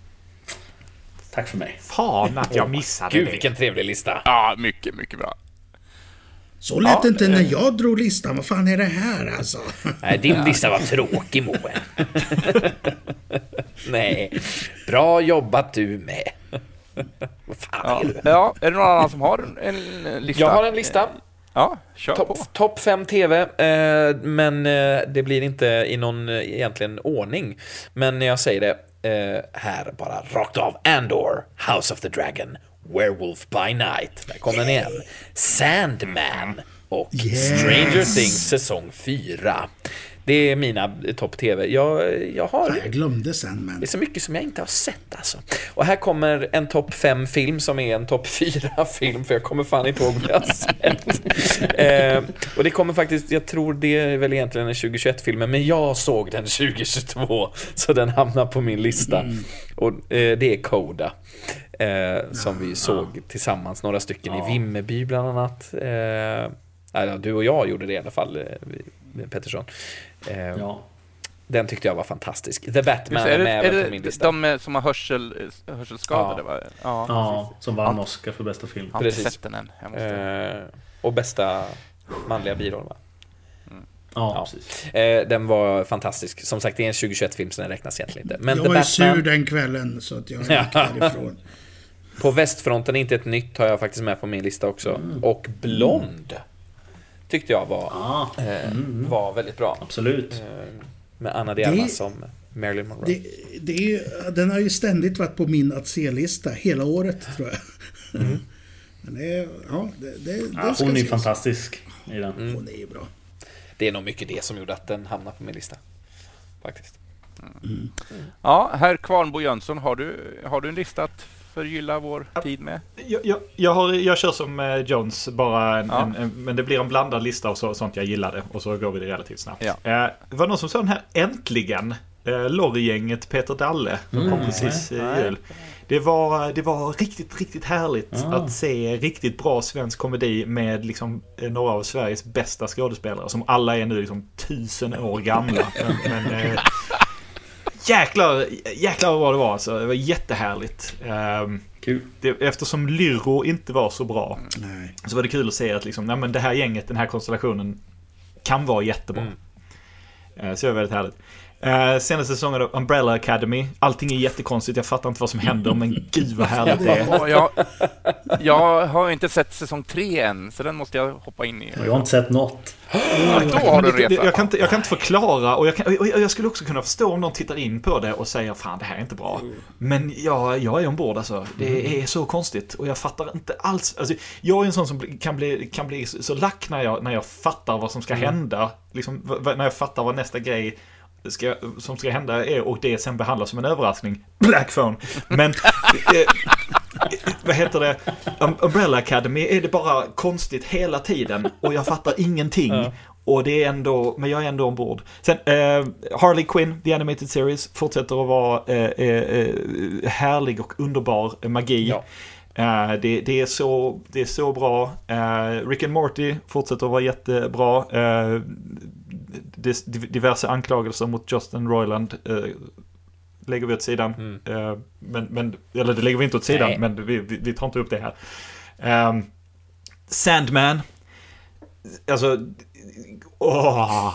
Tack för mig. Fan att jag missade Gud, det. vilken trevlig lista. Ja, mycket, mycket bra. Så lät ja, inte när jag drog listan. Vad fan är det här alltså? Nej, din lista var tråkig, Moe. Nej, bra jobbat du med. Vad fan ja. är det? Ja, är det någon annan som har en lista? Jag har en lista. Ja, kör Top, på. Topp fem tv, eh, men eh, det blir inte i någon eh, egentligen ordning. Men när jag säger det eh, här bara rakt av. Andor, House of the Dragon, Werewolf by Night. Där kommer den igen. Sandman och yes. Stranger Things säsong fyra. Det är mina topp-tv. Jag, jag har... Jag glömde Sandman. Det är så mycket som jag inte har sett alltså. Och här kommer en topp fem film som är en topp fyra film. För jag kommer fan inte ihåg vad jag har sett. eh, och det kommer faktiskt, jag tror det är väl egentligen en tjugohundratjugoett-filmen. Men jag såg den tjugohundratjugotvå. Så den hamnar på min lista. Mm. Och eh, det är Coda. Eh, som vi såg ja. tillsammans. Några stycken ja. i Vimmerby bland annat. Eh, Alltså, du och jag gjorde det i alla fall, Pettersson. Eh, ja. Den tyckte jag var fantastisk. The Batman är, är med är det, på min lista. De som har hörsel, hörselskadade? Ja, ja, ja som vann ja. Oscar för bästa film. Jag har inte sett den än. Jag måste... eh, och bästa manliga biroll, va? Mm. Ja, ja, precis. Eh, den var fantastisk. Som sagt, det är en tjugohundratjugoett-film så den räknas egentligen inte. Men jag The var Batman... sur den kvällen så att jag gick därifrån. På västfronten, inte ett nytt, har jag faktiskt med på min lista också. Mm. Och Blond tyckte jag var, ah, eh, mm. var väldigt bra. Absolut. Eh, med Anna de Armas som Marilyn Monroe. Det, det är, den har ju ständigt varit på min att se-lista hela året, tror jag. Mm. Men det är, ja, det, det, ja, det ska hon är ses. fantastisk i den. Mm. Hon är ju bra. Det är nog mycket det som gjorde att den hamnar på min lista. Faktiskt. Mm. Mm. Ja, herr Kvarnbo Jönsson, har du, har du en lista att förgylla vår tid med? Jag, jag, jag, har, jag kör som eh, Jones, bara en, ja. en, en, men det blir en blandad lista av så, sånt jag gillade. Och så går vi det relativt snabbt. Ja. Eh, det var någon som sa den här äntligen. Eh, Lorry-gänget Peter Dalle. Som mm. kom precis i eh, jul. Det var, det var riktigt, riktigt härligt ah. att se riktigt bra svensk komedi med liksom några av Sveriges bästa skådespelare. Som alla är nu liksom tusen år gamla. men... men eh, Jäklar, jäklar vad det var alltså. Det var jättehärligt. Um, kul. Det, eftersom Lyro inte var så bra nej. Så var det kul att se att liksom, nej, men det här gänget, den här konstellationen kan vara jättebra. Mm. Uh, så det var väldigt härligt. Uh, senaste säsongen av Umbrella Academy. Allting är jättekonstigt, jag fattar inte vad som händer, men gud vad härligt det är. jag, jag har inte sett säsong tre än, så den måste jag hoppa in i. Jag har inte sett något. Ja, då har du resa. Jag kan inte, jag kan inte förklara, och jag, kan, och jag skulle också kunna förstå om någon tittar in på det och säger fan, det här är inte bra. Men jag, jag är ombord alltså. Det är så konstigt, och jag fattar inte alls. Alltså, jag är en sån som kan bli, kan bli så lack när jag, när jag fattar vad som ska hända. Liksom, när jag fattar vad nästa grej Ska, som ska hända är, och det sen behandlas som en överraskning. Black Phone. Men eh, vad heter det? Um, Umbrella Academy är det bara konstigt hela tiden, och jag fattar ingenting. Ja. Och det är ändå, men jag är ändå ombord. Sen eh, Harley Quinn, The Animated Series, fortsätter att vara eh, eh, härlig och underbar magi. Ja. Uh, det, det, är så, det är så bra. Uh, Rick and Morty fortsätter att vara jättebra. Uh, diverse anklagelser mot Justin Roiland uh, lägger vi åt sidan. Mm. Uh, men, men, eller det lägger vi inte åt sidan, Nej. men vi, vi, vi tar inte upp det här. Um, Sandman. Alltså... Oh.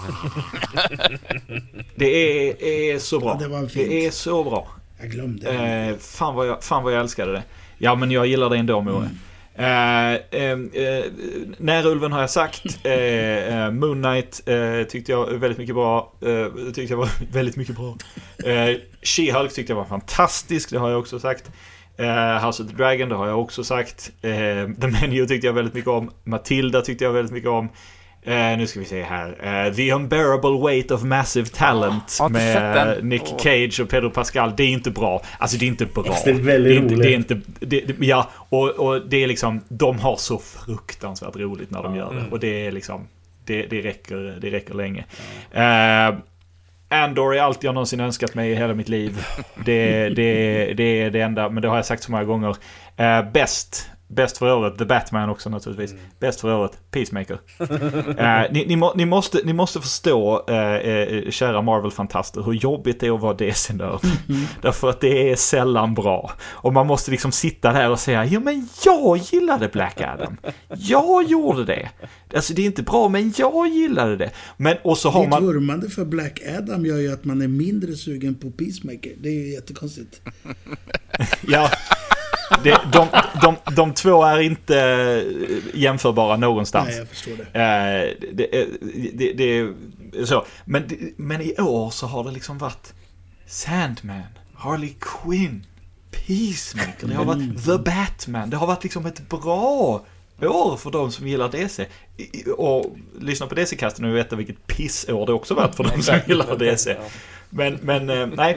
det är, är så bra. Ja, det, det är så bra. Jag glömde. Uh, fan, vad jag, fan vad jag älskade det. Ja, men jag gillar det ändå, Moe. Mm. Uh, uh, uh, Närulven har jag sagt. uh, uh, Moon Knight uh, tyckte jag väldigt mycket bra. Uh, tyckte jag var väldigt mycket bra. Uh, She-Hulk tyckte jag var fantastisk. Det har jag också sagt. uh, House of the Dragon, det har jag också sagt. uh, The Menu tyckte jag väldigt mycket om. Matilda tyckte jag väldigt mycket om. Uh, nu ska vi se här. Uh, The Unbearable Weight of Massive Talent oh, med Nick oh. Cage och Pedro Pascal. Det är inte bra. Alltså det är inte bra. Det är väldigt det är inte, det är inte det, det, ja, och, och det är liksom, de har så fruktansvärt roligt när de gör det. Mm. Och det är liksom, det, det, räcker, det räcker länge. Mm. Uh, Andor är allt jag någonsin önskat mig i hela mitt liv. Det, det, det är det enda, men det har jag sagt så många gånger. Uh, bäst Bäst för året, The Batman också naturligtvis. Mm. Bäst för året, Peacemaker. uh, ni, ni, må, ni, måste, ni måste förstå, uh, uh, kära Marvel-fantaster, hur jobbigt det är att vara D C-nörd. Mm. Därför att det är sällan bra. Och man måste liksom sitta där och säga, ja men jag gillade Black Adam. Jag gjorde det. Alltså det är inte bra, men jag gillade det. Men, och så har Ditt man... vurmande för Black Adam gör ju att man är mindre sugen på Peacemaker. Det är ju jättekonstigt. Ja. Det, de, de, de två är inte jämförbara någonstans. Nej, jag förstår det. Uh, det, det, det, det så. Men, men i år så har det liksom varit Sandman, Harley Quinn, Peacemaker. Det har varit The Batman. Det har varit liksom ett bra år för de som gillar D C. Och lyssna på D C-kasten och veta vilket pissår det också varit för de som gillar D C. Men, men uh, nej.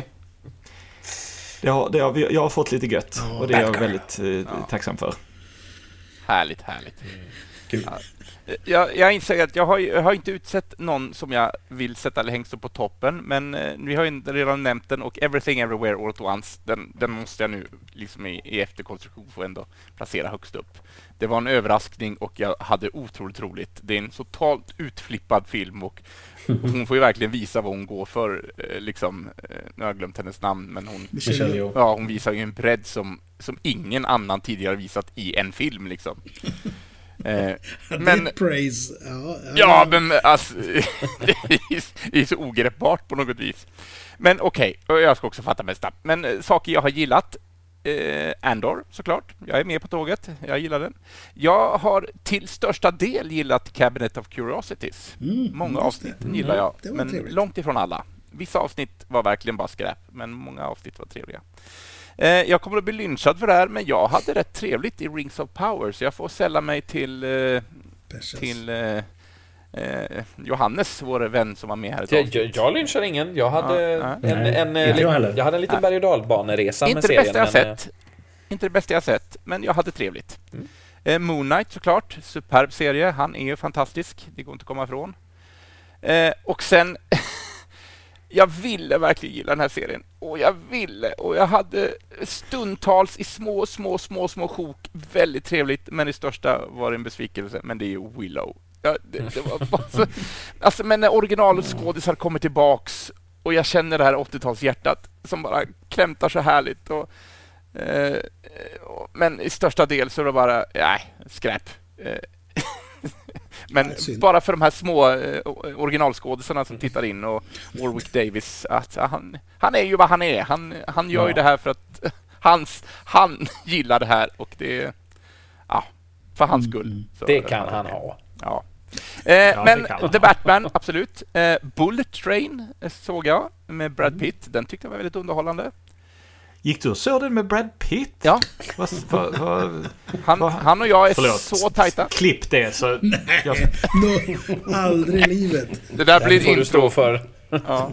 Det har, det har, jag har fått lite gött, oh, och det är jag väldigt eh, ja. tacksam för. Härligt, härligt. Mm. Cool. Ja. Jag, jag inser att jag har, jag har inte utsett någon som jag vill sätta längst upp på toppen, men eh, vi har ju redan nämnt den, och Everything Everywhere All at Once, den, den måste jag nu liksom i, i efterkonstruktion få ändå placera högst upp. Det var en överraskning och jag hade otroligt roligt. Det är en totalt utflippad film, och hon får ju verkligen visa vad hon går för. Liksom, nu har jag glömt hennes namn, men hon, ja, hon visar ju en bredd som, som ingen annan tidigare visat i en film. Liksom. Eh, men, praise. Ja, ja. ja, men alltså, det, är, det är så ogreppbart på något vis. Men okej, okay, jag ska också fatta mig snabbt. Men eh, saker jag har gillat. Eh, Andor, såklart. Jag är med på tåget. Jag gillar den. Jag har till största del gillat Cabinet of Curiosities. Mm, många avsnitt mm, gillar jag, men trevligt. Långt ifrån alla. Vissa avsnitt var verkligen bara skräp, men många avsnitt var trevliga. Eh, jag kommer att bli lynchad för det här, men jag hade rätt trevligt i Rings of Power, så jag får sälla mig till eh, till eh, Eh, Johannes, vår vän som var med här ett jag, jag, jag lynchar ingen. Jag hade ja, en, en, en, jag, jag hade en liten berg- och dalbaneresa med serien. Bästa jag men... sett. Inte det bästa jag sett, men jag hade trevligt. Mm. Eh, Moon Knight såklart, superb serie. Han är ju fantastisk, det går inte att komma ifrån. Eh, och sen jag ville verkligen gilla den här serien. Och jag ville, och jag hade stundtals i små, små, små, små sjok väldigt trevligt, men i största var det en besvikelse, men det är ju Willow. Ja, det, det var bara så, alltså, men när originalskådisar kommer tillbaks och jag känner det här åttiotalshjärtat som bara klämtar så härligt och, eh, och, men i största del så är det bara nej, skräp. Eh, Men bara för de här små eh, originalskådespelarna som tittar in och Warwick Davis, att han, han är ju vad han är. Han, han gör ja. ju det här för att hans, han gillar det här och det ja, för hans skull. Så, det kan han ha. Ja. Eh, ja, men The Batman, absolut. Eh, Bullet Train såg jag med Brad Pitt. Den tyckte jag var väldigt underhållande. Gick du och såg den med Brad Pitt? Ja. Va, va, va, han, va, han och jag är förlåt, så tajta. Klipp det så... Nej, jag... no, aldrig i livet. Det där blir får intro. Du stå för. Ja.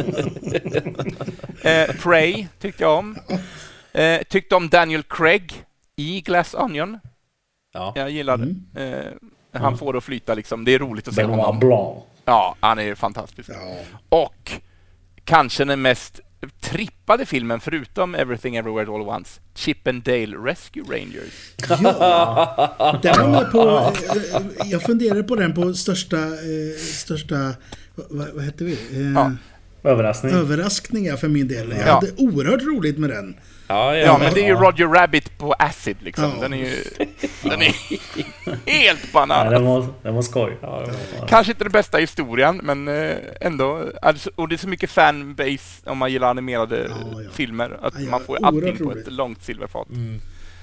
eh, Prey tyckte jag om. Eh, tyckte om Daniel Craig i Glass Onion. Ja. Jag gillade mm. eh, Han mm. får det att flyta liksom. Det är roligt att se Benoit honom. Blanc. Ja, han är fantastisk. Ja. Och kanske den mest trippade filmen förutom Everything Everywhere All at Once, Chip and Dale Rescue Rangers. Ja, den var med på, jag funderade på den på största, största vad, vad heter vi? Ja. Överraskning. Överraskningar för min del. Jag ja. hade oerhört roligt med den. Ja, ja, ja, men det är ju Roger Rabbit på acid liksom. Ja. Den är ju den är helt banan. Ja, den var, den var skoj. Ja, den var... Kanske inte den bästa historien, men ändå. Alltså, och det är så mycket fanbase om man gillar animerade ja, ja. filmer. Att ja, man får allting på ett långt silverfat. Mm.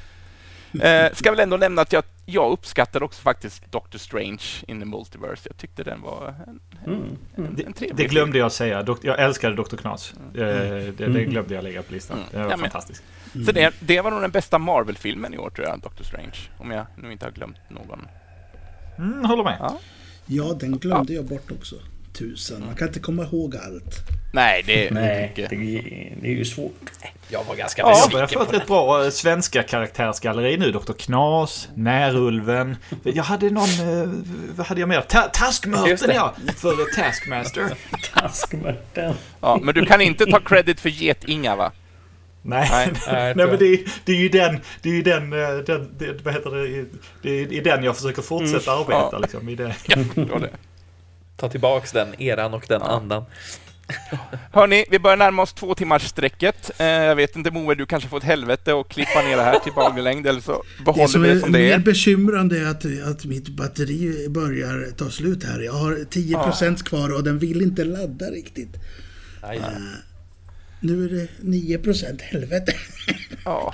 Eh, ska väl ändå nämna att jag, jag uppskattar också faktiskt Doctor Strange in the Multiverse. Jag tyckte den var en, en, mm. en, en trevlig Det, det glömde jag säga. Jag älskade doktor Knas. Mm. Eh, det, det glömde jag lägga på listan. Mm. Det var ja, fantastiskt. Mm. Så det, det var nog den bästa Marvel-filmen i år, tror jag, Doctor Strange. Om jag nu inte har glömt någon. Mm, håller med. Ja, ja den glömde ja. jag bort också. Tusen. Man kan inte komma ihåg allt. Nej, det är Nej, mycket. Det, det är ju svårt. Jag var ganska ja, jag har fått ett bra svenska karaktärsgalleri nu. doktor Knas, Närulven. Jag hade någon... Vad hade jag mer? Ta- Taskmörten, ja. För Taskmaster. Taskmörten. Ja, men du kan inte ta credit för Get-Inga, va? Nej, nej, nej men det är, det är ju den, det är ju den, den det, vad heter det, det är, det är den jag försöker fortsätta mm. arbeta, ja. liksom, i det. Ja, det. Ta tillbaks den eran och den ja. andan. Hörni, vi börjar närma oss två timmars sträcket. Eh, jag vet inte, Moe, du kanske får ett helvete och klippa ner det här till baglängd, eller så behåller vi det som det är. Det är bekymrande att, att mitt batteri börjar ta slut här. Jag har tio procent ja. kvar och den vill inte ladda riktigt. Aj, aj. Uh, nu är det nio procent, helvete. Ja.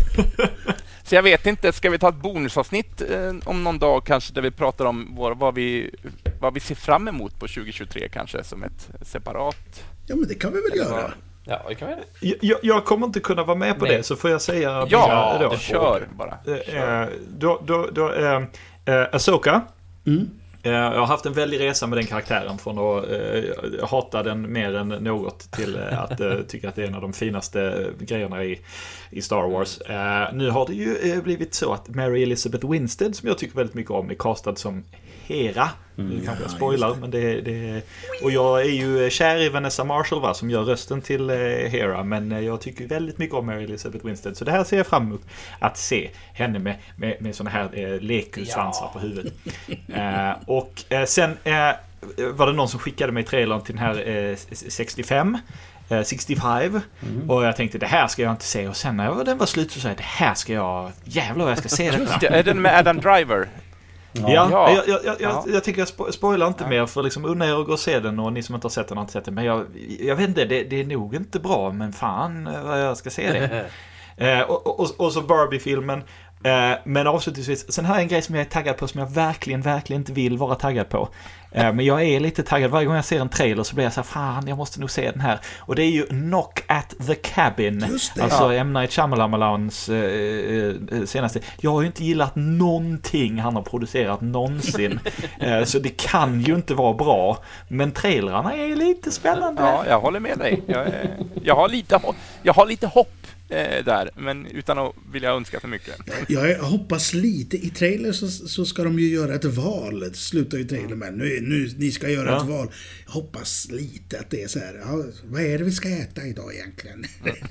Så jag vet inte, ska vi ta ett bonusavsnitt eh, om någon dag kanske, där vi pratar om vår, vad, vi, vad vi ser fram emot på tjugo tjugotre kanske, som ett separat... Ja, men det kan vi väl göra. Ja, det kan vi. Jag, jag, jag kommer inte kunna vara med på Nej. det, så får jag säga... Ja, då, kör bara. Kör. Eh, då, då, då, eh, eh, Ahsoka. Mm. Jag har haft en väldig resa med den karaktären, från att eh, hata den mer än något till eh, att eh, tycka att det är en av de finaste grejerna i, i Star Wars. Eh, nu har det ju eh, blivit så att Mary Elizabeth Winstead, som jag tycker väldigt mycket om, är castad som Hera. Mm. Nu kanske jag spoilar, men det, det... Och jag är ju kär i Vanessa Marshall, va, som gör rösten till eh, Hera, men jag tycker väldigt mycket om Mary Elizabeth Winstead, så det här ser jag fram emot, att se henne med, med, med såna här eh, lekusvansar ja. på huvudet. Eh, och eh, sen eh, var det någon som skickade mig trailern till den här eh, sextiofem. Eh, sextiofem. Mm. Och jag tänkte, det här ska jag inte se. Och sen när den var slut så sa jag, det här ska jag... Jävlar, jag ska se detta. Är den med Adam Driver? Ja, ja. Jag, jag, jag, ja. jag, jag tycker jag spo- spoilar inte ja. mer, för liksom unna er att gå och se den, och ni som inte har sett den har inte sett den. Men jag, jag vet inte, det, det är nog inte bra, men fan vad jag ska se det. eh, och, och, och så Barbie-filmen. Eh, men avslutningsvis, sen har jag en grej som jag är taggad på, som jag verkligen, verkligen inte vill vara taggad på. Eh, men jag är lite taggad. Varje gång jag ser en trailer så blir jag så här, fan, jag måste nog se den här. Och det är ju Knock at the Cabin. Alltså ja. M. Night Shyamalans eh, eh, senaste. Jag har ju inte gillat någonting han har producerat någonsin. eh, så det kan ju inte vara bra. Men trailerarna är lite spännande. Ja, jag håller med dig. Jag, är, jag, har, lite, jag har lite hopp eh, där, men utan att vilja önska för mycket. Jag hoppas lite. I trailer så, så ska de ju göra ett val. Det slutar ju trailer med. Nu, nu ni ska göra ja. ett val. Jag hoppas lite att det är så här. Ja, vad är det vi ska äta idag egentligen?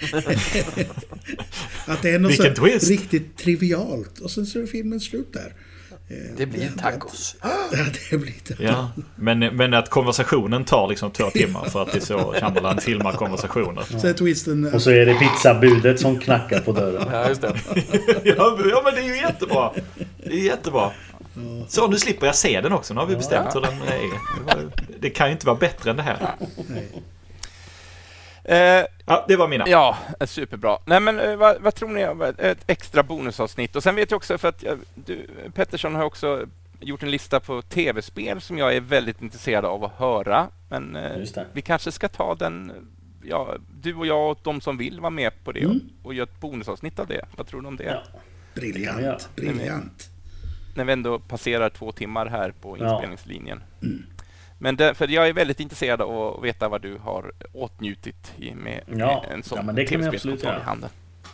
Att det är något så riktigt trivialt. Och sen så är filmen slut där. Det blir en tacos. Ja, det blir det. Ja, men, men att konversationen tar liksom två timmar, för att det är så Chamberlain filmar konversationer. Ja. Så twisten, och så är det pizzabudet som knackar på dörren. Ja, just det. ja, ja, men det är ju jättebra. Det är jättebra. Så nu slipper jag se den också. Nu har vi bestämt hur den är. Det kan ju inte vara bättre än det här. Nej. Eh, ja, det var mina. Ja, superbra. Nej, men eh, vad, vad tror ni om ett extra bonusavsnitt? Och sen vet jag också, för att jag, du, Pettersson har också gjort en lista på tv-spel som jag är väldigt intresserad av att höra. Men eh, vi kanske ska ta den, ja, du och jag och de som vill vara med på det mm. och, och göra ett bonusavsnitt av det. Vad tror du om det? Ja. Briljant, ja. briljant. När vi, när vi ändå passerar två timmar här på inspelningslinjen. Ja. Mm. Men det, för jag är väldigt intresserad av att veta vad du har åtnjutit i, med, ja. med en sån ja, men det kan vi absolut göra. I handen.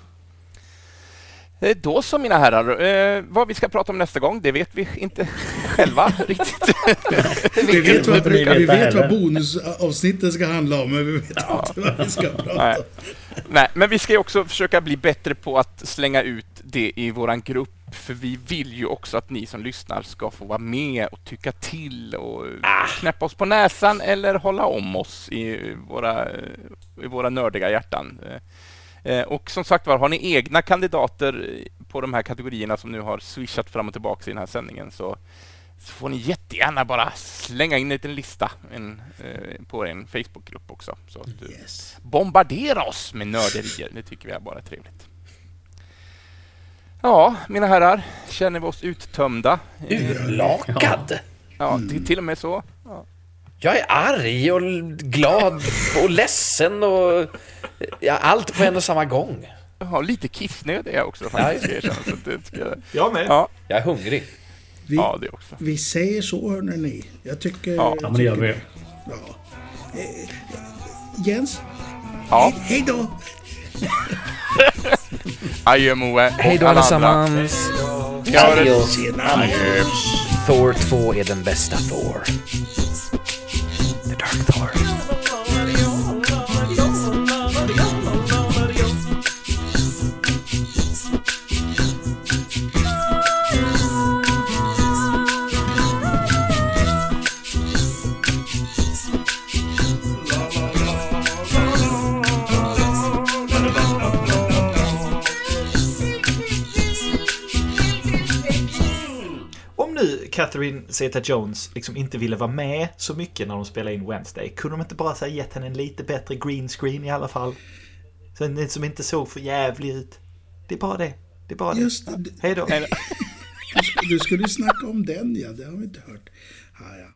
Då så, mina herrar, eh, vad vi ska prata om nästa gång, det vet vi inte själva riktigt. vi vet, vad, vi vet, vi vet vad bonusavsnitten ska handla om, men vi vet ja. inte vad vi ska prata Nej. om. Nej, men vi ska ju också försöka bli bättre på att slänga ut det i våran grupp, för vi vill ju också att ni som lyssnar ska få vara med och tycka till och ah. knäppa oss på näsan eller hålla om oss i våra, i våra nördiga hjärtan. Och som sagt var, har ni egna kandidater på de här kategorierna som nu har swishat fram och tillbaka i den här sändningen, så, så får ni jättegärna bara slänga in en liten lista en, eh, på en Facebookgrupp också. Så att du yes. bombardera oss med nörderier, det tycker vi är bara trevligt. Ja, mina herrar, känner vi oss uttömda? Urlakad? Ja, till, till och med så. Ja. Jag är arg och glad och ledsen och ja, allt på en och samma gång. Ja, lite kissnöd är jag också faktiskt. Ja. Jag, så det ska jag... jag med. Ja. Jag är hungrig. Vi, ja, det också. Vi säger så, hörni ni. Jag tycker... Ja, men det gör vi. Ja. Eh, Jens? Ja. He- hej då! Adjö, Moe. Hej då allesammans. Adios. Thor två är den bästa Thor. The Dark Thor. Catherine Zeta-Jones liksom inte ville vara med så mycket när de spelade in Wednesday. Kunde de inte bara säga gett henne en lite bättre green screen i alla fall? Så den som inte såg för jävlig ut. Det är bara det. Det är bara Just det. det. Hej då. Du skulle snacka om den, ja. Det har vi inte hört. Ja, ja.